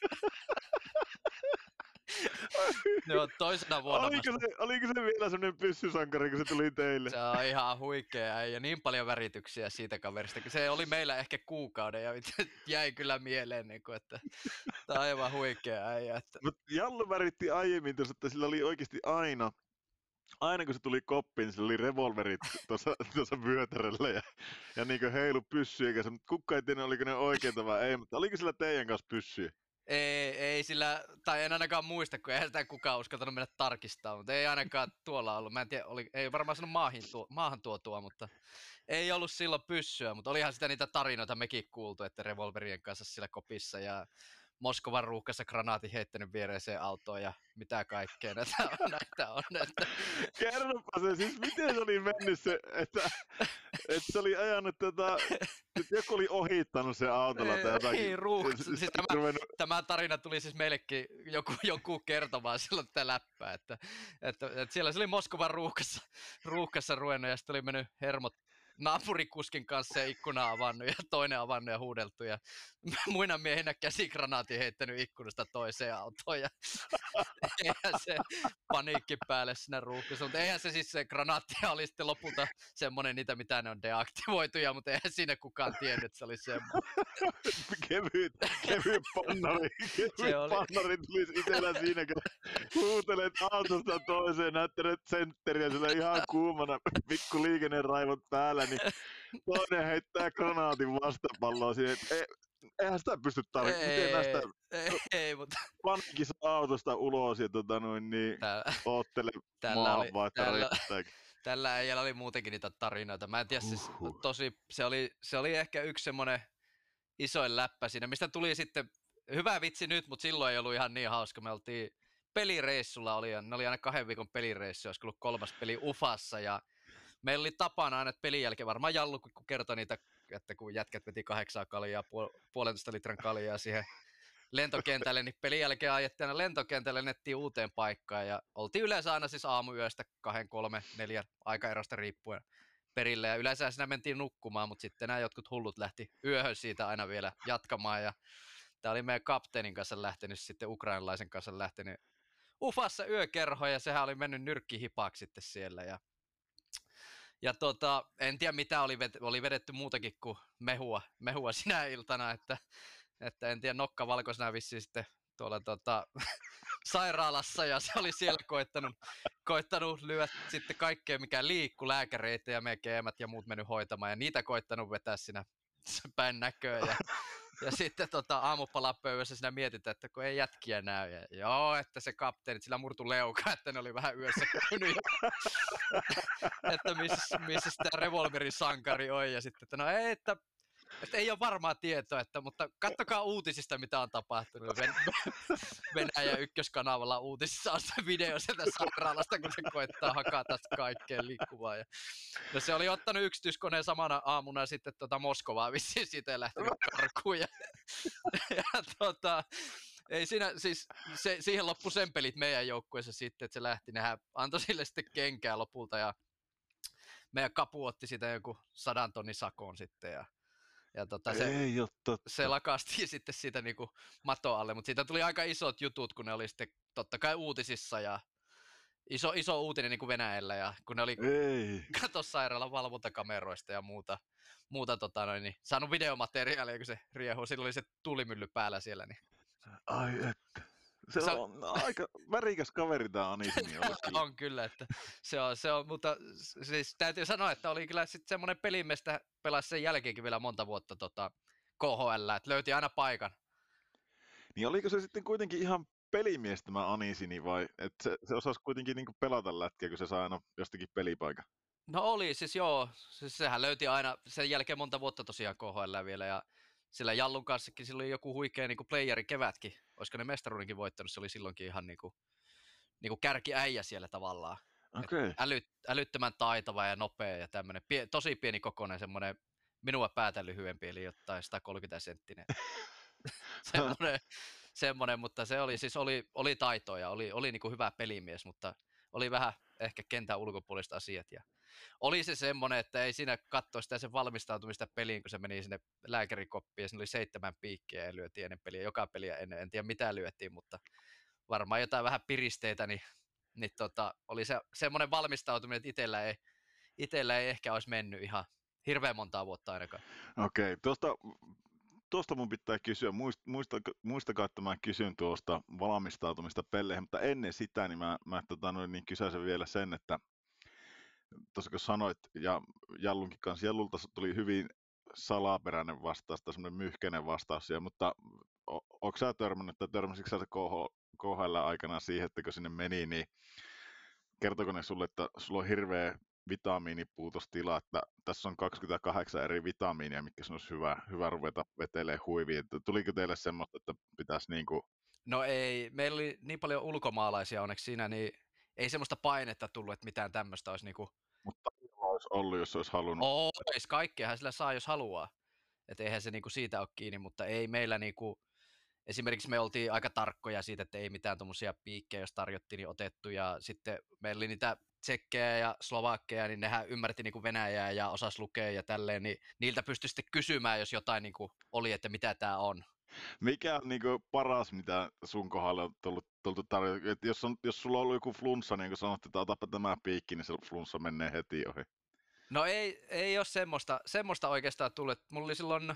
S5: Joo, toisena vuonna
S1: oliko se vielä semmoinen pyssysankari, kun se tuli teille?
S5: Se on ihan huikea ja niin paljon värityksiä siitä kaverista. Se oli meillä ehkä kuukauden ja jäi kyllä mieleen, että tämä on aivan huikea äijä.
S1: Mutta Jallu väritti aiemmin tuossa, että sillä oli oikeasti aina kun se tuli koppiin, sillä oli revolverit tuossa vyötäröllä ja niin heilu pyssyjä, mutta kukaan ei tiedä, oliko ne oikeita vai ei, mutta oliko sillä teidän kanssa pyssyjä?
S5: Ei sillä, tai en ainakaan muista, kun eihän sitä kukaan uskaltanut mennä tarkistamaan, mutta ei ainakaan tuolla ollut. Mä en tiedä, ei varmaan sanonut maahan tuotua, mutta ei ollut silloin pyssyä, mutta olihan sitä niitä tarinoita mekin kuultu, että revolverien kanssa sillä kopissa ja Moskovan ruuhkassa granaatin heittänyt viereiseen autoon ja mitä kaikkea näitä on. Että...
S1: Kerropa se, siis miten se oli mennyt se, että se oli ajanut että joku oli ohittanut se autolla tai jotakin.
S5: Ei, siis tämä tarina tuli siis meillekin joku kertomaan silloin tätä läppää, että siellä se oli Moskovan ruuhkassa ruvennut ja sitten oli mennyt hermot naapurikuskin kanssa ja ikkuna avannut ja toinen avannut ja huudeltu ja muina miehinä käsikranaatin heittänyt ikkunasta toiseen autoon ja eihän se paniikki päälle siinä ruuhkassa, mutta eihän se siis se granaattia oli sitten lopulta semmoinen niitä mitä ne on deaktivoituja, mutta eihän siinä kukaan tiennyt, että se oli semmoinen.
S1: Kevyt pannari, pannari tulisi itsellä siinä, kun huutelet autosta toiseen, näyttelet sentteriä sillä ihan kuumana, pikku liikenneraivot päällä, niin toinen heittää granaatin vastapalloa siihen, että eihän sitä pysty tarvittamaan. Miten näistä
S5: mutta
S1: pankissa autosta ulos ja niin oottele maan vaihtaa riittääkin.
S5: Tällä äijällä oli muutenkin niitä tarinoita. Mä en tiedä, siis se oli ehkä yksi semmoinen isoin läppä siinä, mistä tuli sitten hyvä vitsi nyt, mutta silloin ei ollut ihan niin hauska. Me oltiin pelireissulla, ne oli aina 2 viikon pelireissu, olisi ollut 3. peli Ufassa ja meillä oli tapana aina, että pelin jälkeen varmaan Jallu, kun kertoi niitä, että kun jätkät veti 8 kaljaa, 1,5 litran kaljaa siihen lentokentälle, niin pelin jälkeen ajettiin aina lentokentälle, nettiin uuteen paikkaan ja oltiin yleensä aina siis aamuyöstä 2, 3, 4 aikaerosta riippuen perille ja yleensä siinä mentiin nukkumaan, mutta sitten nämä jotkut hullut lähti yöhön siitä aina vielä jatkamaan ja tämä oli meidän kapteenin kanssa lähtenyt sitten ukrainalaisen kanssa lähtenyt Ufassa yökerhoon ja sehän oli mennyt nyrkkihipaksi sitten siellä ja en tiedä mitä oli vedetty muutakin kuin mehua sinä iltana, että en tiedä, nokka valkoisena vissiin sitten tuolla sairaalassa ja se oli siellä koittanut lyödä sitten kaikkea mikä liikkuu, lääkäreitä ja meidän GM:t ja muut mennyt hoitamaan ja niitä koittanut vetää siinä päin näköä ja sitten aamupalapöydässä siinä mietitään, että kun ei jätkiä näy ja joo, että se kapteeni, sillä murtu leuka, että ne oli vähän yössä käynyt että missä sitä revolverin sankari on ja sitten, että no ei, että ei ole varmaa tietoa, mutta katsokaa uutisista, mitä on tapahtunut. Venäjän ykköskanavalla uutisissa on se video sieltä sairaalasta, kun se koittaa hakata kaikkeen liikkuvaa. Ja se oli ottanut yksityiskoneen samana aamuna sitten Moskovaa vissiin siitä ja lähtenyt karkuun. Ei siinä, siis siihen loppui sen pelit meidän joukkueessa sitten, että se lähti. Nehän antoi sille sitten kenkää lopulta ja meidän kapu otti sitä joku 100 tonnin sakon sitten ja se lakastiin sitten siitä niinku maton alle, mutta siitä tuli aika isot jutut, kun ne oli sitten totta kai uutisissa ja iso uutinen niin kuin Venäjällä ja kun ne oli katossairaalan valvontakameroista ja muuta niin saanut videomateriaalia, kun se riehuu, sillä oli se tulimylly päällä siellä. Niin.
S1: Ai että. Se on aika värikäs kaveri tää Anisimi.
S5: On kyllä, että se on, mutta siis täytyy sanoa, että oli kyllä sitten semmoinen pelimestä pelasi sen jälkeenkin vielä monta vuotta KHL, että löyti aina paikan.
S1: Niin oliko se sitten kuitenkin ihan pelimies tämä Anisimi vai että se osasi kuitenkin niinku pelata lätkiä, kun se sai aina jostakin pelipaikan?
S5: No oli, siis joo, siis sehän löyti aina sen jälkeen monta vuotta tosiaan KHL vielä ja sillä Jallun kanssakin sillä oli joku huikea niinku playeri kevätkin. Olisiko ne mestaruudenkin voittanut, se oli silloinkin ihan niinku kärkiäijä siellä tavallaan.
S1: Okay.
S5: Älyttömän taitava ja nopea ja tämmönen tosi pieni kokoinen semmoinen minua päätä lyhyempi, eli jotain 130 senttinen. semmoinen, mutta se oli siis oli taitoa ja oli niinku hyvä pelimies, mutta oli vähän ehkä kentän ulkopuolista asiat ja oli se semmoinen, että ei siinä katsoa sitä sen valmistautumista peliin, kun se meni sinne lääkärikoppiin ja siinä oli 7 piikkiä ja lyötiin ennen peliä, joka peliä ennen, en tiedä mitä lyötiin, mutta varmaan jotain vähän piristeitä, niin oli se semmoinen valmistautuminen, että itsellä ei ehkä olisi mennyt ihan hirveän montaa vuotta ainakaan.
S1: Okei, tuosta mun pitää kysyä, muistakaa, että mä kysyn tuosta valmistautumista peleihin, mutta ennen sitä niin mä niin kysäisen vielä sen, että tuossa kun sanoit, ja Jallunkin kanssa, Jallulta tuli hyvin salaperäinen vastaus tai semmoinen myhkäinen vastaus, mutta onko sä törmännyt, tai törmäsitkö sä KHL aikana siihen, että kun sinne meni, niin kertoiko ne sulle, että sulla on hirveä vitamiinipuutostila, että tässä on 28 eri vitamiinia, mitkä sun olisi hyvä ruveta vetelee huiviin. Että tuliko teille semmoista, että pitäisi niinku...
S5: No ei, meillä oli niin paljon ulkomaalaisia onneksi siinä, niin ei semmoista painetta tullut, että mitään tämmöistä olisi niinku...
S1: Mutta olisi ollut, jos olisi halunnut.
S5: Ois, kaikkeahan sillä saa, jos haluaa. Että eihän se niinku siitä ole kiinni, mutta ei meillä niinku... Esimerkiksi me oltiin aika tarkkoja siitä, että ei mitään tuommoisia piikkejä, jos tarjottiin, niin otettu. Ja sitten meillä oli niitä tsekkejä ja slovakkeja, niin nehän ymmärti niin kuin Venäjää ja osasi lukea ja tälleen, niin niiltä pystyi sitten kysymään, jos jotain niin kuin oli, että mitä tämä on.
S1: Mikä on niin kuin paras, mitä sun kohdalla on tullut tarjota? Jos sulla on ollut joku flunssa, niin kuin sanot, että otapa tämä piikki, niin se flunssa menee heti ohi.
S5: No ei ole semmoista oikeastaan tullut. Mulla oli silloin,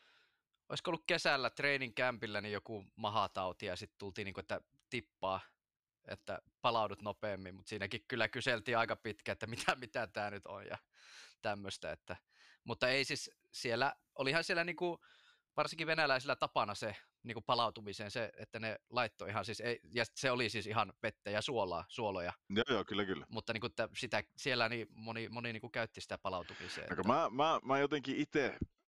S5: olisiko ollut kesällä training campillä niin joku mahatauti ja sitten tultiin, niin kuin, että tippaa, että palaudut nopeammin, mutta siinäkin kyllä kyseltiin aika pitkä, että mitä tämä nyt on ja tämmöistä. Mutta ei siis olihan siellä niinku, varsinkin venäläisillä tapana se niinku palautumiseen, se, että ne laittoi ihan siis, ja se oli siis ihan vettä ja suoloja.
S1: Joo, kyllä.
S5: Mutta niinku, sitä siellä niin moni niinku käytti sitä palautumiseen.
S1: No, mä jotenkin itse,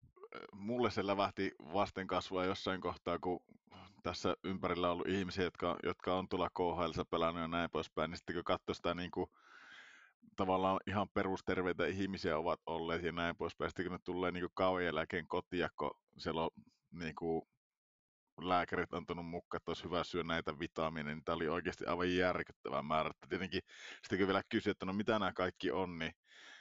S1: mulle se lävähti vasten kasvua jossain kohtaa, kun tässä ympärillä on ollut ihmisiä, jotka on tuolla KHL:ssä pelannut ja näin poispäin, niin sitten kun katsoi sitä niin kuin, tavallaan ihan perusterveitä ihmisiä ovat olleet ja näin poispäin, sitten kun ne tulee niin kauan jälkeen kotiin, kun siellä on niin kuin, lääkärit antanut mukaan, että olisi hyvä syödä näitä vitamiineja, niin tämä oli oikeasti aivan järkyttävä määrä. Tietenkin sitten kun vielä kysyi, että no mitä nämä kaikki on, niin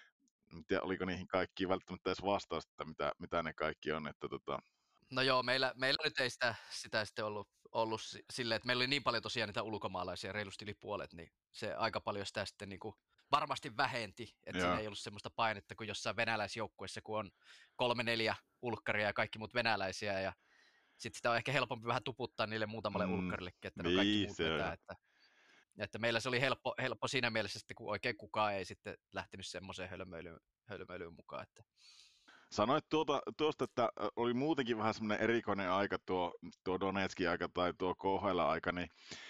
S1: en tiedä, oliko niihin kaikkiin välttämättä edes vastausta, että mitä ne kaikki on. Että
S5: No joo, meillä nyt ei sitä sitten ollut silleen, että meillä oli niin paljon tosiaan niitä ulkomaalaisia, reilusti yli puolet, niin se aika paljon sitä sitten niin kuin varmasti vähenti, että siinä ei ollut semmoista painetta kuin jossain venäläisjoukkueessa, kun on 3-4 ulkkaria ja kaikki muut venäläisiä, ja sitten sitä on ehkä helpompi vähän tuputtaa niille muutamalle ulkkarillekin, että ne kaikki muut vetää, että meillä se oli helppo siinä mielessä, että kun oikein kukaan ei sitten lähtenyt semmoiseen hölmöilyyn mukaan. Että.
S1: Sanoit tuosta, että oli muutenkin vähän semmoinen erikoinen aika tuo Donetskin aika tai tuo KHL-aika, niin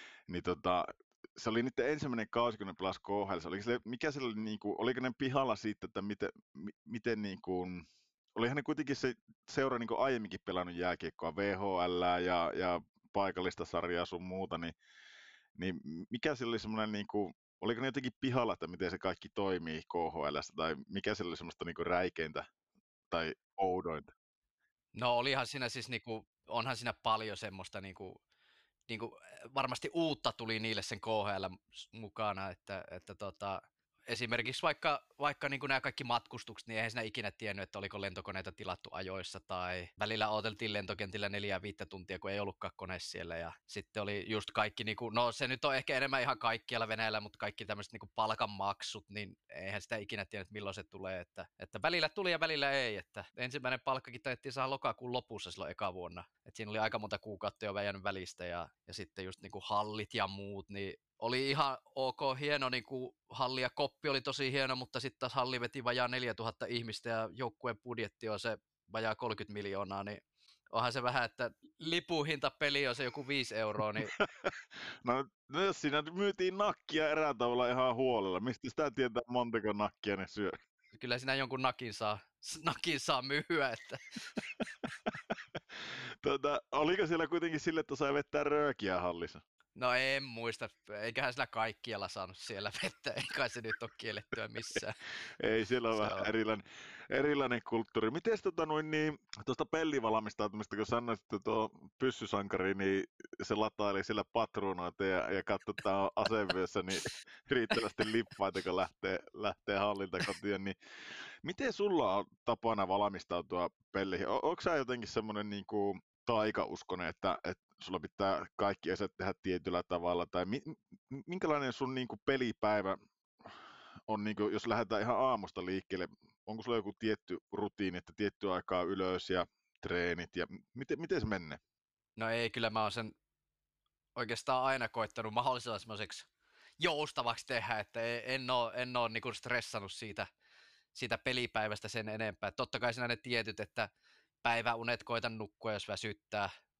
S1: se oli niiden ensimmäinen kausi, kun ne pelasi KHL. Mikä se oli, oliko ne pihalla siitä, että miten olihan ne kuitenkin se seura aiemminkin pelannut jääkiekkoa, VHL ja paikallista sarjaa sun muuta, niin mikä se oli semmoinen, oliko ne jotenkin pihalla, että miten se kaikki toimii KHL:stä, tai mikä se oli semmoista räikeintä tai oudointa?
S5: No olihan siinä siis, onhan siinä paljon semmoista, varmasti uutta tuli niille sen KHL mukana, että esimerkiksi vaikka niin kuin nämä kaikki matkustukset, niin eihän siinä ikinä tiennyt, että oliko lentokoneita tilattu ajoissa, tai välillä odoteltiin lentokentillä 4-5 tuntia, kun ei ollutkaan kone siellä, ja sitten oli just kaikki, no se nyt on ehkä enemmän ihan kaikkialla Venäjällä, mutta kaikki tämmöiset palkanmaksut, niin eihän sitä ikinä tiennyt, milloin se tulee, että välillä tuli ja välillä ei, että ensimmäinen palkkakin taidettiin saada lokakuun lopussa silloin eka vuonna, että siinä oli aika monta kuukautta jo jäänyt välistä, ja sitten just hallit ja muut, niin oli ihan ok, hieno halli ja koppi oli tosi hieno, mutta sitten taas halli veti vajaa 4000 ihmistä ja joukkueen budjetti on se vajaa 30 miljoonaa, niin onhan se vähän, että lipuhinta peli on se joku 5 euroa. Niin...
S1: no jos siinä myytiin nakkia erään tavalla ihan huolella, mistä sitä tietää montako nakkia ne syö?
S5: Kyllä siinä jonkun nakin saa myyä, että...
S1: oliko siellä kuitenkin sille, että sai vettää röökiä hallissa?
S5: No en muista, eiköhän sillä kaikkialla saanut siellä vettä, ei kai se nyt ole kiellettyä missään.
S1: Ei, siellä on vähän erilainen kulttuuri. Miten tuosta pellivalmistautumista, kun sanoit, että tuo pyssysankari, niin se lataili siellä patruunoita ja katsoi asevyössä, niin riittävästi lippaita, kun lähtee hallilta kotiin, niin miten sulla on tapana valmistautua pelleihin? Onko sä jotenkin semmoinen taikauskonen, että sulla pitää kaikki asiat tehdä tietyllä tavalla, tai minkälainen sun pelipäivä on, jos lähdetään ihan aamusta liikkeelle, onko sulla joku tietty rutiini, että tietty aikaa ylös ja treenit, ja miten se menee?
S5: No ei, kyllä mä oon sen oikeastaan aina koittanut mahdollisimman semmoiseksi joustavaksi tehdä, että en ole stressannut siitä pelipäivästä sen enempää. Totta kai siinä ne tietyt, että päiväunet koitan nukkua, jos väsyttää,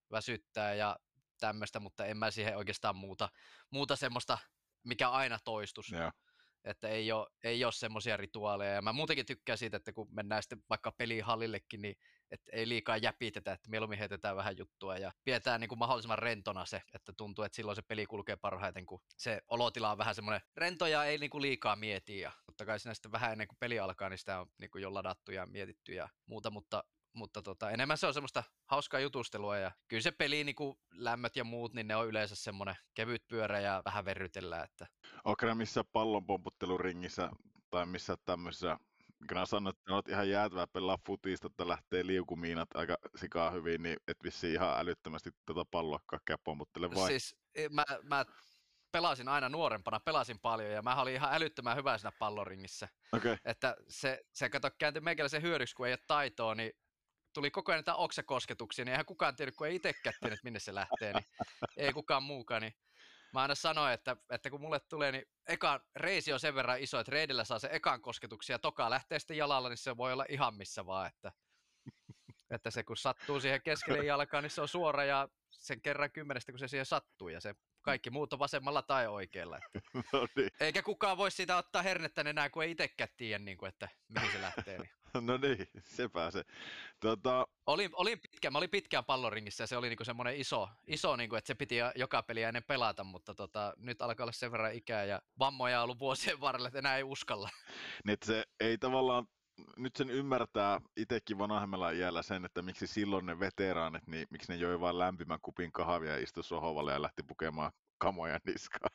S5: väsyttää ja tämmöistä, mutta en mä siihen oikeastaan muuta semmoista, mikä aina toistus.
S1: Joo.
S5: Että ei ole semmoisia rituaaleja. Ja mä muutenkin tykkään siitä, että kun mennään sitten vaikka pelihallillekin, niin että ei liikaa jäpitetä, että mieluummin heitetään vähän juttua ja pidetään niin kuin mahdollisimman rentona se, että tuntuu, että silloin se peli kulkee parhaiten, kun se olotila on vähän semmoinen rento ja ei niin kuin liikaa mieti. Ja totta kai siinä sitten vähän ennen kuin peli alkaa, niin sitä on niin kuin jo ladattu ja mietitty ja muuta, mutta enemmän se on semmoista hauskaa jutustelua ja kyllä se peli niin kuin lämmöt ja muut, niin ne on yleensä semmoinen kevyt pyörä ja vähän verrytellään. Että...
S1: Onko missä pallonpomputteluringissä tai missä tämmöisessä, kun mä sanon, että olet ihan jäätävää pelaa futista, että lähtee liukumiinat aika sikaa hyvin, niin et vissiin ihan älyttömästi tuota palloakaan pomputtele vai?
S5: Siis mä pelasin aina nuorempana, pelasin paljon ja mä olin ihan älyttömän hyvä siinä palloringissä.
S1: Okay.
S5: Että se kato kääntyi meikäläisen hyödyksi, kun ei ole taitoa, niin tuli koko ajan niitä oksakosketuksia, niin eihän kukaan tiedä, kun ei itsekään tiedä, minne se lähtee, niin ei kukaan muukaan. Niin mä aina sanoin, että kun mulle tulee, niin eka reisi on sen verran iso, että reidillä saa se ekan kosketuksia ja toka lähtee sitten jalalla, niin se voi olla ihan missä vaan, että se kun sattuu siihen keskelle jalkaan, niin se on suora ja sen kerran 10, kun se siihen sattuu ja se kaikki muut on vasemmalla tai oikealla.
S1: No niin.
S5: Eikä kukaan voi siitä ottaa hernettä enää, kun ei itsekään tiedä, niin kuin, että mihin se lähtee. Niin.
S1: No niin, sepä se.
S5: Mä olin pitkään palloringissä ja se oli niinku semmoinen iso niinku, että se piti joka peliä ennen pelata, mutta nyt alkaa olla sen verran ikää ja vammoja on ollut vuosien varrella, että enää ei uskalla.
S1: Niin, se ei tavallaan, nyt sen ymmärtää itsekin vanhemmalla iällä sen, että miksi silloin ne veteraanit, niin miksi ne joi vain lämpimän kupin kahvia ja istui sohvalle ja lähti pukemaan kamoja niskaan.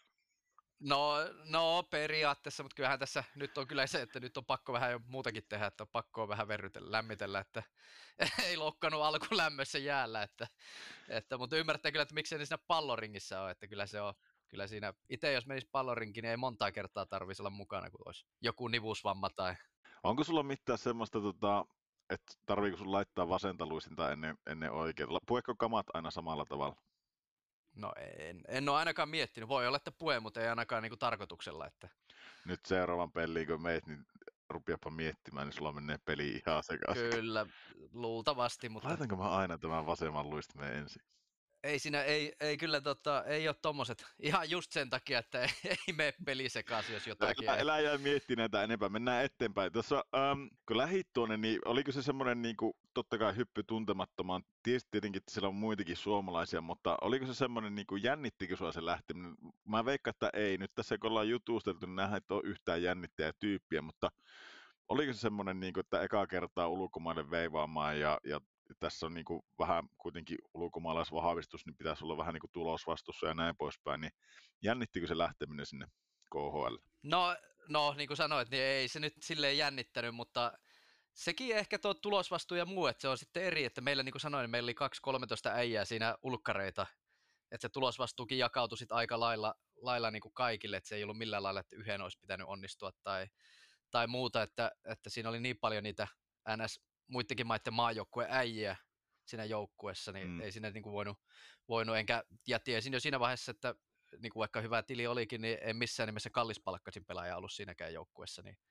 S5: No periaatteessa, mutta kyllähän tässä nyt on kyllä se, että nyt on pakko vähän jo muutakin tehdä, että on pakko vähän verrytellä, lämmitellä, että ei loukkanut alkulämmössä jäällä, mutta ymmärtää kyllä, että miksi ne siinä palloringissä on, että kyllä siinä itse jos menisi pallorinkin, niin ei montaa kertaa tarvitsisi olla mukana, kun olisi joku nivusvamma tai...
S1: Onko sulla mitään semmoista, että tarviiko sun laittaa vasenta luistinta ennen oikeaa? Pueko kamat aina samalla tavalla?
S5: No en ole ainakaan miettinyt. Voi olla, että pue, mutta ei ainakaan niinku tarkoituksella. Että...
S1: Nyt seuraavan peliin, kun meet, niin rupeapa miettimään, niin sulla menee peli ihan sekaisin.
S5: Kyllä, luultavasti. Mutta...
S1: Laitanko mä aina tämän vasemman luistimen ensin?
S5: Ei siinä, ei kyllä ei ole tommoset. Ihan just sen takia, että ei mene peli sekaisin, jos jotakin.
S1: Älä jää miettimään näitä enempää, mennään eteenpäin. Tuossa, kun lähit tuonne, niin oliko se semmoinen, niin kuin, totta kai hyppy tuntemattomaan, tiesit tietenkin, että siellä on muitakin suomalaisia, mutta oliko se semmoinen, niin kuin, jännittikö sua se lähteminen? Mä veikkaan, että ei. Nyt tässä kun ollaan jutusteltu, niin nähdään, että on yhtään jännittäjä tyyppiä, mutta oliko se semmoinen, niin kuin, että eka kertaa ulkomaille veivaamaan ja tässä on niin kuin vähän kuitenkin ulkomaalaisvahvistus, niin pitäisi olla vähän niin kuin tulosvastuussa ja näin poispäin, niin jännittikö se lähteminen sinne KHL?
S5: No niin kuin sanoit, niin ei se nyt silleen jännittänyt, mutta sekin ehkä tuo tulosvastuu ja muu, että se on sitten eri, että meillä niin kuin sanoin, niin meillä oli 2-13 äijää siinä ulkkareita, että se tulosvastuukin jakautui sitten aika lailla niin kuin kaikille, että se ei ollut millään lailla, että yhden olisi pitänyt onnistua tai muuta, että siinä oli niin paljon niitä NS muidenkin maiden maajoukkueen äijiä siinä joukkueessa, niin ei siinä niinku voinut ja tiesin jo siinä vaiheessa, että niinku vaikka hyvä tili olikin, niin en missään nimessä kallispalkkaisin pelaaja ollut siinäkään joukkueessa, niin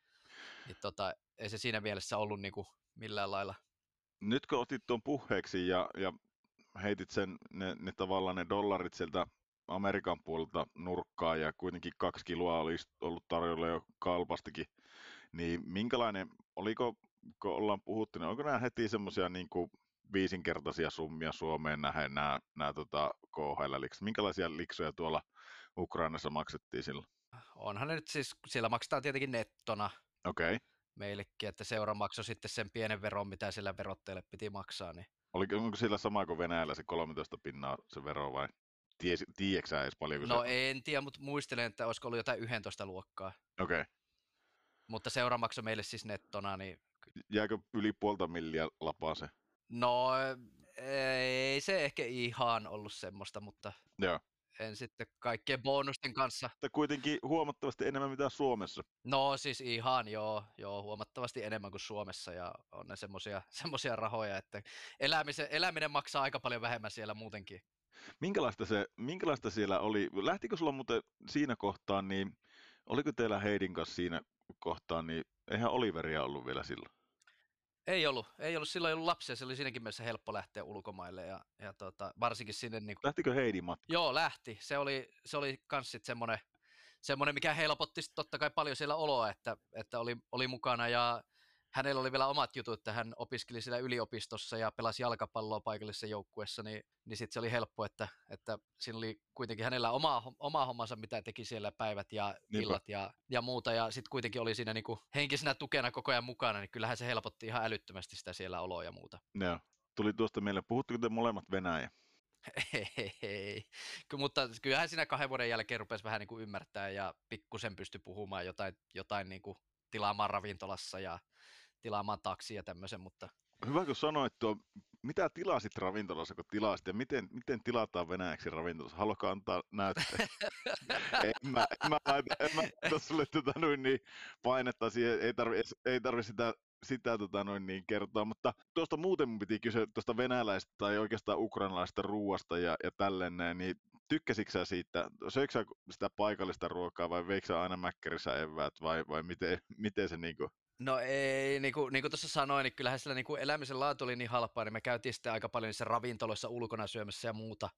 S5: ei se siinä mielessä ollut niinku millään lailla.
S1: Nyt kun otit tuon puheeksi ja heitit ne tavallaan ne dollarit sieltä Amerikan puolelta nurkkaan ja kuitenkin 2 kiloa olisi ollut tarjolla jo kalpastikin, niin minkälainen, kun ollaan puhuttu, niin onko nämä heti semmoisia niin kuin 5-kertaisia summia Suomeen nähden nämä KHL-liksut? Minkälaisia liksoja tuolla Ukrainassa maksettiin silloin?
S5: Onhan ne nyt siis, siellä maksetaan tietenkin nettona meillekin, että seura maksoi sitten sen pienen veron, mitä sillä verotteelle piti maksaa. Niin.
S1: Onko sillä sama kuin Venäjällä se 13 pinnaa se vero vai? Tiedätkö sä edes paljonko
S5: no se? En tiedä, mutta muistelen, että olisiko ollut jotain 11 luokkaa.
S1: Okei.
S5: Mutta seura maksoi meille siis nettona. Niin...
S1: Jääkö yli 500 000 lapaa se?
S5: No ei se ehkä ihan ollut semmoista, mutta
S1: joo. En
S5: sitten kaikkien bonusten kanssa.
S1: Mutta kuitenkin huomattavasti enemmän mitä Suomessa.
S5: No siis ihan joo, huomattavasti enemmän kuin Suomessa ja on ne semmosia rahoja, että eläminen maksaa aika paljon vähemmän siellä muutenkin.
S1: Minkälaista siellä oli? Lähtikö sulla muuten siinä kohtaa, niin oliko teillä Heidin kanssa siinä kohtaa, niin eihän Oliveria ollut vielä silloin?
S5: Ei ollut, silloin ei ollut lapsia, se oli siinäkin mielessä helppo lähteä ulkomaille ja varsinkin sinne niinku...
S1: Lähtikö Heidi matka?
S5: Joo, lähti. Se oli kans sit semmonen, mikä helpotti sit totta kai paljon siellä oloa, että oli mukana ja hänellä oli vielä omat jutut, että hän opiskeli siellä yliopistossa ja pelasi jalkapalloa paikallisessa joukkueessa, niin sitten se oli helppo, että siinä oli kuitenkin hänellä oma hommansa, mitä teki siellä päivät ja illat ja muuta, ja sitten kuitenkin oli siinä niinku henkisenä tukena koko ajan mukana, niin kyllähän se helpotti ihan älyttömästi sitä siellä oloa ja muuta.
S1: Joo. Tuli tuosta meille, puhutteko te molemmat venäjä?
S5: Ei. Mutta kyllähän siinä 2 vuoden jälkeen rupesi vähän niin kuin ymmärtää ja pikkusen pystyi puhumaan jotain niin kuin tilaamaan ravintolassa ja tilaamaan taksia ja tämmöisen, mutta...
S1: Hyvä, kun sanoit tuo, mitä tilasit ravintolassa, kun tilasit ja miten tilataan venäjäksi ravintolassa? Haluatko antaa näytteen? en mä laita sulle niin painetta siihen, ei tarvi sitä kertoa, mutta tuosta muuten mun piti kysyä tuosta venäläistä tai oikeastaan ukrainalaisesta ruuasta ja tälleen näin, niin tykkäsitkö sä siitä, söikö sä sitä paikallista ruokaa vai veikö sä aina mäkkärissä eväät vai miten se niinku?
S5: No ei, niin kuin tuossa sanoin, niin kyllähän sillä niin kuin elämisen laatu oli niin halpaa, niin me käytiin sitten aika paljon niissä ravintoloissa ulkona syömässä ja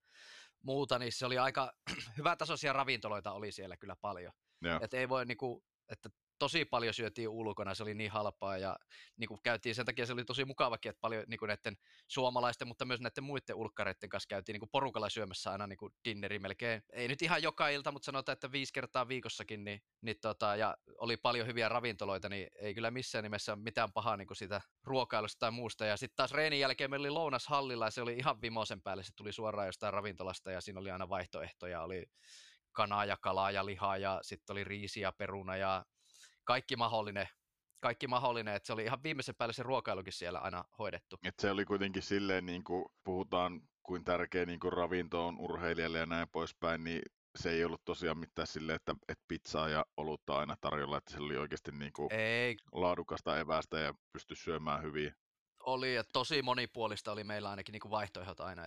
S5: muuta, niin se oli aika hyvätasoisia ravintoloita oli siellä kyllä paljon. Että ei voi että tosi paljon syötiin ulkona, se oli niin halpaa ja käytiin sen takia se oli tosi mukavakin, että paljon näiden suomalaisten, mutta myös näiden muiden ulkkareiden kanssa käytiin porukalla syömässä aina dinneri melkein. Ei nyt ihan joka ilta, mutta sanotaan, että 5 kertaa viikossakin, ja oli paljon hyviä ravintoloita, niin ei kyllä missään nimessä mitään pahaa siitä ruokailusta tai muusta. Ja sitten taas reenin jälkeen meillä oli lounas-hallilla ja se oli ihan vimosen päälle, se tuli suoraan jostain ravintolasta ja siinä oli aina vaihtoehtoja, oli kanaa ja kalaa ja lihaa ja sitten oli riisi ja peruna ja kaikki mahdollinen, että se oli ihan viimeisen päälle se ruokailukin siellä aina hoidettu.
S1: Et se oli kuitenkin silleen, niin kuin puhutaan, kuin tärkeä niin kuin ravinto on urheilijalle ja näin poispäin, niin se ei ollut tosiaan mitään silleen, että pizzaa ja olutta aina tarjolla, että se oli oikeasti niin kuin laadukasta evästä ja pystyi syömään hyvin.
S5: Oli, ja tosi monipuolista oli meillä ainakin niin kuin vaihtoehdot aina,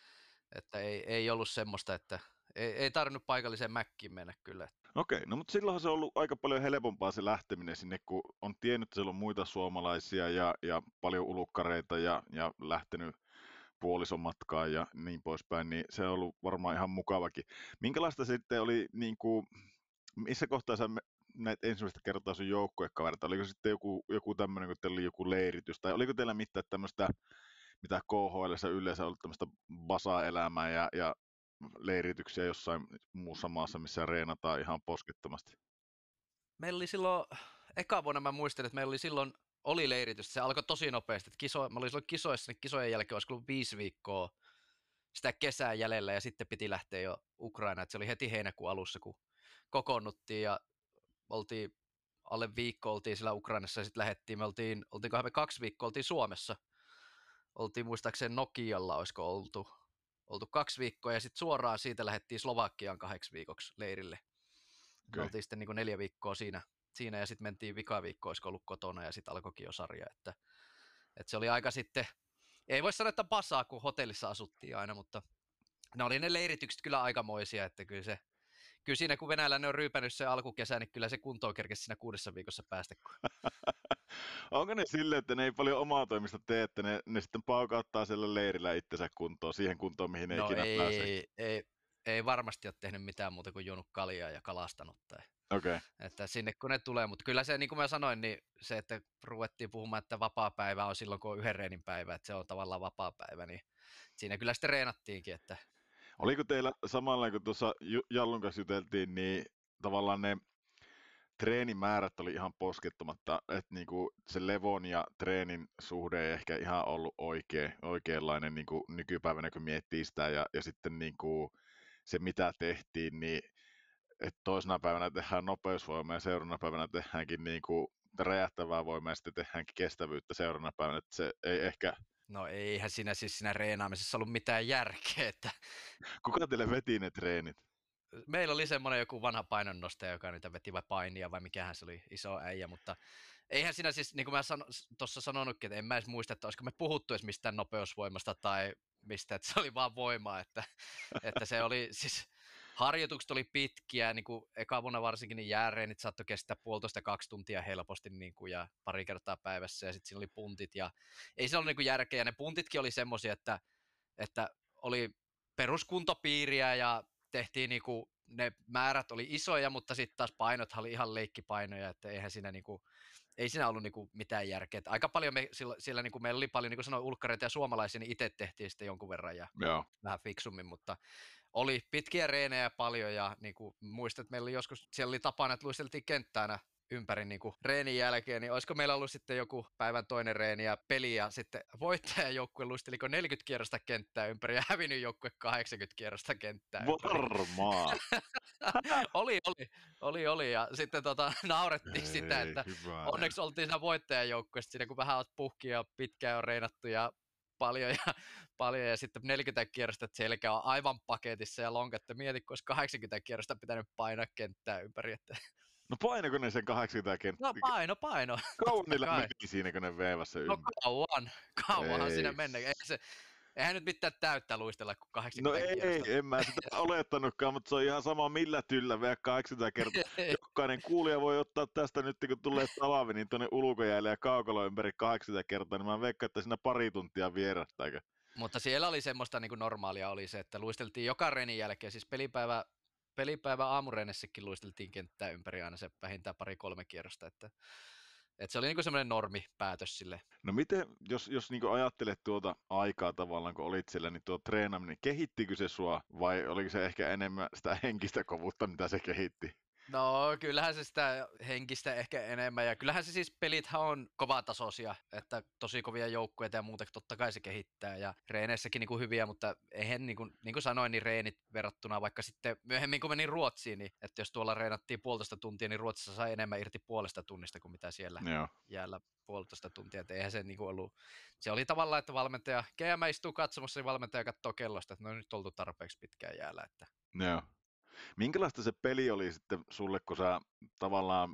S5: että ei ollut semmoista, että ei tarvinnut paikalliseen mäkkiin mennä kyllä.
S1: Okei, no mutta silloinhan se on ollut aika paljon helpompaa se lähteminen sinne, kun on tiennyt, että siellä on muita suomalaisia ja paljon ulukkareita ja lähtenyt puolison matkaan ja niin poispäin, niin se on ollut varmaan ihan mukavakin. Minkälaista sitten oli, niin kuin, missä kohtaa sä näitä ensimmäistä kertaa sun joukkuekavereita, oliko sitten joku tämmöinen, kun teillä oli joku leiritys, tai oliko teillä mitään tämmöistä, mitä KHL:ssä yleensä ollut tämmöistä basa-elämää ja leirityksiä jossain muussa maassa, missä reenataan ihan poskettomasti?
S5: Meillä oli silloin, eka vuonna mä muistelin, että meillä oli leiritys, se alkoi tosi nopeasti. Mä olin silloin kisoissa, niin kisojen jälkeen olisi ollut 5 viikkoa sitä kesää jäljellä ja sitten piti lähteä jo Ukrainaan. Se oli heti heinäkuun alussa, kun kokoonnuttiin ja oltiin alle viikko oltiin siellä Ukrainassa ja sitten lähdettiin. Me oltiin 2 viikkoa oltiin Suomessa. Oltiin muistaakseni Nokialla, olisiko oltu 2 viikkoa ja sitten suoraan siitä lähdettiin Slovakiaan 2 viikoksi leirille. Okay. Oltiin sitten 4 viikkoa siinä ja sitten mentiin vikaviikko, olisiko ollut kotona ja sitten alkoikin jo sarja. Että se oli aika sitten, ei voi sanoa, että basaa, kun hotellissa asuttiin aina, mutta ne oli ne leiritykset kyllä aikamoisia, että kyllä siinä kun venäläinen on ryypännyt se alkukesä, niin kyllä se kuntoon kerkesi siinä 6 viikossa päästä.
S1: Onko ne silleen, että ne ei paljon omaa toimista tee, että ne sitten paukauttaa siellä leirillä itsensä kuntoon, siihen kuntoon, mihin ne ikinä pääsee?
S5: Ei varmasti ole tehnyt mitään muuta kuin juonut kaljaa ja kalastanut.
S1: Okay.
S5: Että sinne kun ne tulee, mutta kyllä se, niin kuin mä sanoin, niin se, että ruvettiin puhumaan, että vapaa-päivä on silloin, kun on yhden reenin päivä, että se on tavallaan vapaa-päivä, niin siinä kyllä sitten reenattiinkin. Että...
S1: Oliko teillä samalla, kun tuossa Jallun kanssa juteltiin, niin tavallaan ne treenimäärät oli ihan poskettomatta, että niinku se levon ja treenin suhde ei ehkä ihan ollut oikeanlainen niinku nykypäivänä, kun miettii sitä, ja sitten niinku se, mitä tehtiin, niin että toisena päivänä tehdään nopeusvoimaa ja seuraavana päivänä tehdäänkin niinku räjähtävää voimaa ja sitten tehdäänkin kestävyyttä seuraavana päivänä, että se ei ehkä...
S5: No eihän siinä reenaamisessa ollut mitään järkeä, että...
S1: Kuka teille veti ne treenit?
S5: Meillä oli semmoinen joku vanha painonnostaja, joka niitä veti vai painia vai mikähän se oli, iso äijä, mutta eihän siinä siis, niin kuin mä tuossa sanonutkin, että en mä edes muista, että olisiko me puhuttu edes mistään nopeusvoimasta tai mistä, että se oli vaan voimaa, että se oli siis harjoitukset oli pitkiä, niin kuin eka vuonna varsinkin niin jääreenit saattoi kestää 1,5–2 tuntia helposti niin kuin, ja pari kertaa päivässä, ja sitten siinä oli puntit, ja ei se ollut niin kuin järkeä, ja ne puntitkin oli semmoisia, että oli peruskuntopiiriä, ja tehtiin niin kuin, ne määrät oli isoja, mutta sitten taas painot oli ihan leikkipainoja, että eihän siinä niin kuin, ei siinä ollut niinku mitään järkeä. Että aika paljon siellä niinku meillä oli paljon, niin kuin sanoin, ulkkareita ja suomalaisia, niin itse tehtiin sitten jonkun verran ja vähän fiksummin, mutta oli pitkiä reenejä paljon ja niinku, muistan, että meillä oli joskus, siellä oli tapana, että luisteltiin kenttänä ympäri niinku reenin jälkeen, niin olisiko meillä ollut sitten joku päivän toinen reeni ja peli ja sitten voittajajoukkue luisteliko 40 kierrosta kenttää ympäri ja hävinnyt joukkue 80 kierrosta kenttää ympäri.
S1: Varmaan.
S5: Oli ja sitten naurettiin sitä, että onneksi oltiin siinä voittajajoukkueessa siinä, kun vähän olet puhkia ja pitkään on reinattu ja paljon ja sitten 40 kierrosta, että selkä on aivan paketissa ja lonkat, että mieti, kun olisi 80 kierrosta pitänyt painaa kenttää ympäri. Että...
S1: No painako ne sen 80 kenttää?
S5: No paino.
S1: Kauan niillä meni siinä, kun ne veivasi sen ympäri?
S5: No kauanhan siinä mennä. Eihän nyt mitään täyttää luistella kuin 80 kierrosta.
S1: No ei, en mä sitä olettanutkaan, mutta se on ihan sama millä tyllä vielä 80 kertaa. Jokainen kuulija voi ottaa tästä nyt, kun tulee talvi, niin tuonne ulkojäälle ja kaukalo ympäri 80 kertaa, niin mä veikkaan, että siinä pari tuntia vierähtääkö.
S5: Mutta siellä oli semmoista niin kuin normaalia oli se, että luisteltiin joka reenin jälkeen, siis pelipäivä aamureennessakin luisteltiin kenttää ympäri aina se vähintään 2–3 kierrosta, että se oli niinku semmoinen normipäätös sille.
S1: No miten, jos niinku ajattelet tuota aikaa tavallaan, kun olit siellä, niin tuo treenaaminen, kehittikö se sua vai oliko se ehkä enemmän sitä henkistä kovuutta, mitä se kehitti?
S5: No kyllähän se sitä henkistä ehkä enemmän ja kyllähän se siis pelithän on kovatasoisia, että tosi kovia joukkueita ja muuta totta kai se kehittää ja reeneissäkin niinku hyviä, mutta eihän niin kuin sanoin, niin reenit verrattuna vaikka sitten myöhemmin kun menin Ruotsiin, niin että jos tuolla reenattiin 1,5 tuntia, niin Ruotsissa sai enemmän irti 0,5 tunnista kuin mitä siellä jäällä 1,5 tuntia, että eihän se niinku ollut, se oli tavallaan, että valmentaja, GM istuu katsomassa, niin valmentaja katsoo kellosta, että no nyt oltu tarpeeksi pitkään jäällä, että
S1: Joo. Minkälaista se peli oli sitten sulle, kun sä tavallaan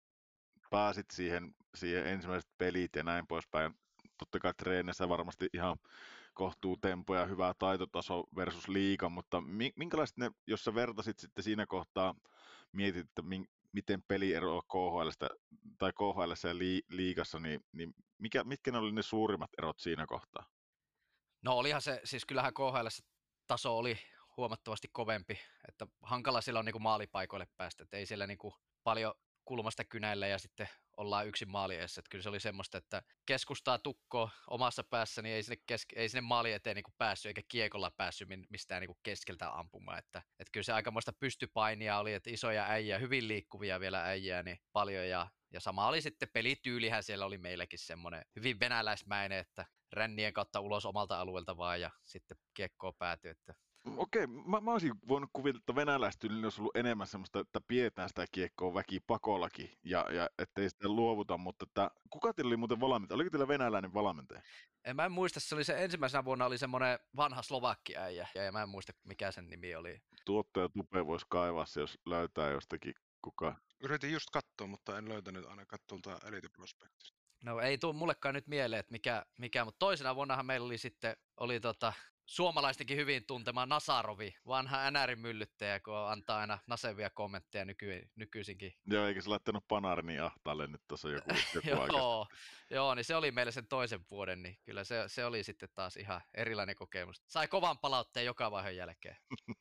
S1: pääsit siihen ensimmäiset pelit ja näin poispäin? Totta kai treenissä varmasti ihan kohtuu tempo ja hyvä taitotaso versus liiga, mutta minkälaiset ne, jos sä vertasit sitten siinä kohtaa, mietit, että miten peli eroaa KHL:stä tai KHL:ssä ja liigassa, niin mitkä ne oli ne suurimmat erot siinä kohtaa?
S5: No olihan se, siis kyllähän KHL:ssä taso oli huomattavasti kovempi, että hankala siellä on niinku maalipaikoille päästä, että ei siellä niinku paljon kulmasta kynäillä ja sitten ollaan yksin maali edessä, että kyllä se oli semmoista, että keskustaa tukkoa omassa päässä, niin ei sinne maali eteen niinku päässyt, eikä kiekolla päässyt mistään niinku keskeltä ampumaan, että kyllä se aikamoista pystypainia oli, että isoja äijä, hyvin liikkuvia vielä äijää, niin paljon ja sama oli sitten pelityylihän siellä oli meilläkin semmoinen hyvin venäläismäinen, että rännien kautta ulos omalta alueelta vaan ja sitten kiekkoon päätyi, että
S1: Okei, mä olisin voinut kuvitella, että venäläistyylillä olisi ollut enemmän semmoista, että pidetään sitä kiekkoa väkipakollakin ja ettei sitä luovuta, mutta että, kuka teillä oli muuten valmentaja? Oliko teillä venäläinen valmentaja?
S5: Mä en muista, se oli se ensimmäisenä vuonna oli semmoinen vanha slovakki-äijä ja mä en muista mikä sen nimi oli.
S1: Tuottaja Tupe voisi kaivaa se, jos löytää jostakin kuka.
S3: Yritin just katsoa, mutta en löytänyt ainakaan tuolta Elite Prospectista.
S5: No ei tule mullekaan nyt mieleen, että mikä, mutta toisena vuonnahan meillä oli sitten, suomalaistenkin hyvin tuntema Nasarovi, vanha NR-myllyttäjä, kun antaa aina nasevia kommentteja nykyisinkin.
S1: Joo, eikä se laittanut Panarini ahtaalle nyt tuossa joku aika.
S5: Joo, niin se oli meille sen toisen vuoden, niin kyllä se oli sitten taas ihan erilainen kokemus. Sai kovan palautteen joka vaiheen jälkeen.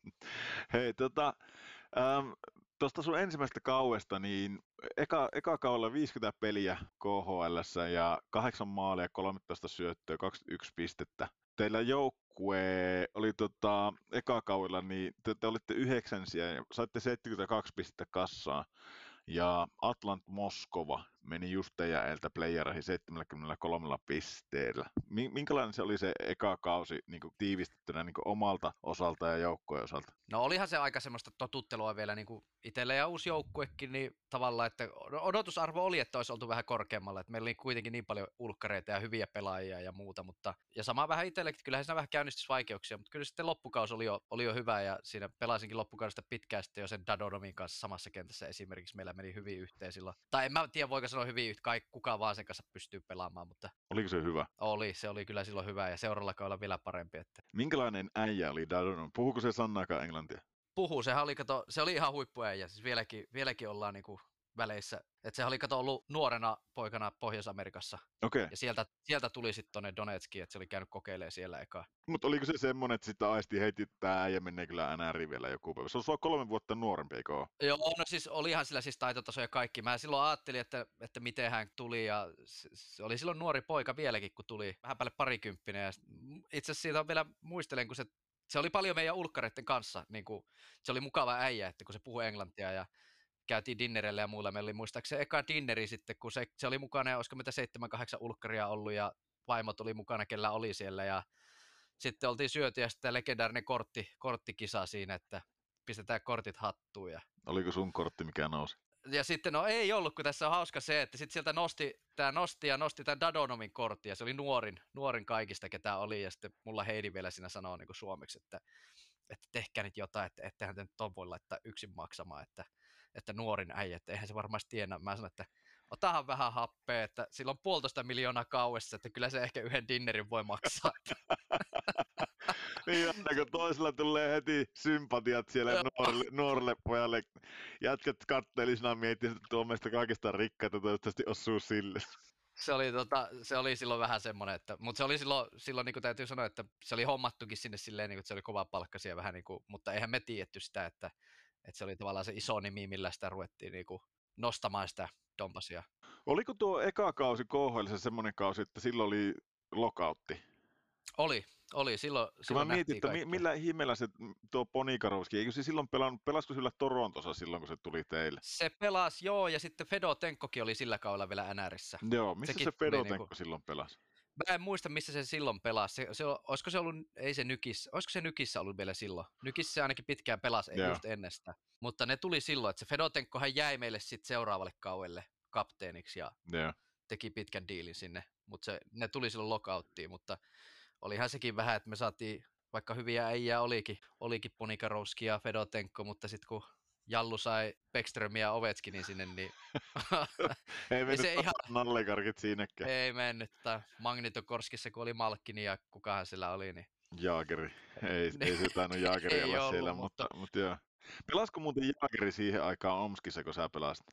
S1: Hei, tuosta sun ensimmäisestä kauesta, niin eka kaudella 50 peliä KHL:ssä ja 8 maalia, 13 syöttöä, 21 pistettä. Teillä joukkue oli eka kaudella, niin te olitte 9 ja saitte 72 pistettä kassaan. Ja Atlant Moskova meni just teidän edeltä playereihin 73 pisteellä. Minkälainen se oli se eka kausi niin kuin tiivistettynä niin kuin omalta osalta ja joukkueen osalta?
S5: No olihan se aika semmoista totuttelua vielä niin kuin itselle ja uusi joukkuekin, niin tavallaan, että odotusarvo oli, että olisi oltu vähän korkeammalla, että meillä oli kuitenkin niin paljon ulkkareita ja hyviä pelaajia ja muuta, ja sama vähän itsellekin, kyllähän siinä vähän käynnistys vaikeuksia, mutta kyllä sitten loppukausi oli jo hyvä ja siinä pelasinkin loppukaudesta pitkään sitten jo sen Dadonomin kanssa samassa kentässä esimerkiksi meillä meni hyvin yhteen silloin. Tai en mä tiedä, voiko sanoa hyvin yhteen, kuka vaan sen kanssa pystyy pelaamaan, mutta...
S1: Oliko se hyvä?
S5: Se oli kyllä silloin hyvä ja seuralla kaudella vielä parempi. Että...
S1: Minkälainen äijä oli Dadonom? Puhuuko se sanakaan englantia?
S5: Puhuu, se oli ihan huippuäijä, siis vieläkin ollaan niinku väleissä. Että se oli ollut nuorena poikana Pohjois-Amerikassa.
S1: Okay.
S5: Ja sieltä tuli sitten tonne Donetskiin, että se oli käynyt kokeilemaan siellä ekaa.
S1: Mutta oliko se semmonen, että sitä aisti heti, tää äijä menee kyllä NRiin vielä joku päivä? Se on sua 3 vuotta nuorempi, eikö ole?
S5: Joo, no siis olihan sillä siis taitotaso ja kaikki. Mä silloin ajattelin, että miten hän tuli, ja se oli silloin nuori poika vieläkin, kun tuli vähän päälle parikymppinen. Ja itse asiassa siitä vielä muistelen, kun se oli paljon meidän ulkkareiden kanssa. Niin kuin, se oli mukava äijä, että kun se puhui englantia ja käytiin dinnerille ja muilla. Meillä oli muistaakseni eka dinneri sitten, kun se oli mukana ja olisiko meitä 7-8 ulkkaria ollut ja vaimot oli mukana, kellä oli siellä. Ja sitten oltiin syöty ja sitten legendaarinen korttikisa siinä, että pistetään kortit hattuun. Ja...
S1: Oliko sun kortti mikä nousi?
S5: Ja sitten no ei ollut, kun tässä on hauska se, että sitten sieltä nosti tämän Dadonomin kortti ja se oli nuorin kaikista, ketä oli. Ja sitten mulla Heidi vielä siinä sanoo niin kuin suomeksi, että tehkää nyt jotain, että ettehän te nyt ton voi laittaa yksin maksamaan, että nuorin äijä, että eihän se varmasti tiedä. Mä sanon, että otahan vähän happea, että sillä on 1,5 miljoonaa kauessa, että kyllä se ehkä yhden dinnerin voi maksaa.
S1: Niin, kun toisella tulee heti sympatiat siellä nuorelle pojalle. Jätkät katteli sinä miettii, että tuo meistä kaikista rikkaita toivottavasti osuu sille.
S5: Se oli silloin vähän semmoinen, mutta se oli silloin niin kuin täytyy sanoa, että se oli hommattukin sinne silleen, niin kuin, että se oli kova palkkaisia vähän, niin kuin, mutta eihän me tiedetty sitä, että se oli tavallaan se iso nimi, millä sitä ruvettiin niin kuin nostamaan sitä Donbassia.
S1: Oliko tuo eka kausi KHL semmoinen kausi, että silloin oli lockoutti?
S5: Oli, silloin
S1: mä mietin, että millä himellä se tuo Ponikarovski, eikö se silloin pelasiko sillä Torontossa silloin, kun se tuli teille?
S5: Se pelasi, joo, ja sitten Fedotenkokin oli sillä kaudella vielä NRissä.
S1: Joo, missä se Fedotenko silloin pelasi?
S5: Mä en muista, missä se silloin pelasi. Olisiko se ollut, ei se Nykissä, olisiko se Nykissä ollut vielä silloin? Nykissä se ainakin pitkään pelasi, ei just ennestään. Mutta ne tuli silloin, että se Fedotenkohan jäi meille sitten seuraavalle kaudelle kapteeniksi ja teki pitkän diilin sinne. Mutta ne tuli silloin lockouttiin, mutta olihan sekin vähän, että me saatiin, vaikka hyviä äijää olikin Ponikarovski ja Fedotenko, mutta sitten kun Jallu sai Beckströmiä ja Ovechkinin sinne, niin...
S1: ei mennyt ihan... nallekarkit siinäkään.
S5: Ei mennyt. Magnitokorskissa, kun oli Malkkini ja kukahan siellä oli, niin...
S1: Jaageri. Ei se tainnut Jaageri olla siellä, mutta joo. Pelasko muuten Jaageri siihen aikaan Omskissa, kun sä pelasit?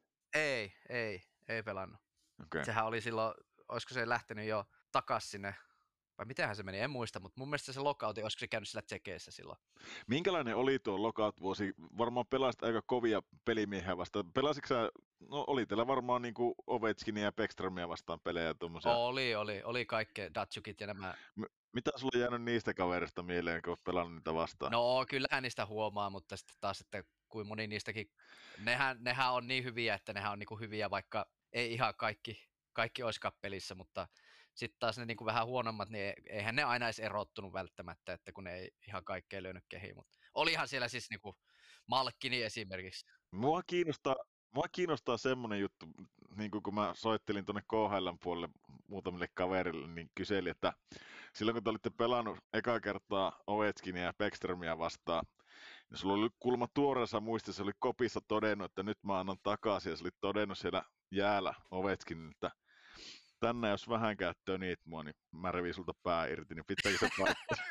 S5: Ei pelannut.
S1: Okay.
S5: Sehän oli silloin, olisiko se lähtenyt jo takas sinne, vai mitenhän se meni, en muista, mutta mun mielestä se lockouti, olisiko se käynyt sillä tsekeissä silloin.
S1: Minkälainen oli tuo lockout-vuosi? Varmaan pelasit aika kovia pelimiehiä vastaan. Pelasitko sä, no oli teillä varmaan niinku Ovechkinia ja Beckströmiä vastaan pelejä tuommoisia?
S5: Oli kaikkea, Datsukit ja nämä.
S1: Mitä sulla on jäänyt niistä kaverista mieleen, kun olet pelannut niitä vastaan?
S5: No kyllähän niistä huomaa, mutta sitten taas, että kuin moni niistäkin, nehän on niin hyviä, että nehän on niinku hyviä, vaikka ei ihan kaikki olisikaan pelissä, mutta sitten taas ne niinku vähän huonommat, niin eihän ne aina edes erottunut välttämättä, että kun ne ei ihan kaikkea löynyt kehiin, mutta olihan siellä siis niinku Malkkini esimerkiksi.
S1: Mua kiinnostaa semmoinen juttu, niin kun mä soittelin tuonne KHL:n puolelle muutamille kaverille, niin kyselin, että silloin kun te olitte pelannut eka kertaa Ovechkinia ja Beckströmiä vastaan, niin sulla oli kulma tuoreessa muistissa, se oli kopissa todennut, että nyt mä annan takaisin, ja se oli todennut siellä jäällä Ovechkin, että tänne jos vähän käyttöä niitä mua, niin mä revin sulta pää irti, niin pitääkö se paikkaa?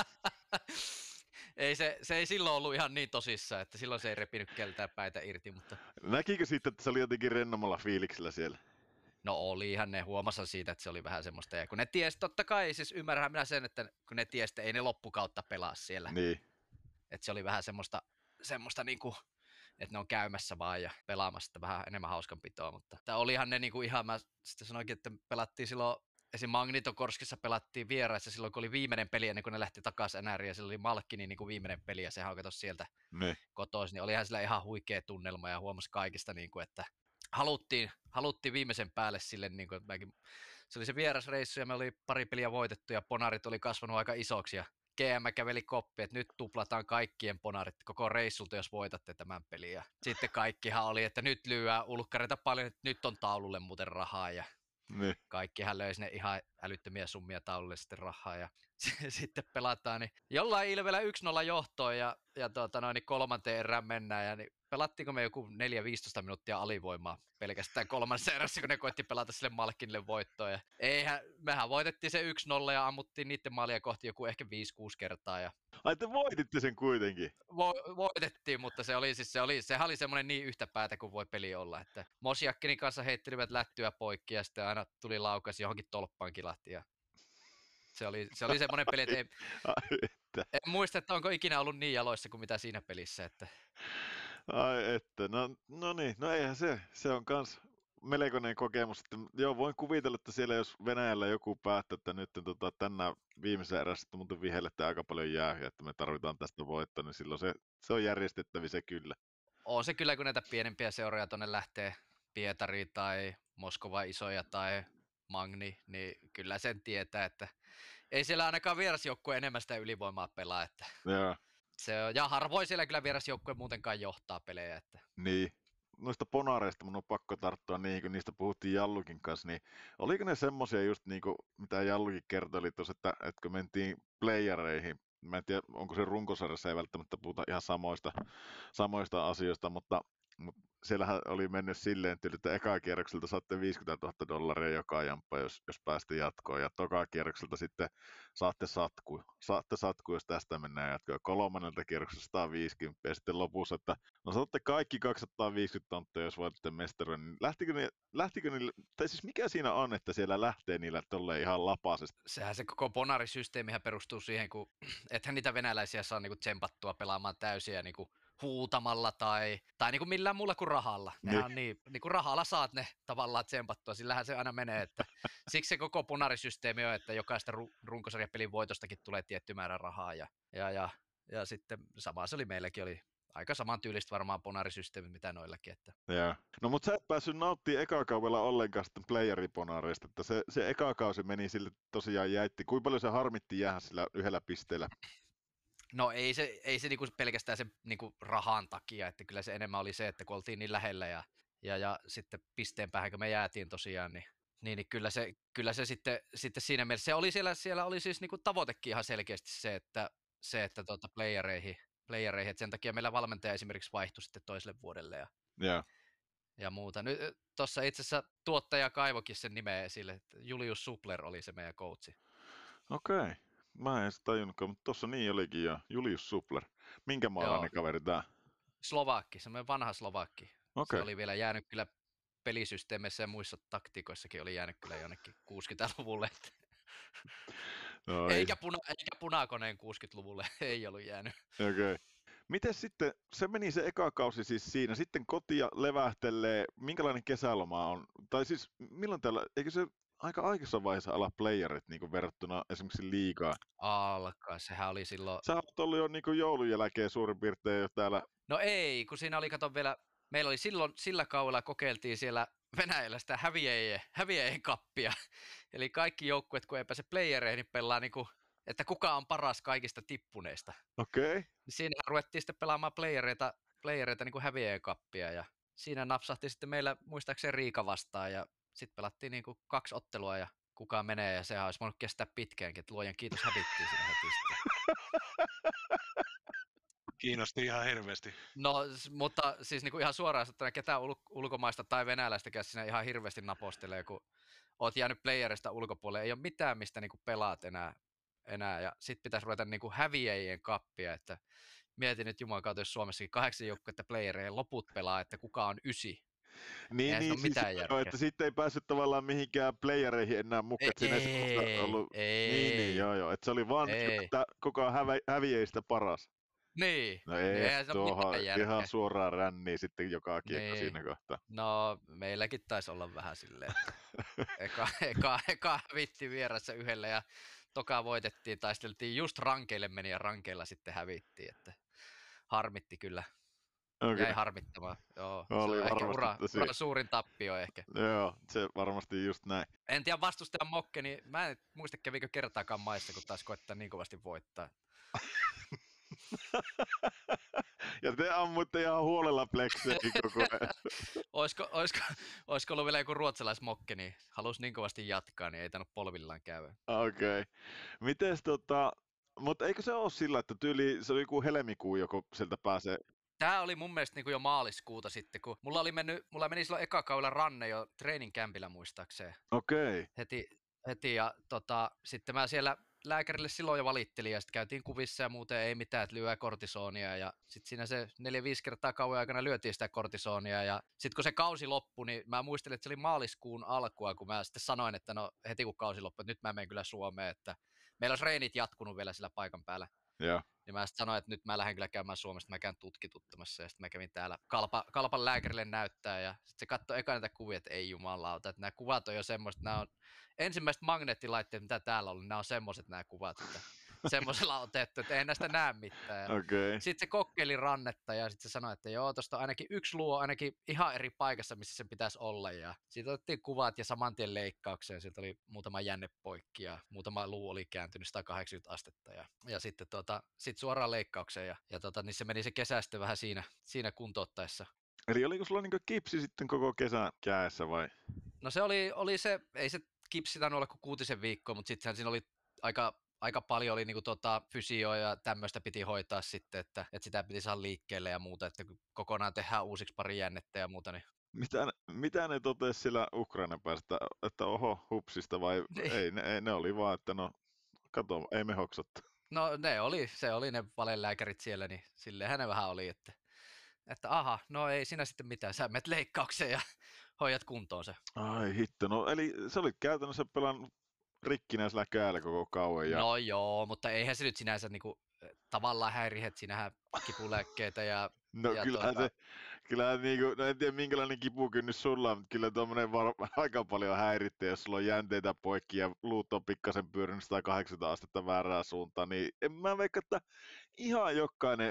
S5: Ei se ei silloin ollut ihan niin tosissaan, että silloin se ei repinyt keltään päitä irti, mutta...
S1: Näkikö sitten, että se oli jotenkin rennommalla fiiliksellä siellä?
S5: No olihan ne, huomassa siitä, että se oli vähän semmoista, ja kun ne tiesi, totta kai, siis ymmärrän minä sen, että kun ne tiesi, että ei ne loppukautta pelaa siellä.
S1: Niin.
S5: Että se oli vähän semmoista niinku, että ne on käymässä vaan ja pelaamassa vähän enemmän hauskanpitoa, mutta olihan ne niinku ihan, mä sitten sanoinkin, että pelattiin silloin, esim. Magnitokorskissa pelattiin vieraissa silloin, kun oli viimeinen peli ennen kuin ne lähti takaisin NRiin, ja silloin oli Malkkinin niinku viimeinen peli, ja sehän katsoi sieltä kotoisin, niin olihan sillä ihan huikea tunnelma, ja huomasi kaikista, niinku, että haluttiin viimeisen päälle sille, niinku, että se oli se vierasreissu, ja me oli pari peliä voitettu, ja ponarit oli kasvanut aika isoksi, ja GM käveli koppi, että nyt tuplataan kaikkien ponarit koko reissulta, jos voitatte tämän pelin. Ja sitten kaikkihan oli, että nyt lyödään ulkkareita paljon, että nyt on taululle muuten rahaa. Ja kaikkihan löi sinne ihan älyttömiä summia taululle sitten rahaa. Ja sitten pelataan, niin jollain ilveellä 1-0 johtoon ja niin kolmanteen erään mennään. Ja niin pelattiinko me joku 4-15 minuuttia alivoimaa pelkästään kolmannessa erässä, kun ne koitti pelata sille Malkinille voittoon. Ja mehän voitettiin se 1-0 ja ammuttiin niiden maalia kohti joku ehkä 5-6 kertaa. Ja
S1: ai te voititte sen kuitenkin?
S5: Voitettiin, mutta sehän oli semmoinen niin yhtä päätä kuin voi peli olla. Että Mosjakkinin kanssa heittelivät lättyä poikki ja sitten aina tuli laukas johonkin tolppaan kilahti. Ja se oli semmoinen peli, että en muista, että onko ikinä ollut niin jaloissa kuin mitä siinä pelissä. Että...
S1: Ai että, no niin, no eihän se on kans melkoinen kokemus. Että, joo, voin kuvitella, että siellä jos Venäjällä joku päättää, että nyt tänään viimeisen erässä muuten vihellette aika paljon jäähyä, että me tarvitaan tästä voittoa, niin silloin se on järjestettävissä kyllä.
S5: On se kyllä, kun näitä pienempiä seuroja tuonne lähtee, Pietari tai Moskova isoja tai Magni, niin kyllä sen tietää, että ei siellä ainakaan vierasjoukkue enemmän sitä ylivoimaa pelaa. Että
S1: joo.
S5: Ja harvoin siellä kyllä vierasjoukkue muutenkaan johtaa pelejä. Että...
S1: Niin. Noista ponareista mun on pakko tarttua niihin, kun niistä puhuttiin Jallukin kanssa, niin oliko ne semmosia just niinku, mitä Jallukin kertoi, oli tossa, että kun mentiin playereihin, mä en tiedä, onko se runkosarjassa, ei välttämättä puhuta ihan samoista asioista, mutta siellähän oli mennyt silleen, että eka kierrokselta saatte $50,000 joka jamppa, jos pääste jatkoon, ja toka kierrokselta sitten saatte satku, jos tästä mennään jatkoon. Kolmannelta kierrokselta 150, ja sitten lopussa, että no saatte kaikki 250 tontteja, jos voitatte mestaroida, niin lähtikö niille, tai siis mikä siinä on, että siellä lähtee niillä tolleen ihan lapasesti?
S5: Sehän se koko bonarisysteemihän perustuu siihen, kun ethän niitä venäläisiä saa niinku tsempattua pelaamaan täysin ja niinku huutamalla tai niinku millään muulla kuin rahalla. Nehän on niinku rahalla saat ne tavallaan tsempattua, sillähän se aina menee, että siksi se koko bonarisysteemi on, että jokaista runkosarjapelin voitostakin tulee tietty määrä rahaa ja sitten sama se oli meilläkin, oli aika saman tyylistä varmaan bonarisysteemi mitä noillakin. Että.
S1: Joo. No mutta sä et päässyt nauttimaan eka kaudella ollenkaan sitten playeriponareista, että se eka kausi meni sille tosiaan jäitti. Kuinka paljon se harmitti jäädä sillä yhdellä pisteellä?
S5: No ei se niinku pelkästään se niinku rahan takia, että kyllä se enemmän oli se, että kun oltiin niin lähellä ja sitten pisteen päähän, kun me jäätiin tosiaan, niin kyllä se sitten siinä mielessä, se oli siellä oli siis niinku tavoitekin ihan selkeästi se, että playereihin, että sen takia meillä valmentaja esimerkiksi vaihtui sitten toiselle vuodelle ja muuta. Nyt tuossa itse asiassa tuottaja kaivokin sen nimeä esille, että Julius Suppler oli se meidän coachi.
S1: Okei. Mä en edes tajunnutkaan, mutta tossa niin olikin jo. Julius Suppler. Minkä maalainen kaveri tää?
S5: Slovakki, semmoinen vanha Slovakki.
S1: Okay.
S5: Se oli vielä jäänyt kyllä pelisysteemeissä ja muissa taktikoissakin oli jäänyt kyllä jonnekin 60-luvulle. No, eikä punakoneen 60-luvulle ei ollut jäänyt.
S1: Okei. Okay. Miten sitten, se meni se eka kausi siis siinä, sitten kotia levähtelee, minkälainen kesäloma on? Tai siis milloin täällä, eikö se aika aikaisessa vaiheessa ala playerit niin verrattuna esimerkiksi liigaan?
S5: Alkaa, sehän oli silloin...
S1: Sä oot ollut jo niin joulun jälkeen suurin piirtein jo täällä.
S5: No ei, kun siinä oli, kato vielä, meillä oli silloin, sillä kaudella kokeiltiin siellä Venäjällä sitä häviäjien kappia. Eli kaikki joukkueet, kun ei pääse playereihin, niin pelaa niinku, että kuka on paras kaikista tippuneista.
S1: Okei. Okay.
S5: Siinä ruvettiin sitten pelaamaan playereita niin kuin häviäjien kappia ja siinä napsahti sitten meillä muistaakseni Riika vastaan ja sitten pelattiin niin kuin 2 ottelua ja kuka menee ja sehän olisi voinut kestää pitkäänkin, että luojan kiitos hävittiin siinä heti
S3: Kiinnosti ihan hirveästi.
S5: No, mutta siis niin kuin ihan suoraan sanottuna ketään ulkomaista tai venäläistäkään siinä ihan hirveästi napostelee, kun oot jäänyt playerista ulkopuolelle, ei ole mitään mistä niin kuin pelaat enää ja sitten pitäisi ruveta niin kuin häviäjien kappia, että mietin nyt juman kautta, jos Suomessakin 8 joukkuetta playereja loput pelaa, että kuka on 9.
S1: Niin siis, että sitten ei päässyt tavallaan mihinkään playereihin enää mukaan, että siinä ei ollut... Niin, joo, että se oli vaan että koko häviäjistä paras.
S5: Niin.
S1: No ei, tuohon ihan suoraan ränniin sitten joka kiekko siinä kohtaa.
S5: No, meilläkin taisi olla vähän silleen, että eka hävitti vieressä yhdellä ja toka voitettiin, taisteltiin just rankeille meni ja rankeilla sitten hävittiin, että harmitti kyllä. Okay. Jäi harmittamaan. Joo,
S1: oli
S5: se on ehkä uran suurin tappio ehkä.
S1: Joo, se varmasti just näin.
S5: En tiedä vastustajan Mokke, niin mä en muista kävikö kertaakaan maissa, kun taas koettaa niin kovasti voittaa.
S1: Ja te ammuitte ihan huolella plekseihin koko ajan.
S5: Olisiko ollut vielä joku ruotsalaismokke, niin halusi niin kovasti jatkaa, niin ei tainnut polvillaan käydä.
S1: Okei. Mites mutta eikö se ole sillä, että tyyli se oli joku helmikuu, joku sieltä pääsee?
S5: Tää oli mun mielestä niinku jo maaliskuuta sitten, kun mulla meni silloin eka kaudella ranne jo treeninkämpillä muistaakseen.
S1: Okei.
S5: Heti ja sitten mä siellä lääkärille silloin jo valittelin ja sitten käytiin kuvissa ja muuten ei mitään, että lyö kortisonia ja sitten siinä se 4-5 kertaa kauan aikana lyötiin sitä kortisonia ja sitten kun se kausi loppui, niin mä muistelin, että se oli maaliskuun alkua, kun mä sitten sanoin, että no heti kun kausi loppui, että nyt mä menen kyllä Suomeen, että meillä olisi reenit jatkunut vielä sillä paikan päällä.
S1: Joo.
S5: Niin mä sitten sanoin, että nyt mä lähden kyllä käymään Suomesta, mä käyn tutkituttamassa ja sitten mä kävin täällä Kalpan lääkärille näyttää ja sitten se katsoi eka näitä kuvia, että ei jumalauta, että nämä kuvat on jo semmoista, nämä on ensimmäiset magneettilaitteet, mitä täällä on, nämä on semmoiset nämä kuvat, että semmoisella on otettu, että ei näistä näe mitään.
S1: Okay.
S5: Sitten se kokeili rannetta ja sitten se sanoi, että joo, tuosta ainakin yksi luo ainakin ihan eri paikassa, missä se pitäisi olla. Ja siitä otettiin kuvat ja saman tien leikkaukseen. Sieltä oli muutama jänne poikki ja muutama luu oli kääntynyt 180 astetta. Ja sitten sit suoraan leikkaukseen ja niin se meni se kesä sitten vähän siinä kuntouttaessa.
S1: Eli oliko sulla niinku kipsi sitten koko kesän kädessä vai?
S5: No se oli se, ei se kipsi tainnut olla kuin 6 viikkoa, mutta sittenhän siinä oli aika paljon oli niinku fysioa ja tämmöistä piti hoitaa sitten, että sitä piti saada liikkeelle ja muuta, että kun kokonaan tehdään uusiksi pari jännettä ja muuta. Niin...
S1: Mitä ne totesi siellä Ukrainan päästä, että oho hupsista vai ei, ne oli vaan, että no kato, ei me hoksattu.
S5: No se oli ne valelääkärit siellä, niin silleenhän ne vähän oli, että aha, no ei siinä sitten mitään, sä menet leikkaukseen ja hoidat kuntoon se.
S1: Ai hitto, no eli se oli käytännössä pelannut rikkinäisellä käällä koko kauan. Ja...
S5: No joo, mutta eihän se nyt sinänsä niinku, tavallaan häirihe, että siinähän kipulääkkeitä ja...
S1: No ja kyllähän niinku, no en tiedä minkälainen kipukynnys sulla on, mutta kyllä tuommoinen aika paljon häirittää, jos sulla on jänteitä poikki ja luut on pikkasen pyörinyt 180 astetta väärään suuntaan, niin en mä veikka, että ihan jokainen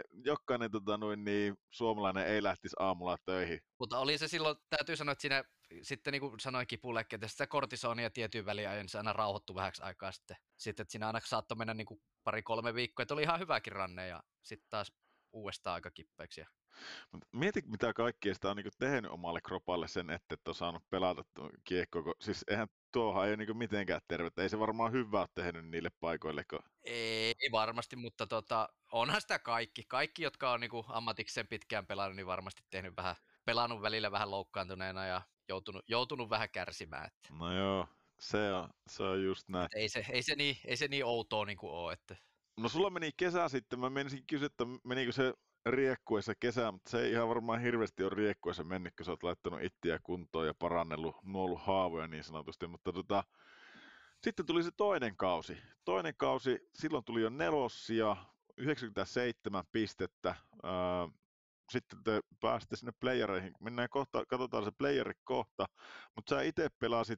S1: suomalainen ei lähtisi aamulla töihin.
S5: Mutta oli se silloin, täytyy sanoa, että siinä sitten niin kuin sanoin kipulääkkeitä, sitä kortisonia tietyn väliajan, se aina rauhoittui vähäksi aikaa sitten, että siinä aina saattoi mennä niin kuin 2-3 viikkoa, että oli ihan hyväkin ranne ja sitten taas uudestaan aika kippeeksi.
S1: Mieti, mitä kaikkea sitä on niin tehnyt omalle kropalle sen, että on saanut pelata kiekkoa. Siis eihän tuohan ei ole niin mitenkään tervettä. Ei se varmaan hyvää ole tehnyt niille paikoille.
S5: Ei varmasti, mutta onhan sitä kaikki, jotka on niin ammatikseen pitkään pelannut, niin varmasti pelannut välillä vähän loukkaantuneena ja joutunut vähän kärsimään. Että.
S1: No joo, se on just näin.
S5: Ei se niin outoa niin kuin ole. Että.
S1: No sulla meni kesä sitten, mä menisin kysyä, että menikö se riekkuessa kesä, mutta se ei ihan varmaan hirveästi ole riekkuessa mennyt, kun sä oot laittanut itseä kuntoon ja parannellut, nuollut haavoja niin sanotusti, mutta sitten tuli se toinen kausi, silloin tuli jo 4. 97 pistettä, sitten te pääsitte sinne playereihin, mennään kohta, katsotaan se playeri kohta, mutta sä itse pelasit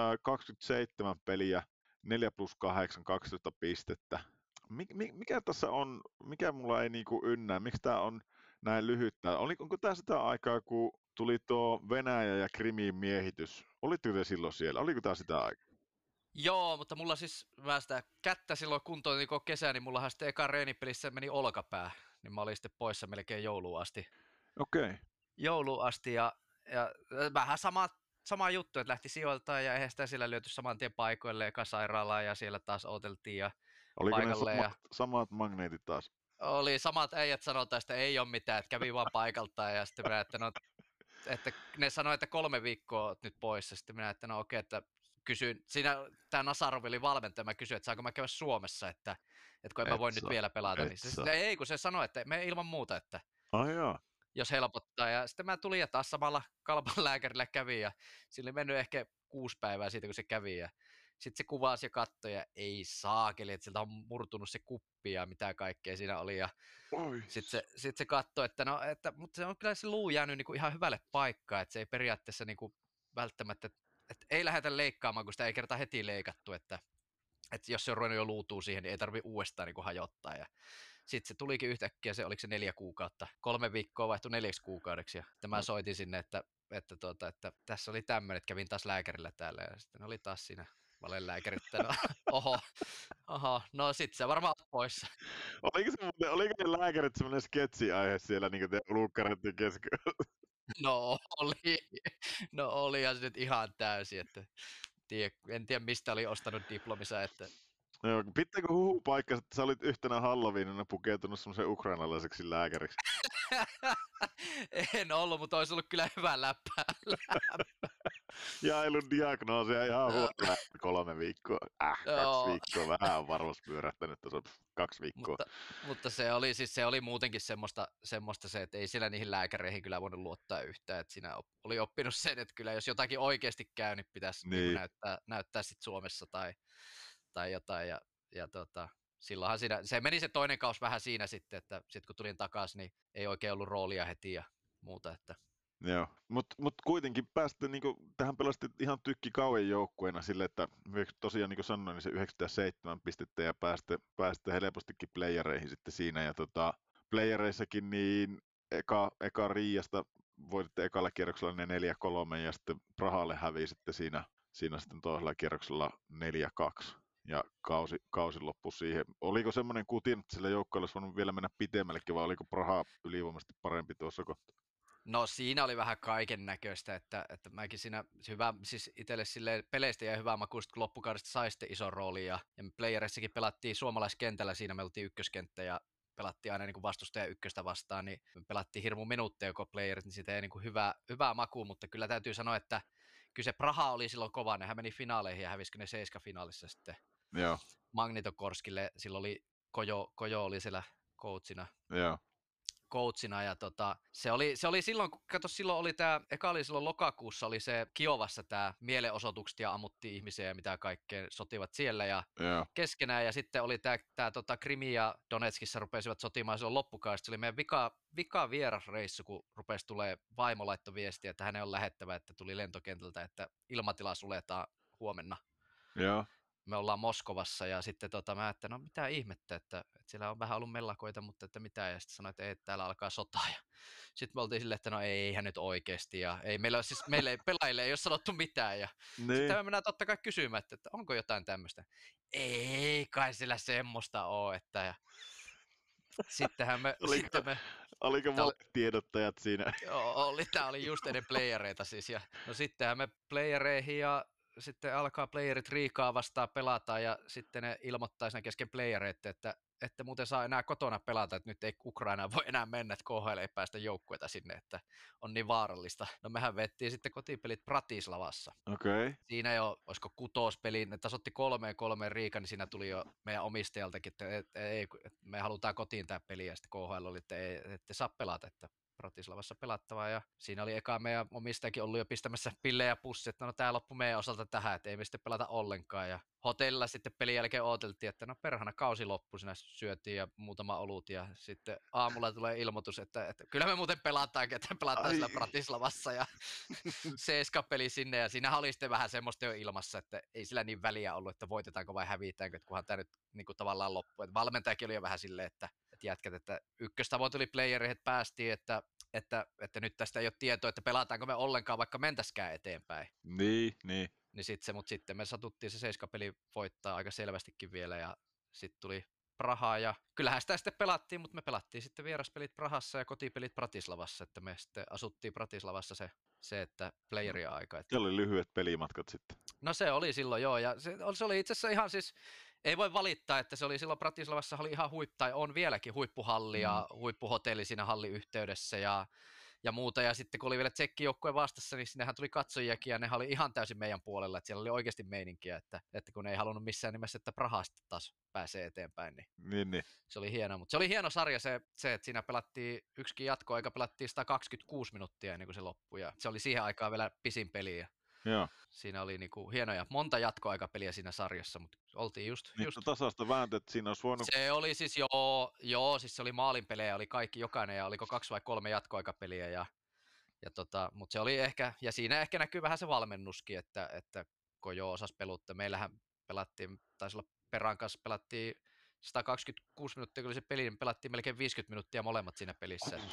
S1: 27 peliä, 4+8, 12 pistettä. Mikä tässä on, mikä mulla ei niinku ynnää, miksi tää on näin lyhyttä? Onko tää sitä aikaa, kun tuli tuo Venäjä ja Krimin miehitys? Olitteko te silloin siellä? Oliko tää sitä aikaa?
S5: Joo, mutta mulla siis, mä sitä kättä silloin kuntoon niin kesä, niin mullahan sitten eka reenipelissä meni olkapää, niin mä olin sitten poissa melkein jouluun asti.
S1: Okei. Okay.
S5: Jouluun asti ja vähän sama juttu, että lähti sijoiltaan ja eihän sitä siellä lyöty saman tien paikoille eka sairaalaan ja siellä taas odoteltiin ja
S1: oliko paikalle. Oliko ne samat magneetit taas?
S5: Oli samat äijät sanotaan, että ei ole mitään, että kävi vaan paikaltaan ja sitten minä, että ne sanoi, että 3 viikkoa olet nyt poissa. Sitten minä, että no okei, että kysyin, siinä tämä Nazarov oli valmentaja, mä kysyin, että saanko mä käydä Suomessa, että kun en mä voi nyt vielä pelata. Niin se, kun se sanoi, että me ilman muuta, että jos helpottaa. Ja sitten mä tulin ja taas samalla Kalpan lääkärillä kävin ja sillä oli mennyt ehkä 6 päivää siitä, kun se kävi. Ja sitten se kuvasi ja katsoi ja ei saakeli, että siltä on murtunut se kuppi ja mitä kaikkea siinä oli. Ja sitten se katsoi, mutta se on kyllä se luu jäänyt niinku ihan hyvälle paikkaan, että se ei periaatteessa niinku välttämättä, että ei lähdetä leikkaamaan, kun sitä ei kertaa heti leikattu, että jos se on ruvennut jo luutuu siihen, niin ei tarvitse uudestaan niinku hajottaa. Ja sitten se tulikin yhtäkkiä, oliko se 4 kuukautta, 3 viikkoa vaihtui 4 kuukaudeksi ja mä soitin sinne, että tässä oli tämmöinen, että kävin taas lääkärillä täällä ja sitten oli taas siinä valelääkärit, no oho, no sit se varmaan poissa.
S1: Oliko ne lääkärit semmoinen sketsiaihe siellä niin kuin te ulkkareiden keskellä?
S5: No oli ja se nyt ihan täysin, että en tiedä mistä oli ostanut diplomissa, että
S1: Joo, pitääkö huhu paikkansa, että sä olit yhtenä Halloweenina pukeutunut semmoisen ukrainalaiseksi lääkäriksi?
S5: En ollut, mutta olisi ollut kyllä hyvä läppä.
S1: Jailun diagnoosia ihan huolella 3 viikkoa. 2 viikkoa. Vähän on varmasti pyörähtänyt tuossa 2 viikkoa.
S5: Mutta se oli muutenkin semmoista se, että ei siellä niihin lääkäreihin kyllä voinut luottaa yhtään. Että siinä oli oppinut sen, että kyllä jos jotakin oikeasti käy, niin pitäisi niin. näyttää sit Suomessa tai jotain. Ja silloinhan se meni se toinen kaus vähän siinä sitten, että sit kun tulin takaisin, niin ei oikein ollut roolia heti ja muuta. Että
S1: joo, mutta kuitenkin pääsitte, niinku, tähän pelasitte ihan tykki kauan joukkueena sille, että tosiaan niin kuin sanoin, niin se 97 pistettä ja pääsitte helpostikin playereihin sitten siinä. Ja playereissakin niin eka Riiasta voititte ekalla kierroksella ne 4-3 ja sitten Prahalle hävisitte siinä sitten toisella kierroksella 4-2. Ja kausi loppui siihen. Oliko semmoinen kutin, että sillä joukkueella olisi voinut vielä mennä pitemmällekin, vai oliko Praha ylivoimaisesti parempi tuossa kohtaa?
S5: No siinä oli vähän kaiken näköistä, että mäkin siinä hyvä, siis itselle silleen peleistä jäi hyvää maku, kun loppukaudesta sai sitten ison roolin ja me playerissakin pelattiin suomalaiskentällä, siinä me oltiin ykköskenttä ja pelattiin aina niin kuin vastustaja ykköstä vastaan, niin me pelattiin hirmu minuutteja joko playerit, niin siitä ei niin kuin hyvää makuun, mutta kyllä täytyy sanoa, että kyllä se Praha oli silloin kova, nehän meni finaaleihin ja hävisikö ne Seiska-finaalissa sitten Magnitokorskille, silloin oli Kojo oli siellä coachina.
S1: Joo.
S5: Coachina ja se oli silloin, silloin oli eka oli silloin lokakuussa oli se Kiovassa tämä mielenosoitukset ja ammuttiin ihmisiä ja mitä kaikkea sotivat siellä ja keskenään ja sitten oli tämä Krimi ja Donetskissa rupesivat sotimaan silloin loppukaudesta. Se oli meidän vika vierasreissu, kun rupesi tulee vaimo laittoi viestiä, että hänen on lähettävä, että tuli lentokentältä, että ilmatila suletaan huomenna.
S1: Joo.
S5: Me ollaan Moskovassa ja sitten mä ajattelin, no mitä ihmettä, että siellä on vähän ollut mellakoita, mutta että mitä, ja sitten sanoin, että ei, täällä alkaa sota, ja sitten me oltiin silleen, että no eihän nyt oikeasti, ja ei meille pelaajille ei ole sanottu mitään, ja niin. Sitten me mennään totta kai kysymään, että onko jotain tämmöistä. Ei kai sillä semmoista ole, että ja sittenhän me...
S1: Oliko tiedottajat siinä?
S5: Joo, tämä oli just ennen playereita siis, ja no sittenhän me playereihin ja sitten alkaa playerit Riikaa vastaan pelata ja sitten ne ilmoittaa siinä kesken playereita, että muuten saa enää kotona pelata, että nyt ei Ukraina voi enää mennä, että KHL ei päästä joukkueita sinne, että on niin vaarallista. No mehän vettiin sitten kotipelit Bratislavassa.
S1: Okei. Okay.
S5: Siinä jo, olisiko kutospeli, ne tasoitti 3-3 Riika, niin siinä tuli jo meidän omistajaltakin, että me halutaan kotiin tämä peli, ja sitten KHL oli, että ette saa pelata, että Bratislavassa pelattavaa, ja siinä oli eka meidän omistajakin ollut jo pistämässä pillejä pussi, että no tää loppu meidän osalta tähän, että ei me sitten pelata ollenkaan, ja hotellilla sitten pelin jälkeen odoteltiin, että no perhana kausi loppui, siinä syötiin ja muutama olut, ja sitten aamulla tulee ilmoitus, että kyllä me muuten pelataankin, että pelataan sillä Bratislavassa, ja CSKA-peli sinne, ja siinähän oli sitten vähän semmoista jo ilmassa, että ei sillä niin väliä ollut, että voitetaanko vai hävitäänkö, että kunhan tämä nyt niin kuin tavallaan loppuu, että valmentajakin oli jo vähän silleen, että jätkät, että ykköstavoite oli playeriin, että päästiin, että nyt tästä ei ole tietoa, että pelataanko me ollenkaan, vaikka mentäskään eteenpäin.
S1: Niin.
S5: Mutta sitten me satuttiin se 7-peli voittaa aika selvästikin vielä, ja sitten tuli Praha, ja kyllähän sitä sitten pelattiin, mutta me pelattiin sitten vieraspelit Prahassa ja kotipelit Bratislavassa, että me sitten asuttiin Bratislavassa se että playeria aika.
S1: Se oli lyhyet pelimatkat sitten.
S5: No se oli silloin joo, ja se oli itse asiassa ihan siis, ei voi valittaa, että se oli silloin Bratislavassa oli ihan tai on vieläkin huippuhalli ja huippuhotelli siinä hallin yhteydessä ja muuta, ja sitten kun oli vielä tsekkijoukkue vastassa, niin sinnehän tuli katsojiakin, ja ne oli ihan täysin meidän puolella, että siellä oli oikeasti meininkiä, että kun ei halunnut missään nimessä, että Praha sitten taas pääsee eteenpäin, niin. Se oli hienoa, mutta se oli hieno sarja se, että siinä pelattiin yksikin jatkoaika, pelattiin 126 minuuttia ennen kuin se loppui, ja se oli siihen aikaan vielä pisin peli, ja
S1: joo.
S5: Siinä oli niinku hienoja, monta jatkoaikapeliä siinä sarjassa, mutta oltiin just...
S1: Tasaista vääntö, että siinä olisi voinut...
S5: Se oli siis siis se oli maalinpelejä, oli kaikki jokainen, ja oliko 2 vai 3 jatkoaikapeliä, mutta se oli ehkä, ja siinä ehkä näkyy vähän se valmennuskin, että Kojo osasi peluttaa. Meillähän pelattiin, taisi olla Peran kanssa, pelattiin 126 minuuttia, kun oli se peli, niin pelattiin melkein 50 minuuttia molemmat siinä pelissä, että...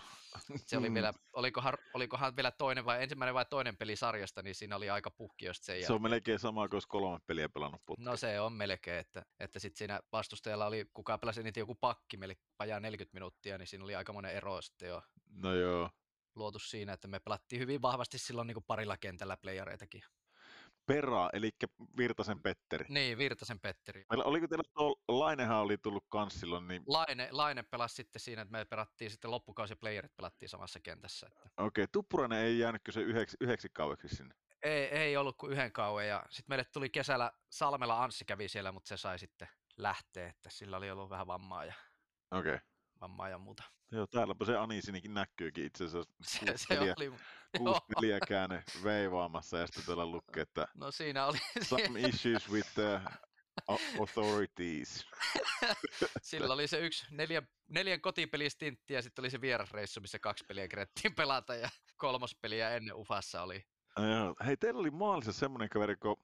S5: Se oli vielä, olikohan vielä ensimmäinen vai toinen peli sarjasta, niin siinä oli aika puhki just sen jälkeen.
S1: Se on melkein sama kuin olisi 3 peliä pelannut putkeen.
S5: No se on melkein, että sitten siinä vastustajalla oli, kukaan pelasi niitä joku pakki, meillä vajaa 40 minuuttia, niin siinä oli aikamoinen ero sitten jo.
S1: No joo.
S5: Luotu siinä, että me pelattiin hyvin vahvasti silloin niin kuin parilla kentällä playereitakin.
S1: Pera, eli Virtasen Petteri.
S5: Niin, Virtasen Petteri.
S1: Oliko teillä tuo Lainehan oli tullut kans silloin? Niin...
S5: Laine pelasi sitten siinä, että me pelattiin sitten loppukausiplayerit pelattiin samassa kentässä. Että...
S1: Okei, Tuppurainen ei jäänytkö se yhdeksi kaueksi sinne?
S5: Ei ollut kuin yhden kauan ja sitten meille tuli kesällä, Salmela Anssi kävi siellä, mutta se sai sitten lähteä, että sillä oli ollut vähän vammaa ja, vammaa ja muuta.
S1: Joo, täälläpä se Anisinikin näkyykin itse asiassa.
S5: Se oli...
S1: 6 peliä käänne veivaamassa ja sitten täällä lukee, että
S5: no siinä oli...
S1: some issues with the authorities.
S5: Sillä oli se 4 kotipelistintti ja sitten oli se vierasreissu, missä 2 peliä kerettiin pelata ja 3. peliä ennen Ufassa oli.
S1: Hei, teillä oli maalissa semmoinen kaveri kuin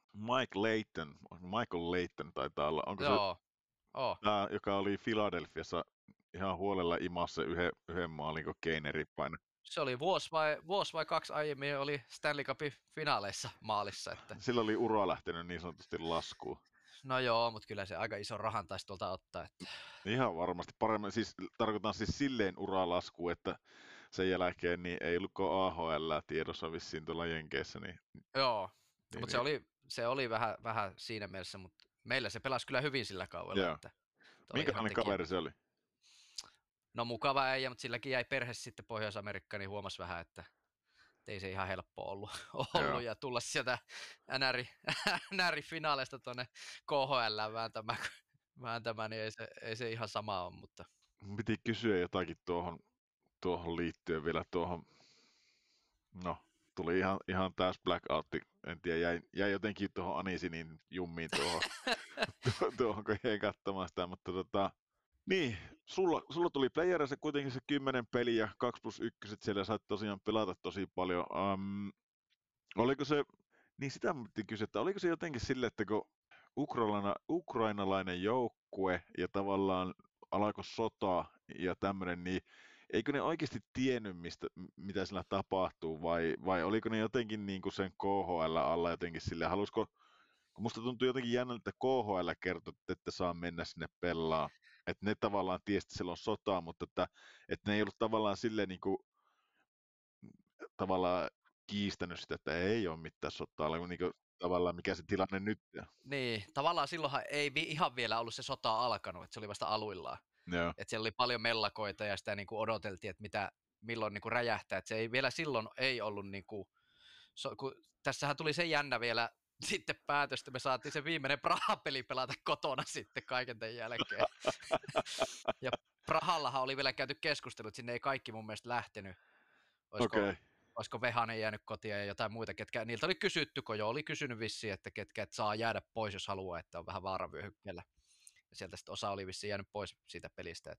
S1: Michael Layton taitaa olla. Onko
S5: Joo.
S1: se tämä, joka oli Philadelphiassa ihan huolella imassa yhden maalin, kun Keineri painoi?
S5: Se oli vuosi vai 2 aiemmin oli Stanley Cupin finaaleissa maalissa. Että...
S1: Sillä oli ura lähtenyt niin sanotusti laskuun.
S5: No joo, mutta kyllä se aika iso rahan taisi tuolta ottaa. Että...
S1: Ihan varmasti paremmin, siis tarkoitan siis silleen uralaskuun, että sen jälkeen niin ei ollutko AHL tiedossa vissiin tuolla Jenkeissä. Niin,
S5: joo,
S1: niin,
S5: mutta se oli vähän siinä mielessä, mutta meillä se pelasi kyllä hyvin sillä kaudella. Että
S1: minkälainen kaveri se oli?
S5: No mukava äijä, mutta silläkin jäi perhe sitten Pohjois-Amerikkaan, niin huomasi vähän, että ei se ihan helppo ollut ja tulla sieltä NR-finaaleista tuonne KHL vääntämään, niin ei se ihan sama ole, mutta...
S1: Piti kysyä jotakin tuohon liittyen vielä tuohon, no tuli ihan täys blackoutti, en tiedä, jäi jotenkin tuohon Anisinin jummiin tuohon kun jäi katsomaan sitä, mutta niin, sulla tuli playerissa kuitenkin se 10 peliä, 2+1, siellä sait tosiaan pelata tosi paljon. Oliko se, niin sitä piti kysyä, että oliko se jotenkin sille, että kun ukrainalainen joukkue ja tavallaan alkoi sota ja tämmöinen, niin eikö ne oikeasti tiennyt, mitä siellä tapahtuu, vai oliko ne jotenkin niin kuin sen KHL alla jotenkin silleen, halusiko, kun musta tuntuu jotenkin jännältä, että KHL kertoi, että saa mennä sinne pelaa, että ne tavallaan tiesi, että siellä on sotaa, mutta että ne ei ollut tavallaan silleen niin kuin, tavallaan kiistänyt sitä, että ei ole mitään sotaa, niin kuin, tavallaan mikä se tilanne nyt on.
S5: Niin, tavallaan silloinhan ei ihan vielä ollut se sota alkanut, että se oli vasta aluillaan. Että siellä oli paljon mellakoita ja sitä niin kuin odoteltiin, että milloin niin kuin räjähtää. Että se ei vielä silloin ei ollut, niin kuin, tässähän tuli se jännä vielä sitten päätöstä, me saatiin se viimeinen Praha-peli pelata kotona sitten kaiken tämän jälkeen. Ja Prahallahan oli vielä käyty keskustelut, että sinne ei kaikki mun mielestä lähtenyt. Olisiko Vehanen jäänyt kotiin ja jotain muita, ketkä niiltä oli kysytty, kun jo oli kysynyt vissiin, että ketkä saa jäädä pois, jos haluaa, että on vähän vaaravyöhykkeellä. Ja sieltä sitten osa oli vissiin jäänyt pois siitä pelistä,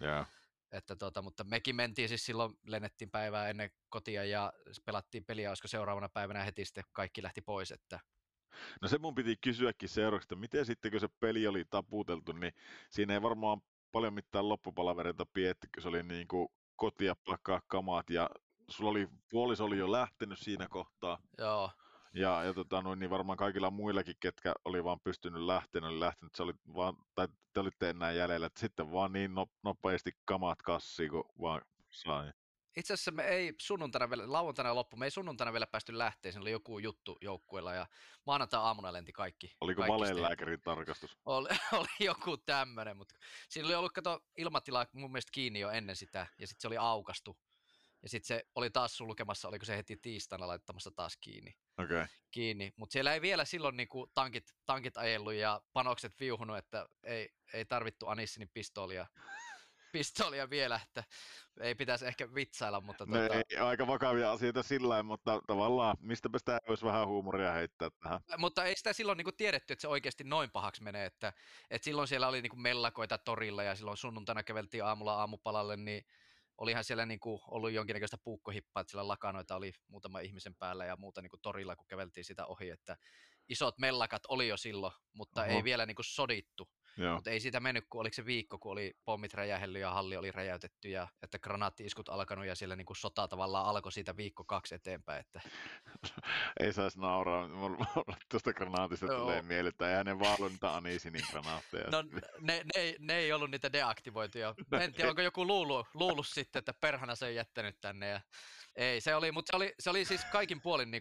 S5: mutta mekin mentiin siis silloin, lennettiin päivää ennen kotia ja pelattiin peliä, olisiko seuraavana päivänä heti sitten kaikki lähti pois, että...
S1: No se mun piti kysyäkin seuraavaksi, että miten sitten kun se peli oli taputeltu, niin siinä ei varmaan paljon mitään loppupalavereita pietty, kun se oli niin kuin kotia pakkaa kamat ja puoliso oli jo lähtenyt siinä kohtaa.
S5: Joo.
S1: Ja niin varmaan kaikilla muillakin, ketkä oli vaan pystynyt lähtenyt, se oli vaan, tai te olitte enää jäljellä, että sitten vaan niin nopeasti kamat kassiin, kun vaan sai.
S5: Itse asiassa me ei lauantaina loppu, me ei sunnuntaina vielä päästy lähteen, siinä oli joku juttu joukkueella ja maanantai-aamuna lenti kaikki.
S1: Oliko valeenlääkärin tarkastus?
S5: Oli joku tämmöinen, mutta siinä oli ollut ilmatila mun mielestä kiinni jo ennen sitä ja sitten se oli aukastu. Ja sitten se oli taas sulkemassa, oliko se heti tiistaina laittamassa taas kiinni. Mutta siellä ei vielä silloin niinku tankit ajellut ja panokset viuhunut, että ei tarvittu Anissinin pistoolia vielä, että ei pitäisi ehkä vitsailla, mutta...
S1: Ei, aika vakavia asioita sillä lailla, mutta tavallaan mistäpä sitä olisi vähän huumoria heittää tähän.
S5: Mutta ei sitä silloin niinku tiedetty, että se oikeasti noin pahaksi menee, että silloin siellä oli niinku mellakoita torilla ja silloin sunnuntaina käveltiin aamulla aamupalalle, niin olihan siellä niinku ollut jonkinnäköistä puukkohippaa, että siellä lakanoita oli muutama ihmisen päällä ja muuta niinku torilla, kun käveltiin sitä ohi, että isot mellakat oli jo silloin, mutta ei vielä niinku sodittu. Mutta ei siitä mennyt, kun oliko se viikko, kun oli pommit räjähellyt ja halli oli räjäytetty ja että granaatti-iskut alkanut ja siellä niinku sota tavallaan alkoi siitä 1-2 eteenpäin. Että...
S1: ei saisi nauraa, tuosta granaatista tulee mieleen, että eihän ne vaan ollut niitä Anisinin granaatteja.
S5: No ne ei ollut niitä deaktivoituja. En tiedä, onko joku luullut sitten, että perhana se on jättänyt tänne. Ja... Ei, se oli, mutta se oli siis kaikin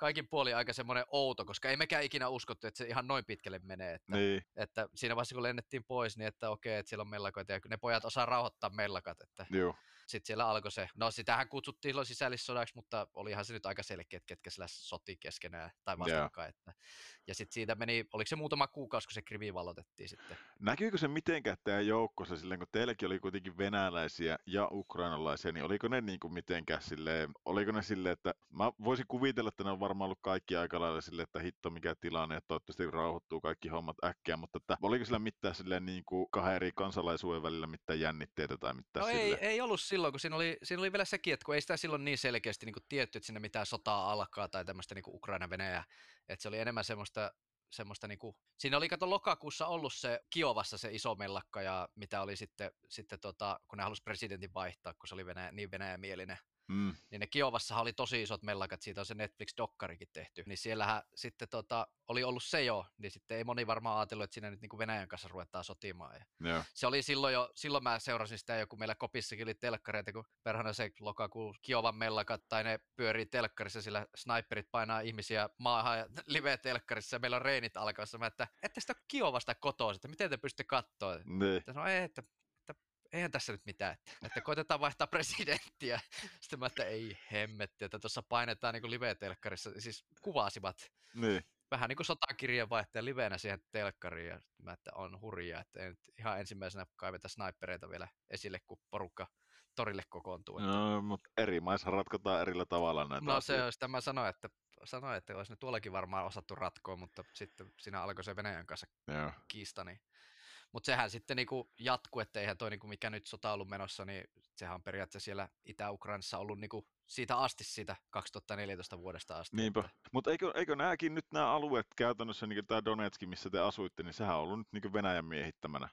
S5: kaikin puolin aika semmoinen outo, koska ei mekään ikinä uskottu, että se ihan noin pitkälle menee. Että siinä vaiheessa kun lennettiin pois, niin että okei, että siellä on mellakoita ja ne pojat osaa rauhoittaa mellakat. Että sitten siellä alkoi se, no sitähän kutsuttiin silloin sisällissodaksi, mutta olihan se nyt aika selkeä, että ketkä sillä soti keskenään tai vastakkain. Ja sitten siitä meni, oliko se muutama kuukausi, kun se Krimi vallotettiin sitten.
S1: Näkyykö se mitenkään teidän joukkossa silleen, kun teilläkin oli kuitenkin venäläisiä ja ukrainalaisia, niin oliko ne niin kuin mitenkään silleen, oliko ne silleen, että mä voisin kuvitella, että ne on varmaan ollut kaikki aika lailla silleen, että hitto mikä tilanne, että toivottavasti rauhoittuu kaikki hommat äkkiä, mutta että oliko sillä mitään silleen niin kuin kahden eri kansalaisuuden välillä mitään jännitteitä tai mitään silleen?
S5: No ei ollut silloin, kun siinä oli vielä sekin, että kun ei sitä silloin niin selkeästi niin kuin tietty, että sinne mitään sotaa alkaa tai tämmöistä niin kuin Ukraina-Venäjä, että se oli enemmän semmoista niinku, siinä oli lokakuussa ollut se Kiovassa se iso mellakka ja mitä oli sitten kun ne halusi presidentin vaihtaa, kun se oli niin venäjämielinen. Niin ne Kiovassahan oli tosi isot mellakat, siitä on se Netflix-dokkarikin tehty, niin siellähän sitten oli ollut se jo, niin sitten ei moni varmaan ajatellut, että siinä nyt niinku Venäjän kanssa ruvetaan sotimaan. Ja se oli silloin mä seurasin sitä jo, kun meillä Kopissakin oli telkkareita, kun perhana se lokakuun Kiovan mellakat, tai ne pyörii telkkarissa, sillä sniperit painaa ihmisiä maahan ja live-telkkarissa, ja meillä on reenit alkavassa, että ette sitä ole Kiovasta kotoa, että miten te pystytte katsoa? No ei, että eihän tässä nyt mitään, että koitetaan vaihtaa presidenttiä. Sitten mä, että ei hemmetti, että tuossa painetaan niin live-telkkarissa, siis kuvasivat vähän niin kuin sotakirjeenvaihtaja livenä siihen telkkariin, ja mä, että on hurjaa, että ei nyt ihan ensimmäisenä kaiveta snipereita vielä esille, kun porukka torille kokoontuu.
S1: No, mutta eri maissa ratkotaan erillä tavalla näitä
S5: No se on sitä mä sanoin, että olisi ne tuollakin varmaan osattu ratkoa, mutta sitten siinä alkoi se Venäjän kanssa kiista, niin mutta sehän sitten niinku jatkuu, että eihän toi niinku mikä nyt sota ollut menossa, niin sehän on periaatteessa siellä Itä-Ukrainassa ollut niinku siitä asti, siitä 2014 vuodesta asti.
S1: Niinpä, mutta eikö nämäkin nyt nämä alueet käytännössä, niin kuin tämä Donetski, missä te asuitte, niin sehän on ollut nyt niin Venäjän miehittämänä?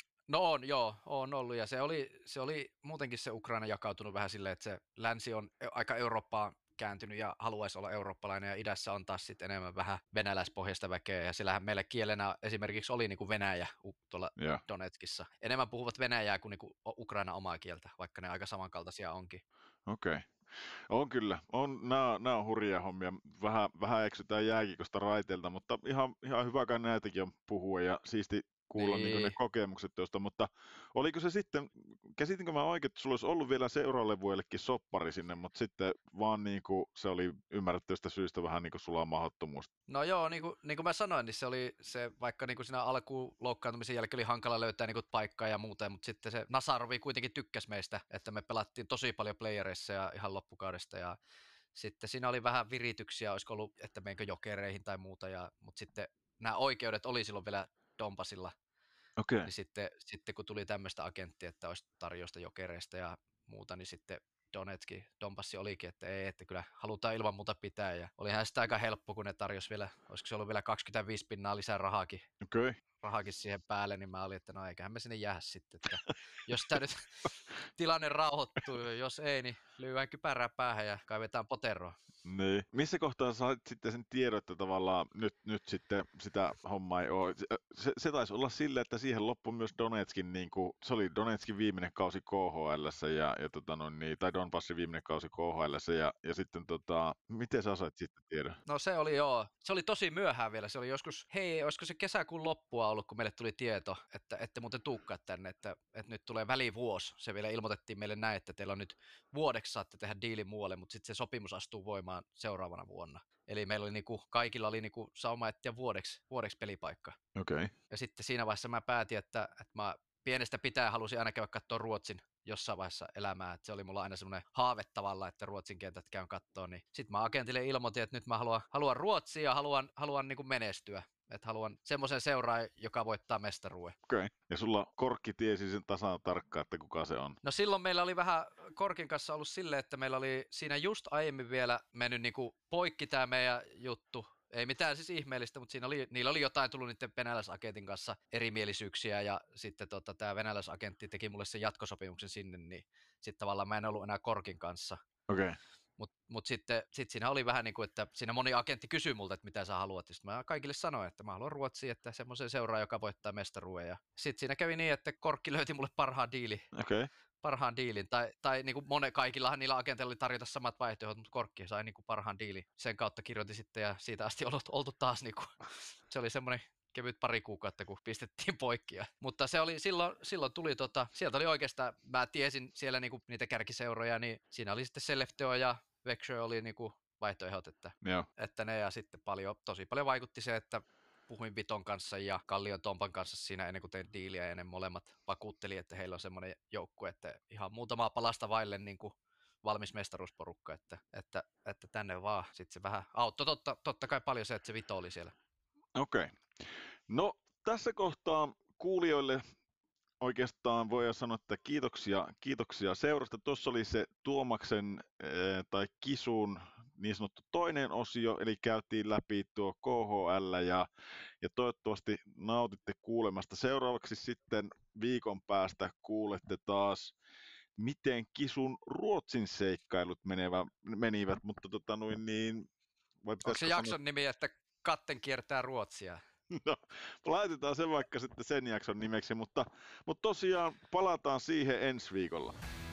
S5: No on ollut, ja se oli muutenkin se Ukraina jakautunut vähän silleen, että se länsi on aika Eurooppaan kääntynyt ja haluaisi olla eurooppalainen, ja idässä on taas sitten enemmän vähän venäläispohjaista väkeä, ja sillähän meillä kielenä esimerkiksi oli niin kuin Venäjä tuolla Donetskissa. Enemmän puhuvat venäjää kuin niinku Ukraina omaa kieltä, vaikka ne aika samankaltaisia onkin.
S1: Okei. On kyllä. Nämä on hurjia hommia. Vähän eksytään jääkiekosta raiteilta, mutta ihan hyvä kai näitäkin on puhua, ja siisti kuulla niin ne kokemukset tuosta, mutta oliko se sitten, käsitinkö mä oikein, että sulla olisi ollut vielä seuraavalle vuodellekin soppari sinne, mutta sitten vaan niin kuin se oli ymmärrettävästä syystä vähän niin kuin sulla on mahdottomuus?
S5: No joo, niin kuin mä sanoin, niin se oli se, vaikka niin kuin siinä alkuun loukkaantumisen jälkeen oli hankala löytää niin kuin paikkaa ja muuta, mutta sitten se Nasarovi kuitenkin tykkäsi meistä, että me pelattiin tosi paljon playereissa ja ihan loppukaudesta, ja sitten siinä oli vähän virityksiä, olisiko ollut, että meinkö jokereihin tai muuta, mutta sitten nämä oikeudet oli silloin vielä Donbasilla.
S1: Okay.
S5: Niin sitten kun tuli tämmöistä agenttia, että olisi tarjousta jokereista ja muuta, niin sitten Donbassi olikin, että ei, että kyllä halutaan ilman muuta pitää. Ja olihan sitä aika helppo, kun ne tarjosi vielä, olisiko se ollut vielä 25 pinnaa lisää rahaakin.
S1: Okay.
S5: Rahaakin siihen päälle, niin mä olin, että no eiköhän me sinne jää sitten. Että jos tämä nyt tilanne rauhoittuu, jos ei, niin lyödään kypärää päähän ja kaivetaan poteroa.
S1: Niin. Missä kohtaa sait sitten sen tiedon, että tavallaan nyt sitten sitä hommaa ei ole? Se taisi olla silleen, että siihen loppui myös Donetskin, niin kuin, se oli Donetskin viimeinen kausi KHL:ssä tai Donbassin viimeinen kausi KHL:ssä ja sitten miten sä sait sitten tiedon?
S5: No se oli tosi myöhään vielä, se oli joskus, olisiko se kesäkuun loppua ollut, kun meille tuli tieto, että ette muuten tuukkaa tänne, että nyt tulee välivuosi, se vielä ilmoitettiin meille näin, että teillä on nyt vuodeksi saatte tehdä diilin muualle, mutta sitten se sopimus astuu voimaan seuraavana vuonna. Eli meillä oli kaikilla oli sauma etsiä vuodeksi pelipaikka.
S1: Okay.
S5: Ja sitten siinä vaiheessa mä päätin, että mä pienestä pitää halusin aina käydä katsoa Ruotsin jossain vaiheessa elämää. Että se oli mulla aina semmoinen haave tavalla, että Ruotsin kentät käyn katsoa. Niin sitten mä agentille ilmoitin, että nyt mä haluan Ruotsia ja haluan niin kuin menestyä. Että haluan semmoisen seuraan, joka voittaa mestaruuden.
S1: Okei. Ja sulla Korkki tiesi sen tasan tarkkaan, että kuka se on?
S5: No silloin meillä oli vähän Korkin kanssa ollut silleen, että meillä oli siinä just aiemmin vielä mennyt niinku poikki tämä meidän juttu. Ei mitään siis ihmeellistä, mutta niillä oli jotain tullut niiden venäläisagentin kanssa erimielisyyksiä, ja sitten tämä venäläisagentti teki mulle sen jatkosopimuksen sinne, niin sitten tavallaan mä en ollut enää Korkin kanssa.
S1: Okei.
S5: Mut sitten siinä oli vähän niin kuin, että siinä moni agentti kysyi multa, että mitä sä haluat. Ja sitten mä kaikille sanoin, että mä haluan Ruotsiin, että semmoisen seuraa, joka voittaa mestaruuden. Ja sitten siinä kävi niin, että Korkki löyti mulle parhaan diilin. Parhaan diilin, tai niin kuin kaikillahan niillä agenteilla oli tarjota samat vaihtoehdot, mutta Korkki sai niin kuin parhaan diilin. Sen kautta kirjoitin sitten ja siitä asti oltu taas, niin kuin, se oli semmoinen kevyt pari kuukautta, kun pistettiin poikki. Mutta se oli silloin tuli, sieltä oli oikeastaan, mä tiesin siellä niin kuin niitä kärkiseuroja, niin siinä oli sitten Selefteo ja Vexio oli niin kuin vaihtoehdot, että ne ja sitten tosi paljon vaikutti se, että puhuin Viton kanssa ja Kallion Tompan kanssa siinä ennen kuin tein diiliä ja ne molemmat vakuutteli, että heillä on semmoinen joukkue, että ihan muutamaa palasta vaille niin kuin valmis mestaruusporukka, että tänne vaan. Sitten se vähän auttoi totta kai paljon se, että se Vito oli siellä.
S1: Okei. No tässä kohtaa kuulijoille oikeastaan voidaan sanoa, että kiitoksia seurasta. Tuossa oli se Tuomaksen tai Kisun niin sanottu toinen osio, eli käytiin läpi tuo KHL ja toivottavasti nautitte kuulemasta. Seuraavaksi sitten viikon päästä kuulette taas, miten Kisun Ruotsin seikkailut menivät, mutta
S5: onko se jakson nimi, että Katten kiertää Ruotsia?
S1: No, laitetaan se vaikka sitten sen jakson nimeksi, mutta tosiaan palataan siihen ensi viikolla.